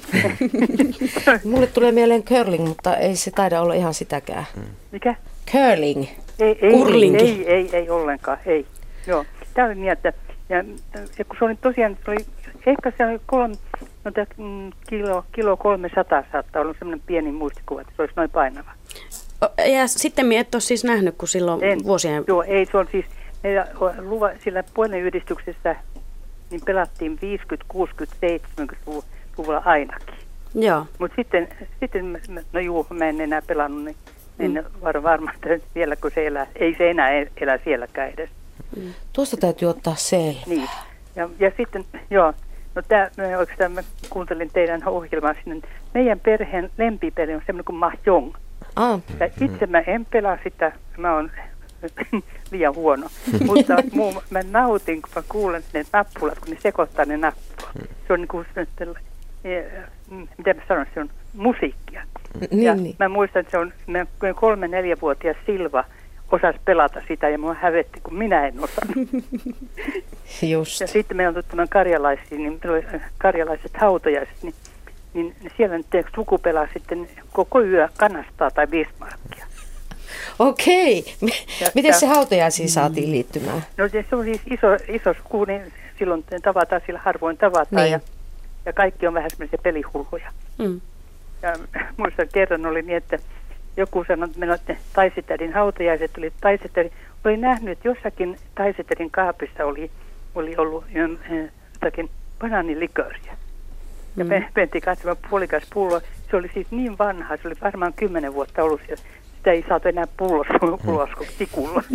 Mulle tulee mieleen curling, mutta ei se taida olla ihan sitäkään. Mikä? Curling. Ei, ei, Kurlingi. Ei, ei, ei ollenkaan, ei. Joo, tämä oli niin, että ja, ja kun se oli tosiaan, se oli ehkä se oli kolme, no tämä, mm, kilo, kilo kolmesataa saattaa olla sellainen pieni muistikuva, että se olisi noin painava. Ja sitten minä et ole siis nähnyt, kun silloin en, vuosien... Joo, ei, se on siis, meillä luva, sillä puhelinyhdistyksessä niin pelattiin viisikymmentä, kuusikymmentä, seitsemänkymmentäluvulla ainakin. Joo. Mutta sitten, sitten, no juu, mä en enää pelannut, niin mm. en var, varmaan vielä, kun se elää, ei se enää elä sielläkään edes. Mm. Tuosta täytyy ottaa selvää. Niin. Ja, ja sitten, joo, no tämä, oikeastaan mä kuuntelin teidän ohjelmaa sinne. Meidän perheen lempipeli on semmoinen kuin Mahjong. Ah. Ja itse mä en pelaa sitä, mä oon liian huono. Mutta muu, mä nautin, kun mä kuulen ne nappulat, kun ne sekoittaa ne nappulat. Se on niin kuin, mitä mä sanon, se on musiikkia. Niin, ja niin. Mä muistan, että se on kolme neljävuotias Silva osasi pelata sitä ja mua hävetti, kun minä en osannut. Just. Ja sitten meillä on tuttu karjalaisia, niin karjalaiset hautajaiset, niin, niin siellä nyt suku pelaa sitten koko yö kanastaa tai Bismarckia. Okei. Ja, Miten ja, se hautajaisiin saatiin liittymään? No se on siis iso, iso suku, niin silloin tavataan, sillä harvoin tavataan niin. ja, ja kaikki on vähän semmoisia pelihulluja. Mm. Ja muistan kerran oli niin, että joku sanoi, että meillä on Taisetärin hautajaiset, oli Taisetärin, oli nähnyt, että jossakin Taisetärin kaapissa oli, oli ollut jotakin banaanilikööriä. Ja me mentiin katsomaan puolikas pullo. Se oli siis niin vanha, se oli varmaan kymmenen vuotta ollut siellä. Sitä ei saatu enää pullossa ulos kuin tikulla.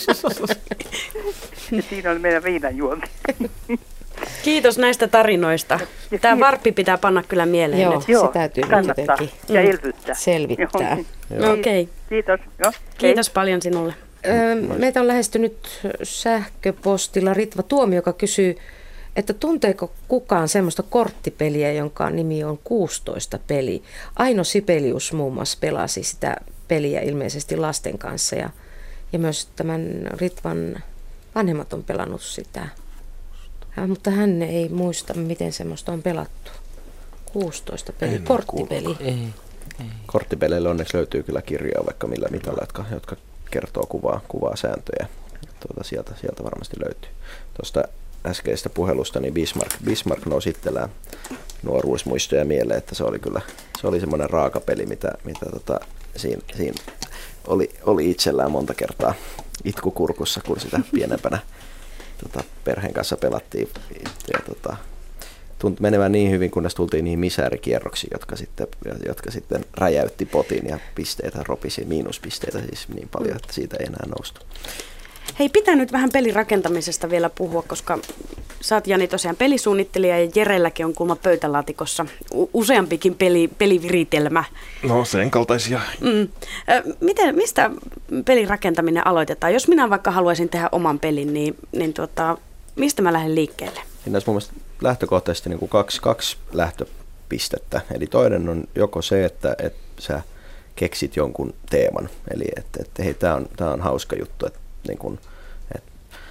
Ja siinä oli meidän viinanjuonti. Kiitos näistä tarinoista. Tämä varppi pitää panna kyllä mieleen. Joo, Joo se täytyy kannattaa ja elvyttää. Selvittää. Okei. Okay. Kiitos. Joo. Kiitos paljon sinulle. Öö, meitä on lähestynyt sähköpostilla Ritva Tuomi, joka kysyy, että tunteeko kukaan semmoista korttipeliä, jonka nimi on kuusitoista peli. Aino Sibelius muun muassa pelasi sitä peliä ilmeisesti lasten kanssa ja, ja myös tämän Ritvan vanhemmat on pelannut sitä. Ja, mutta hän ei muista, miten semmoista on pelattu. kuusitoista peli, en korttipeli. Ei, ei. Korttipeleille onneksi löytyy kyllä kirjoja vaikka millä mitalla, jotka, jotka kertoo kuvaa, kuvaa sääntöjä. Tuota, sieltä, sieltä varmasti löytyy. Tuosta äskeisestä puhelusta niin Bismarck, Bismarck nousittelee nuoruusmuistoja mieleen, että se oli kyllä se oli semmoinen raaka peli, mitä, mitä tota, siinä, siinä oli, oli itsellään monta kertaa itkukurkussa, kun sitä pienempänä tota, perheen kanssa pelattiin. Ja, tota, tuntui menevän niin hyvin, kunnes tultiin niihin misäärikierroksiin, jotka sitten, jotka sitten räjäytti potin ja pisteitä ropisi, miinuspisteitä siis niin paljon, että siitä ei enää noustu. Hei, pitää nyt vähän pelin rakentamisesta vielä puhua, koska sä oot, Jani, tosiaan pelisuunnittelija ja Jerelläkin on kuulemma pöytälaatikossa u- useampikin peli, peliviritelmä. No sen kaltaisia. Mm. Miten, mistä pelin rakentaminen aloitetaan? Jos minä vaikka haluaisin tehdä oman pelin, niin, niin tuota, mistä mä lähden liikkeelle? Siinä olisi mun mielestä lähtökohtaisesti niin kuin kaksi, kaksi lähtöpistettä. Eli toinen on joko se, että, että sä keksit jonkun teeman. Eli että, että hei, tää on, tää on hauska juttu, että niin kun, et,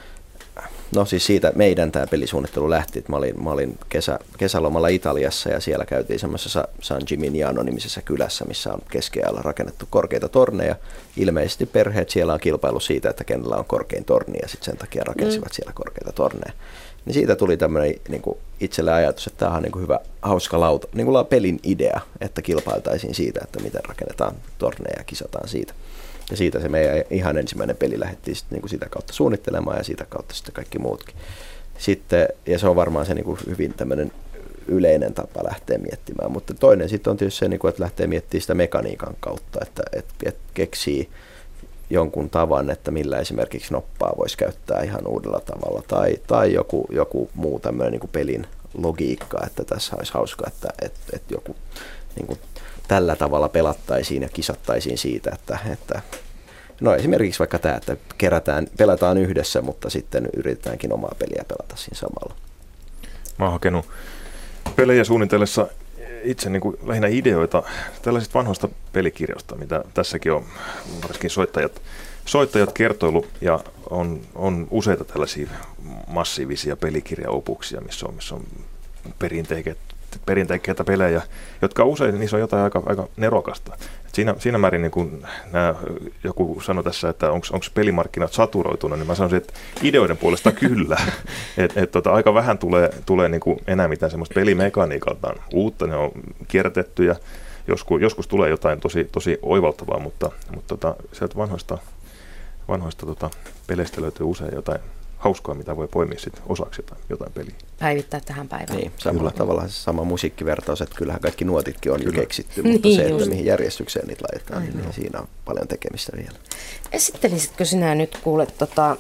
no siis siitä meidän tämä pelisuunnittelu lähti, että mä olin, mä olin kesä, kesälomalla Italiassa ja siellä käytiin semmoisessa San Gimignano-nimisessä kylässä, missä on keskiajalla rakennettu korkeita torneja. Ilmeisesti perheet siellä on kilpailu siitä, että kenellä on korkein torni ja sitten sen takia rakensivat mm. siellä korkeita torneja. Niin siitä tuli tämmöinen niin kuin itselle ajatus, että tämä on niin kuin hyvä, hauska lauta, niin kuin pelin idea, että kilpailtaisiin siitä, että miten rakennetaan torneja ja kisataan siitä. Ja siitä se meidän ihan ensimmäinen peli lähdettiin sitten niin kuin sitä kautta suunnittelemaan ja sitä kautta sitten kaikki muutkin. Sitten, ja se on varmaan se niin kuin hyvin tämmöinen yleinen tapa lähteä miettimään, mutta toinen sitten on tietysti se, niin kuin, että lähtee miettimään sitä mekaniikan kautta, että, että keksii jonkun tavan, että millä esimerkiksi noppaa voisi käyttää ihan uudella tavalla tai, tai joku, joku muu tämmöinen niin kuin pelin logiikka, että tässä olisi hauska, että, että, että joku niin kuin tällä tavalla pelattaisiin ja kisattaisiin siitä, että, että no esimerkiksi vaikka tämä, että kerätään, pelataan yhdessä, mutta sitten yritetäänkin omaa peliä pelata siinä samalla. Mä oon hakenut pelejä suunnitellessa itse niin kuin lähinnä ideoita tällaisista vanhoista pelikirjoista, mitä tässäkin on varsinkin soittajat, soittajat kertoilu ja on, on useita tällaisia massiivisia pelikirjaopuksia, missä on, missä on perinteikät perinteikkäitä pelejä, jotka usein niissä on jotain aika, aika nerokasta. Et siinä, siinä määrin niin kun nää, joku sanoi tässä, että onko pelimarkkinat saturoitunut, niin mä sanoisin, että ideoiden puolesta kyllä. et, et, tota, aika vähän tulee, tulee niin kuin enää mitään semmoista pelimekaniikaltaan uutta, ne on kierrätetty ja joskus, joskus tulee jotain tosi, tosi oivaltavaa, mutta, mutta tota, sieltä vanhoista, vanhoista tota, peleistä löytyy usein jotain hauskaa, mitä voi poimia sit osaksi jotain, jotain peliä. Päivittää tähän päivään. Niin, samalla tavalla se sama musiikkivertaus, että kyllähän kaikki nuotitkin on jo keksitty, mutta niin, se, että just. mihin järjestykseen niitä laitetaan, niin, niin siinä on paljon tekemistä vielä. Esittelisitkö sinä nyt, kuule, tota,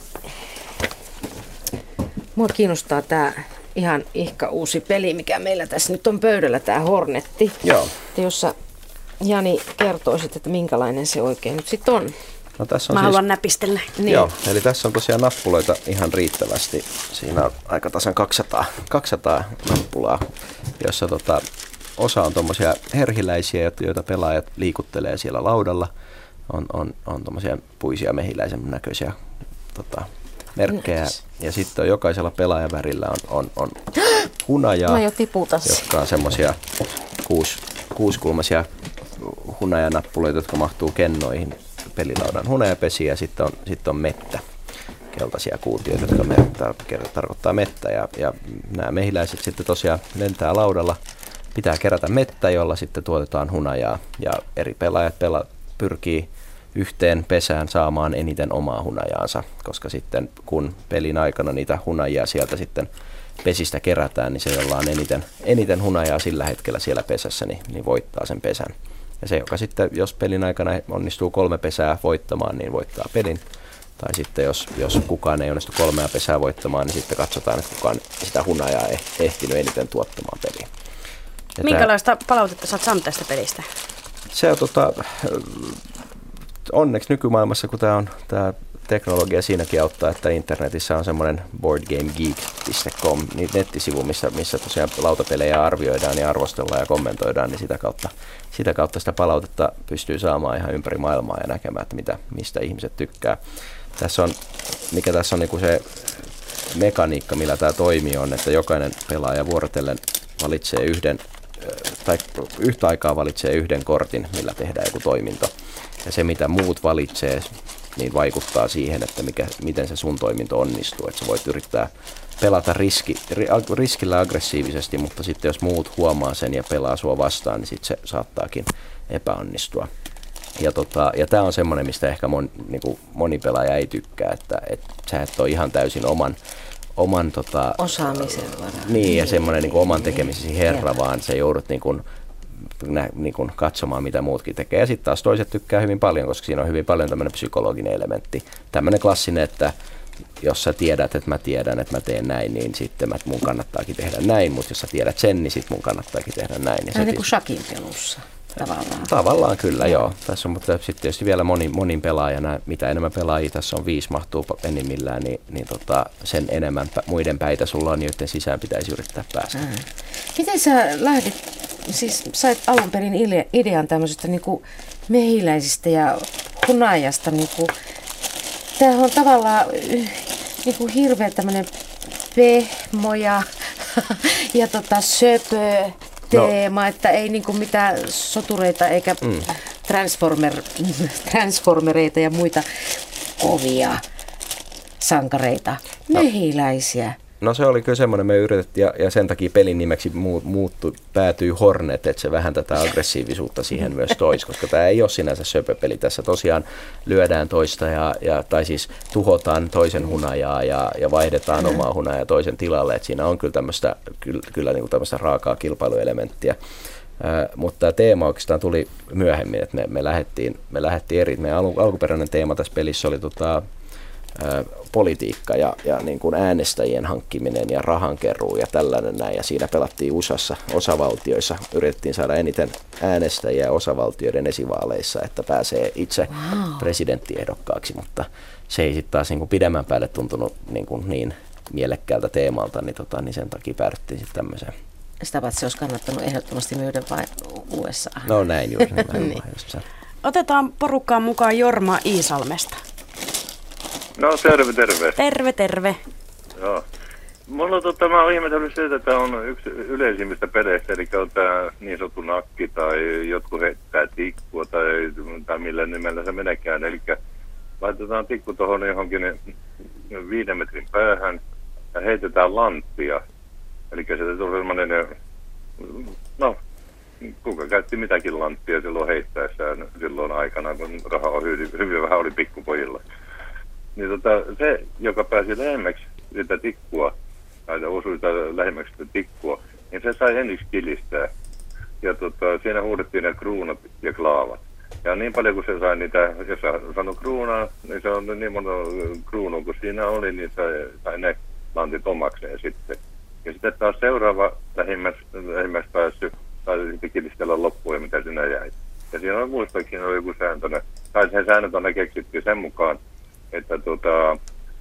mua kiinnostaa tämä ihan ihka uusi peli, mikä meillä tässä nyt on pöydällä, tämä Hornetti. Joo. Jossa Jani kertoisit, että minkälainen se oikein nyt sitten on. No, tässä on Mä siis, haluan näpistellä. Niin. Joo, eli tässä on tosiaan nappuloita ihan riittävästi. Siinä on aika tasan kaksisataa, kaksisataa nappulaa, jossa tota, osa on tuommoisia herhiläisiä, joita pelaajat liikuttelee siellä laudalla. On, on, on tuommoisia puisia mehiläisen näköisiä tota, merkkejä. Näkis. Ja sitten jokaisella pelaajavärillä on, on, on hunajaa, jotka on semmoisia kuusi, kuusikulmaisia hunajanappuloita, jotka mahtuu kennoihin. Pelilaudan hunajapesi ja sitten on, sit on mettä, keltaisia kuutioita, jotka me, tar- tarkoittaa mettä. Ja, ja nämä mehiläiset sitten tosiaan lentää laudalla. Pitää kerätä mettä, jolla sitten tuotetaan hunajaa. Ja eri pelaajat pela- pyrkii yhteen pesään saamaan eniten omaa hunajaansa, koska sitten kun pelin aikana niitä hunajia sieltä sitten pesistä kerätään, niin se, jolla on eniten, eniten hunajaa sillä hetkellä siellä pesässä, niin, niin voittaa sen pesän. Ja se, joka sitten, jos pelin aikana onnistuu kolme pesää voittamaan, niin voittaa pelin. Tai sitten, jos, jos kukaan ei onnistu kolmea pesää voittamaan, niin sitten katsotaan, että kukaan sitä hunajaa ei ehtinyt eniten tuottamaan peliin. Ja minkälaista tämä, palautetta sä oot saanut tästä pelistä? Se on tota, onneksi nykymaailmassa, kun tämä on tämä teknologia siinäkin auttaa, että internetissä on semmoinen boardgamegeek piste com niin nettisivu, missä, missä tosiaan lautapelejä arvioidaan ja arvostellaan ja kommentoidaan, niin sitä kautta, sitä kautta sitä palautetta pystyy saamaan ihan ympäri maailmaa ja näkemään, että mitä, mistä ihmiset tykkää. Tässä on, mikä tässä on niin kuin se mekaniikka, millä tämä toimii, on, että jokainen pelaaja vuorotellen valitsee yhden, tai yhtä aikaa valitsee yhden kortin, millä tehdään joku toiminto. Ja se, mitä muut valitsee, niin vaikuttaa siihen, että mikä, miten se sun toiminto onnistuu. Että sä voit yrittää pelata riski, riskillä aggressiivisesti, mutta sitten jos muut huomaa sen ja pelaa sua vastaan, niin sitten se saattaakin epäonnistua. Ja, tota, ja tämä on semmoinen, mistä ehkä mon, niin kuin moni pelaaja ei tykkää, että et sä et ole ihan täysin oman, oman tota, osaamisen varaan. Niin, ja semmoinen niin kuin oman tekemisesi herra, vaan sä joudut niin kuin, nä, niin kuin katsomaan, mitä muutkin tekee. Ja sitten taas toiset tykkää hyvin paljon, koska siinä on hyvin paljon tämmöinen psykologinen elementti. Tämmöinen klassinen, että jos sä tiedät, että mä tiedän, että mä teen näin, niin sitten mä, mun kannattaakin tehdä näin, mutta jos sä tiedät sen, niin sitten mun kannattaakin tehdä näin. Ja se niin kuin shakin pelussa. Tavallaan. Tavallaan kyllä, joo. Tässä on, mutta sitten tietysti vielä moni, monin pelaajana, mitä enemmän pelaajia tässä on, viisi mahtuu enimmillään, niin, niin tota, sen enemmän muiden päitä sulla on, joiden sisään pitäisi yrittää päästä. Mm. Miten sä lähdit, siis sait alun perin idean tämmöisestä niin kuin mehiläisistä ja hunajasta, niin kuin, tämähän on tavallaan niin kuin hirveä tämmöinen pehmo ja, ja tota söpö teema, no. Että ei niinku mitään sotureita eikä mm. transformer, transformereita ja muita kovia sankareita, mehiläisiä. No se oli kyllä semmoinen, me yritettiin ja, ja sen takia pelin nimeksi muu, muuttu, päätyi Hornet, että se vähän tätä aggressiivisuutta siihen myös toisi, koska tämä ei ole sinänsä söpöpeli. Tässä tosiaan lyödään toista ja, ja tai siis tuhotaan toisen hunajaa ja, ja vaihdetaan mm. omaa hunajaa toisen tilalle, että siinä on kyllä tämmöistä, kyllä, kyllä niin kuin tämmöistä raakaa kilpailuelementtiä. Äh, mutta tämä teema oikeastaan tuli myöhemmin, että me, me lähdettiin, me lähdettiin eri, meidän al, alkuperäinen teema tässä pelissä oli tota, politiikka ja, ja niin kuin äänestäjien hankkiminen ja rahankeruu ja tällainen näin. Ja siinä pelattiin U S A:ssa osavaltioissa. Yritettiin saada eniten äänestäjiä osavaltioiden esivaaleissa, että pääsee itse wow. presidenttiehdokkaaksi, mutta se ei sitten taas niin kuin pidemmän päälle tuntunut niin, kuin niin mielekkäältä teemalta, niin, tota, niin sen takia päädyttiin sitten tämmöiseen. Sitä paitsi se olisi kannattanut ehdottomasti myydä vain U S A. No näin juuri. Niin. Otetaan porukkaan mukaan Jorma Iisalmesta. No terve, terve. Terve, terve. Joo. Mulla tota, mä oon ihmetellyt siitä, että on yksi yleisimmistä peleistä, eli on tää niin sanottu nakki tai jotkut heittää tikkua tai, tai millä nimellä se menekään. Eli laitetaan tikku tuohon johonkin viiden metrin päähän ja heitetään lanttia. Eli se tulee sellainen, no kuka käytti mitäkin lanttia silloin heittäessään silloin aikana, kun rahaa on hyvin, hyvin vähän oli pikkupojilla. Niin tota, se, joka pääsi lähemmäksi sitä tikkua, tai osui lähemmäksi sitä tikkua, niin se sai ensiksi kilistää. Ja tota, siinä huudettiin ne kruunat ja klaavat. Ja niin paljon kuin se sai niitä, jos sanoi kruunaa, niin se on niin monta kruunua kuin siinä oli, niin sai, sai ne lantit omakseen sitten. Ja sitten taas seuraava lähimmäs, lähimmäs päässyt, sai sitten kilistellä loppuun ja mitä siinä jäi. Ja siinä on muistakin oli joku sääntönä, tai se säännöt on keksittiin sen mukaan, että tuota,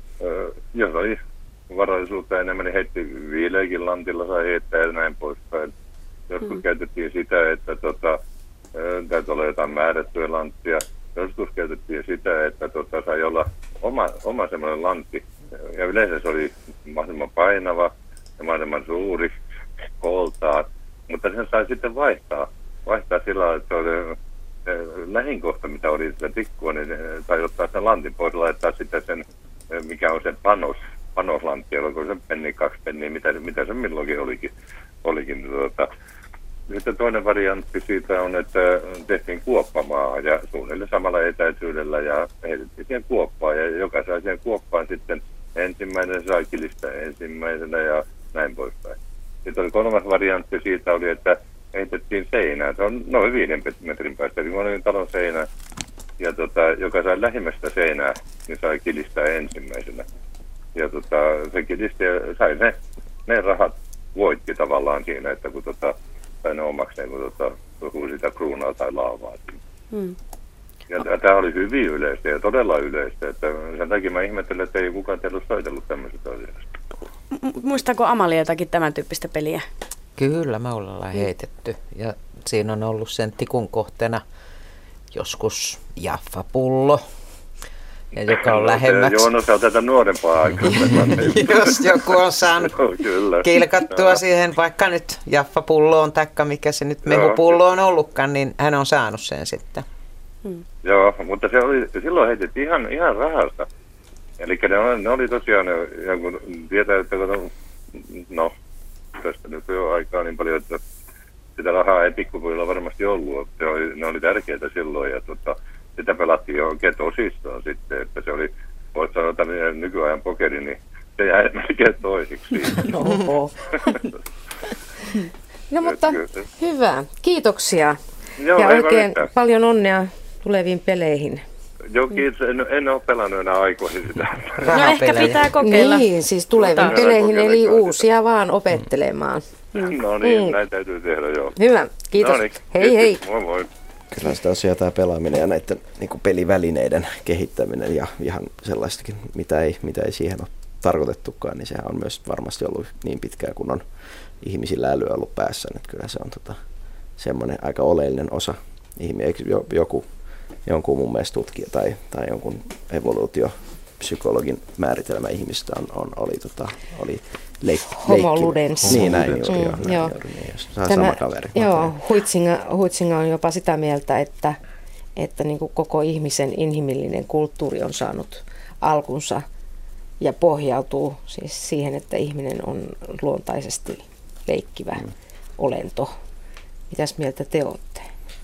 jos oli varallisuutta enemmän, niin heitti viileikin lantilla, sai heittää ja näin poispäin. Joskus mm. käytettiin sitä, että tota, täytyy olla jotain määrättyä lanttia. Joskus käytettiin sitä, että tota, sai olla oma, oma semmoinen lantti. Ja yleensä se oli mahdollisimman painava ja mahdollisimman suuri kooltaan. Mutta sen sai sitten vaihtaa. Vaihtaa sillä lailla, että se oli lähinkohta, mitä oli sitä tikkua, niin tai ottaa sen lantin pois, laittaa sitten sen, mikä on sen panos, panoslantti, onko se penni, kaksi penniä, mitä, mitä se milloinkin olikin. olikin tuota. Sitten toinen variantti siitä on, että tehtiin kuoppamaa ja suunnilleen samalla etäisyydellä ja heitettiin siihen kuoppaan ja joka sai siihen kuoppaan sitten ensimmäinen sai kilistää ensimmäisenä ja näin poispäin. Sitten oli kolmas variantti siitä oli, että heitettiin seinään. Se on noin viiden metrin päästä, eli oli talon seinä, ja tota, joka sai lähimmästä seinää, niin sai kilistää ensimmäisenä. Ja tota, se kilisti ja sai ne, ne rahat voitti tavallaan siinä, että kun tota, sai ne omakseen, kun tota, puhui sitä kruunaa tai laavaa. Hmm. Ja tämä oli hyvin yleistä ja todella yleistä, että sen takia mä ihmettelen, että ei kukaan teillä soitellut tämmöisestä asiasta. Muistaako Amalia jotakin tämän tyyppistä peliä? Kyllä, me ollaan heitetty. Ja siinä on ollut sen tikun kohteena joskus jaffapullo, ja joka on no, lähemmäksi. Joo, no se on tätä nuorempaa aikaa. Jos joku on saanut no, kilkattua no. siihen, vaikka nyt jaffapulloon, taikka mikä se nyt mehupullo on ollutkaan, niin hän on saanut sen sitten. Hmm. Joo, mutta se oli, silloin heitettiin ihan, ihan rahasta. Eli ne oli, ne oli tosiaan, ja kun tietää, että no, tästä nyt jo aikaa niin paljon, että sitä rahaa ei pikkupojilla varmasti ollut. Se oli, ne oli tärkeitä silloin, ja tota, sitä pelattiin jo oikein tosissaan sitten, että se oli, voisi sanoa, että nykyajan pokeri, niin se jäi melkein toisiksi. Oho. No mutta hyvä, kiitoksia. Joo, ja oikein mitään. paljon onnea tuleviin peleihin. Joo, kiitos. En, en ole pelannut enää aikoihin sitä. No ehkä pitää kokeilla. Niin, siis tuleviin peleihin, eli uusia vaan opettelemaan. No niin, Mm. näin täytyy tehdä, joo. Hyvä, kiitos. No niin, hei hei. Moi moi. Kyllä sitä tosiaan tämä pelaaminen ja näiden niin kuin pelivälineiden kehittäminen ja ihan sellaistakin, mitä ei, mitä ei siihen ole tarkoitettukaan, niin sehän on myös varmasti ollut niin pitkään, kun on ihmisillä älyä ollut päässä. Että kyllä se on tota, semmoinen aika oleellinen osa ihmisiä. Joku, jonkun mun mielestä tutkija tai, tai jonkun evoluutiopsykologin määritelmä ihmistä on, on, oli, tota, oli leik- Homo ludens. Niin, näin juuri. Mm, joo, näin joo. juuri niin, jos saa Tämä, sama kaveri. joo, Huitsinga, Huitsinga on jopa sitä mieltä, että, että niin kuin koko ihmisen inhimillinen kulttuuri on saanut alkunsa ja pohjautuu siis siihen, että ihminen on luontaisesti leikkivä mm. olento. Mitäs mieltä te olette?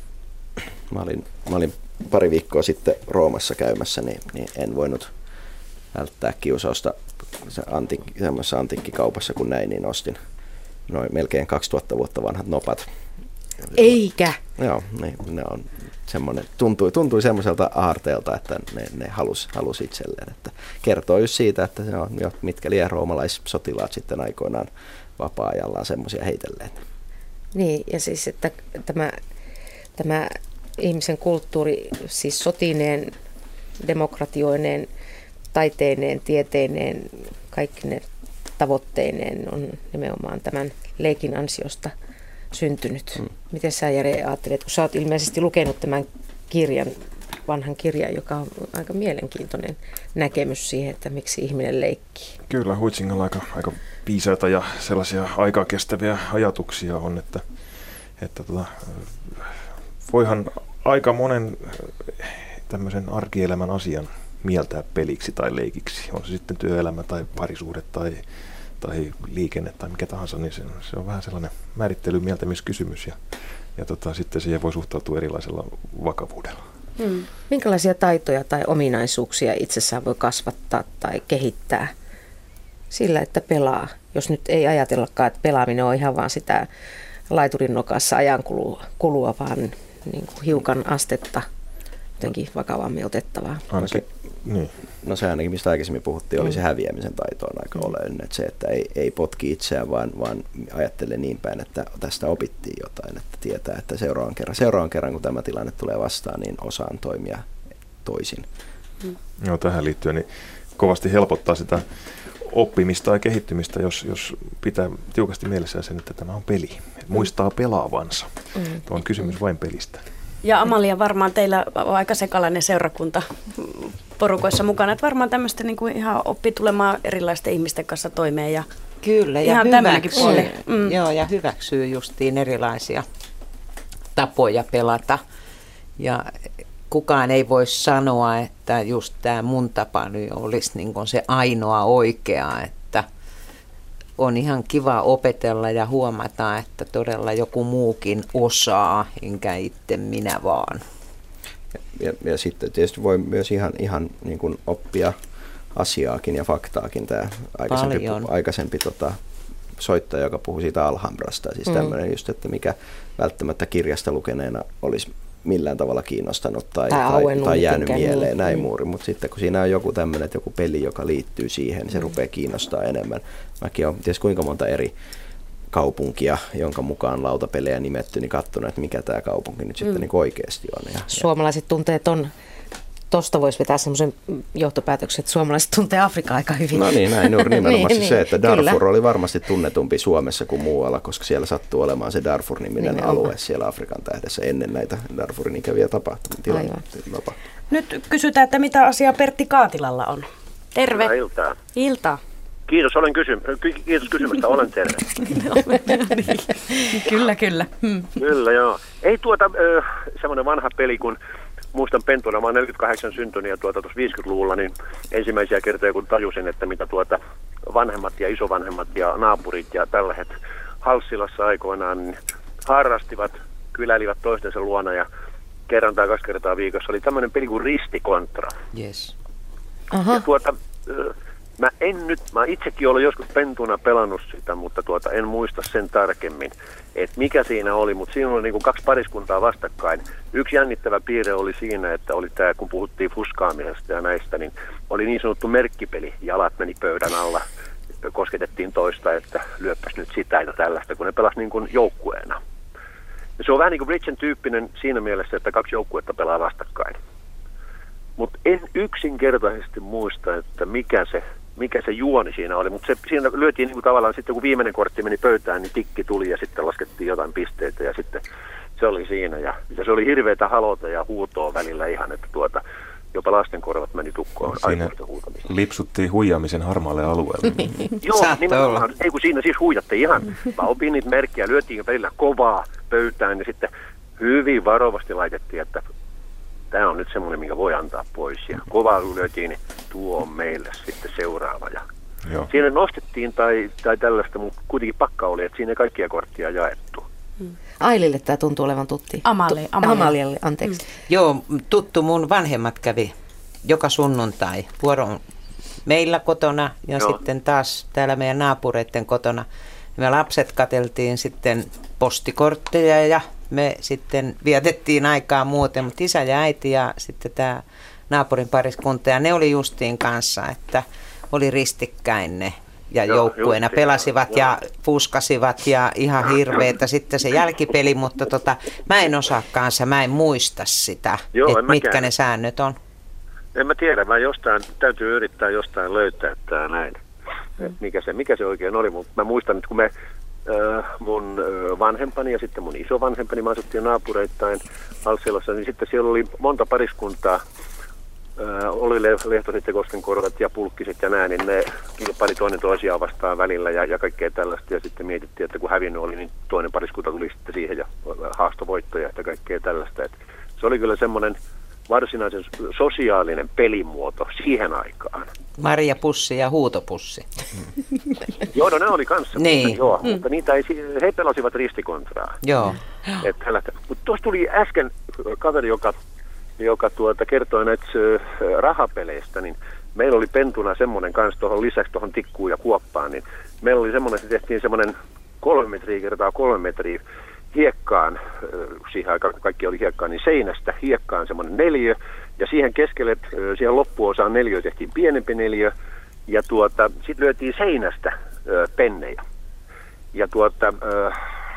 Mä olin, mä olin pari viikkoa sitten Roomassa käymässä, niin, niin en voinut välttää kiusausta se antiikki, semmoisessa antiikkikaupassa kun näin, niin ostin noin melkein kaksituhatta vuotta vanhat nopat. Eikä? Joo, niin, ne on semmoinen, tuntui, tuntui semmoiselta aarteelta, että ne, ne halusi halus itselleen. Että kertoo just siitä, että se on jo mitkä liian roomalaissotilaat sitten aikoinaan vapaa-ajallaan semmoisia heitelleet. Niin, ja siis, että tämä, tämä ihmisen kulttuuri, siis sotineen, demokratioineen, taiteineen, tieteineen, kaikki ne tavoitteineen on nimenomaan tämän leikin ansiosta syntynyt. Hmm. Miten sä, Jere, ajattelet, kun sä oot ilmeisesti lukenut tämän kirjan, vanhan kirjan, joka on aika mielenkiintoinen näkemys siihen, että miksi ihminen leikkii. Kyllä, Huitzingalla aika, aika viisaita ja sellaisia aikaa kestäviä ajatuksia on, että, että tota, voihan aika monen tämmöisen arkielämän asian mieltää peliksi tai leikiksi. On se sitten työelämä tai parisuhde tai, tai liikenne tai mikä tahansa, niin se, se on vähän sellainen määrittely mieltämiskysymys ja, ja tota, sitten siihen voi suhtautua erilaisella vakavuudella. Hmm. Minkälaisia taitoja tai ominaisuuksia itsessään voi kasvattaa tai kehittää sillä, että pelaa? Jos nyt ei ajatellakaan, että pelaaminen on ihan vaan sitä laiturin nokassa ajankulua, kulua, vaan niin kuin hiukan astetta jotenkin vakavammin otettavaa. Ainakin, niin. No se ainakin, mistä aikaisemmin puhuttiin, oli se häviämisen taito on aika oleellinen. Että se, että ei, ei potki itseään, vaan, vaan ajattelee niin päin, että tästä opittiin jotain. Että tietää, että seuraavan kerran, seuraavan kerran kun tämä tilanne tulee vastaan, niin osaan toimia toisin. Mm. No, tähän liittyen niin kovasti helpottaa sitä oppimista ja kehittymistä, jos, jos pitää tiukasti mielessään sen, että tämä on peli. Et muistaa pelaavansa. Mm. Tuo on kysymys vain pelistä. Ja Amalia, varmaan teillä on aika sekalainen seurakunta porukoissa mukana, että varmaan tämmöistä niin kuin ihan oppi tulemaan erilaisten ihmisten kanssa toimeen. Ja kyllä, ja ihan hyväksyy, mm. joo, ja hyväksyy justiin erilaisia tapoja pelata. Ja kukaan ei voi sanoa, että just tämä mun tapa nyt olisi niin kuin se ainoa oikea, että on ihan kiva opetella ja huomata, että todella joku muukin osaa, enkä itse minä vaan. Ja, ja sitten tietysti voi myös ihan, ihan niin kuin oppia asiaakin ja faktaakin. Tämä aikaisempi, aikaisempi tota, soittaja, joka puhui siitä Alhambrasta, siis mm. tämmöinen just, että mikä välttämättä kirjasta lukeneena olisi millään tavalla kiinnostanut tai, tai, tai jäänyt mieleen, näin mm. muuri. Mutta sitten kun siinä on joku tämmöinen, että joku peli, joka liittyy siihen, niin se mm. rupeaa kiinnostaa enemmän. Mäkin olen ties kuinka monta eri kaupunkia, jonka mukaan lautapelejä nimetty, niin katsonut, että mikä tämä kaupunki nyt sitten mm. niin oikeasti on. Ja, suomalaiset tunteet on, tuosta voisi vetää semmoisen johtopäätöksen, että suomalaiset tuntee Afrikan aika hyvin. No niin, näin juuri nimenomaan niin, se, että Darfur kyllä. oli varmasti tunnetumpi Suomessa kuin muualla, koska siellä sattuu olemaan se Darfur-niminen alue siellä Afrikan tähdessä ennen näitä Darfurin ikäviä tapahtumia. Nyt kysytään, että mitä asiaa Pertti Kaatilalla on. Terve. Hyvää iltaa. Iltaa. Kiitos, olen kysy- kiitos kysymästä, olen terve. Kyllä, kyllä. Hmm. Kyllä, joo. Ei tuota, semmoinen vanha peli kuin muistan pentuna, mä oon neljäkymmentäkahdeksan syntynyt ja tuota tuossa viisikymmentäluvulla, niin ensimmäisiä kertoja kun tajusin, että mitä tuota vanhemmat ja isovanhemmat ja naapurit ja tällaiset Halssilassa aikoinaan niin harrastivat, kyläilivät toistensa luona ja kerran tai kaksi kertaa viikossa oli tämmöinen peli kuin ristikontra. Yes. Aha. Ja tuota, mä en nyt, mä itsekin olen joskus pentuna pelannut sitä, mutta tuota en muista sen tarkemmin, että mikä siinä oli, mutta siinä oli niin kuin kaksi pariskuntaa vastakkain. Yksi jännittävä piirre oli siinä, että oli tämä, kun puhuttiin fuskaamisesta ja näistä, niin oli niin sanottu merkkipeli. Jalat meni pöydän alla, kosketettiin toista, että lyöppäs nyt sitä ja tällaista, kun ne pelasi niin kuin joukkueena. Ja se on vähän niin kuin Bridgen tyyppinen siinä mielessä, että kaksi joukkuetta pelaa vastakkain. Mutta en yksinkertaisesti muista, että mikä se, mikä se juoni siinä oli, mutta siinä lyötiin niin kuin tavallaan sitten, kun viimeinen kortti meni pöytään, niin tikki tuli ja sitten laskettiin jotain pisteitä ja sitten se oli siinä. Ja, ja se oli hirveätä halota ja huutoa välillä ihan, että tuota, jopa lasten korvat meni tukkoon aikuisten huutamista. Lipsuttiin huijaamisen harmaalle alueelle. Joo, nimenomaan. Ei kun siinä siis huijatte ihan. Mä opin niitä merkkejä, lyötiin välillä kovaa pöytään ja sitten hyvin varovasti laitettiin, että tämä on nyt semmoinen, minkä voi antaa pois. Ja kovaa lyötiin, niin tuo on meille sitten seuraava. Ja siinä nostettiin tai, tai tällaista, mutta kuitenkin pakka oli, että siinä ei kaikkia korttia jaettu. Ailille tämä tuntuu olevan tutti. Amalie. Amalie. Amalialle, anteeksi. Mm. Joo, tuttu. Mun vanhemmat kävi joka sunnuntai vuoron meillä kotona ja Joo. sitten taas täällä meidän naapureiden kotona. Me lapset katseltiin sitten postikortteja ja me sitten vietettiin aikaa muuten, mutta isä ja äiti ja sitten tämä naapurin pariskunta ja ne oli justiin kanssa, että oli ristikkäin ne ja Joo, joukkueena justiin, pelasivat ja fuskasivat ja ihan hirveetä sitten se jälkipeli, mutta tota, mä en osaa kanssa, mä en muista sitä, Joo, että mitkä mäkään. Ne säännöt on. En mä tiedä, mä jostain, täytyy yrittää jostain löytää tää näin, mm. mikä, se, mikä se oikein oli, mutta mä muistan, että kun me äh, mun äh, vanhempani ja sitten mun isovanhempani, mä asuttiin naapureittain Halssilassa, niin sitten siellä oli monta pariskuntaa, äh, oli Lehtoset ja Koskenkorvat ja Pulkkiset ja nää, niin ne kilpaili toinen toisiaan vastaan välillä ja, ja kaikkea tällaista, ja sitten mietittiin, että kun hävinnyt oli, niin toinen pariskunta tuli sitten siihen ja haastovoittoja ja kaikkea tällaista, että se oli kyllä semmoinen varsinaisen sosiaalinen pelimuoto siihen aikaan. Marjapussi ja huutopussi. Joo, no ne oli kanssa. Niin. Mutta, joo, mm. mutta niitä ei, he pelasivat ristikontraa. Joo. Mutta tuossa tuli äsken kaveri, joka, joka tuota, kertoi näitä rahapeleistä, niin meillä oli pentuna semmoinen kanssa tuohon lisäksi tuohon tikkuun ja kuoppaan, niin meillä oli semmoinen, että tehtiin semmoinen kolme metriä kertaa kolme metriä hiekkaan, siihen aikaan kaikki oli hiekkaan, niin seinästä hiekkaan semmoinen neliö, ja siihen keskelle, siihen loppuosaan neliö tehtiin pienempi neliö, ja tuota, sitten lyötiin seinästä ö, pennejä. Ja tuota, ö,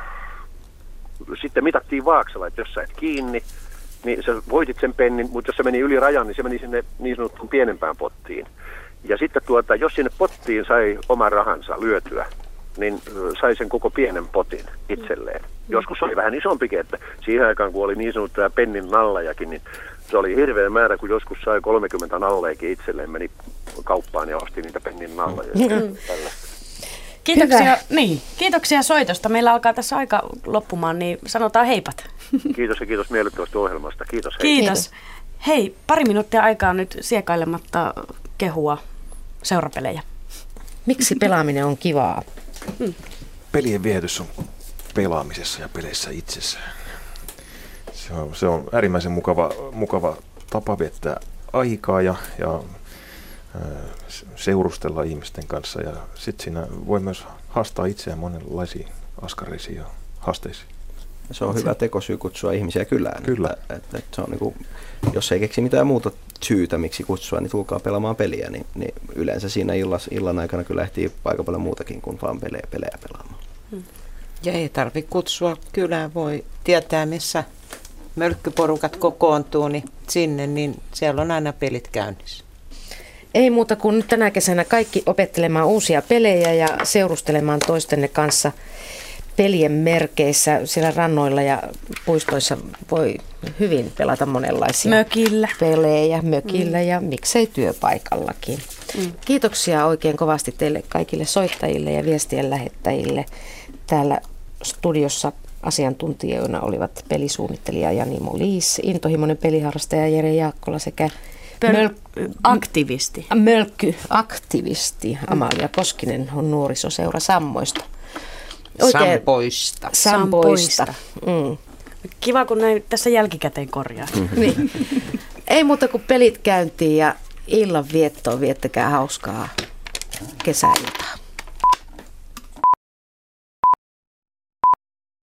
sitten mitattiin vaaksella, että jos sä et kiinni, niin sä voitit sen pennin, mutta jos se meni yli rajan, niin se meni sinne niin sanottuun pienempään pottiin. Ja sitten tuota, jos sinne pottiin sai oman rahansa lyötyä, niin sai sen koko pienen potin itselleen. Joskus oli vähän isompikin, että siihen aikaan kun oli niin sanottuja pennin nallejakin, niin se oli hirveä määrä, kun joskus sai kolmekymmentä nallejakin itselleen, meni kauppaan ja osti niitä pennin nalleja. Mm. Kiitoksia, niin, kiitoksia soitosta. Meillä alkaa tässä aika loppumaan, niin sanotaan heipat. Kiitos ja kiitos miellyttävästä ohjelmasta. Kiitos. Hei. Kiitos. Hei, pari minuuttia aikaa nyt siekailematta kehua seurapelejä. Miksi pelaaminen on kivaa? Hmm. Pelien viehätys on pelaamisessa ja peleissä itsessään. Se on, se on äärimmäisen mukava, mukava tapa viettää aikaa ja, ja äh, seurustella ihmisten kanssa. Ja sitten siinä voi myös haastaa itseään monenlaisiin askareisiin ja haasteisiin. Se on hyvä tekosyy kutsua ihmisiä kylään. Kyllä. Että, että, että se on niin kuin, jos ei keksi mitään muuta syytä, miksi kutsua, niin tulkaa pelaamaan peliä. Niin, niin yleensä siinä illas, illan aikana kyllä ehtii aika paljon muutakin kuin vaan pelejä, pelejä pelaamaan. Hmm. Ja ei tarvitse kutsua kylään, voi tietää missä mölkkyporukat kokoontuu, niin sinne, niin siellä on aina pelit käynnissä. Ei muuta kuin nyt tänä kesänä kaikki opettelemaan uusia pelejä ja seurustelemaan toistenne kanssa pelien merkeissä. Siellä rannoilla ja puistoissa voi hyvin pelata monenlaisia mökillä. pelejä mökillä mm. ja miksei työpaikallakin. Mm. Kiitoksia oikein kovasti teille kaikille soittajille ja viestien lähettäjille. Täällä studiossa asiantuntijoina olivat pelisuunnittelija Jani Molis, intohimoinen peliharrastaja Jere Jaakkola sekä Pöl- möl- aktivisti. Mölkky-aktivisti Amalia Koskinen on nuorisoseura Sammoista. Sampoista. Sampoista. Mm. Kiva, kun näin tässä jälkikäteen korjaa. Niin. Ei muuta kuin pelit käyntiin ja illan viettoon, viettäkää hauskaa kesäiltaa.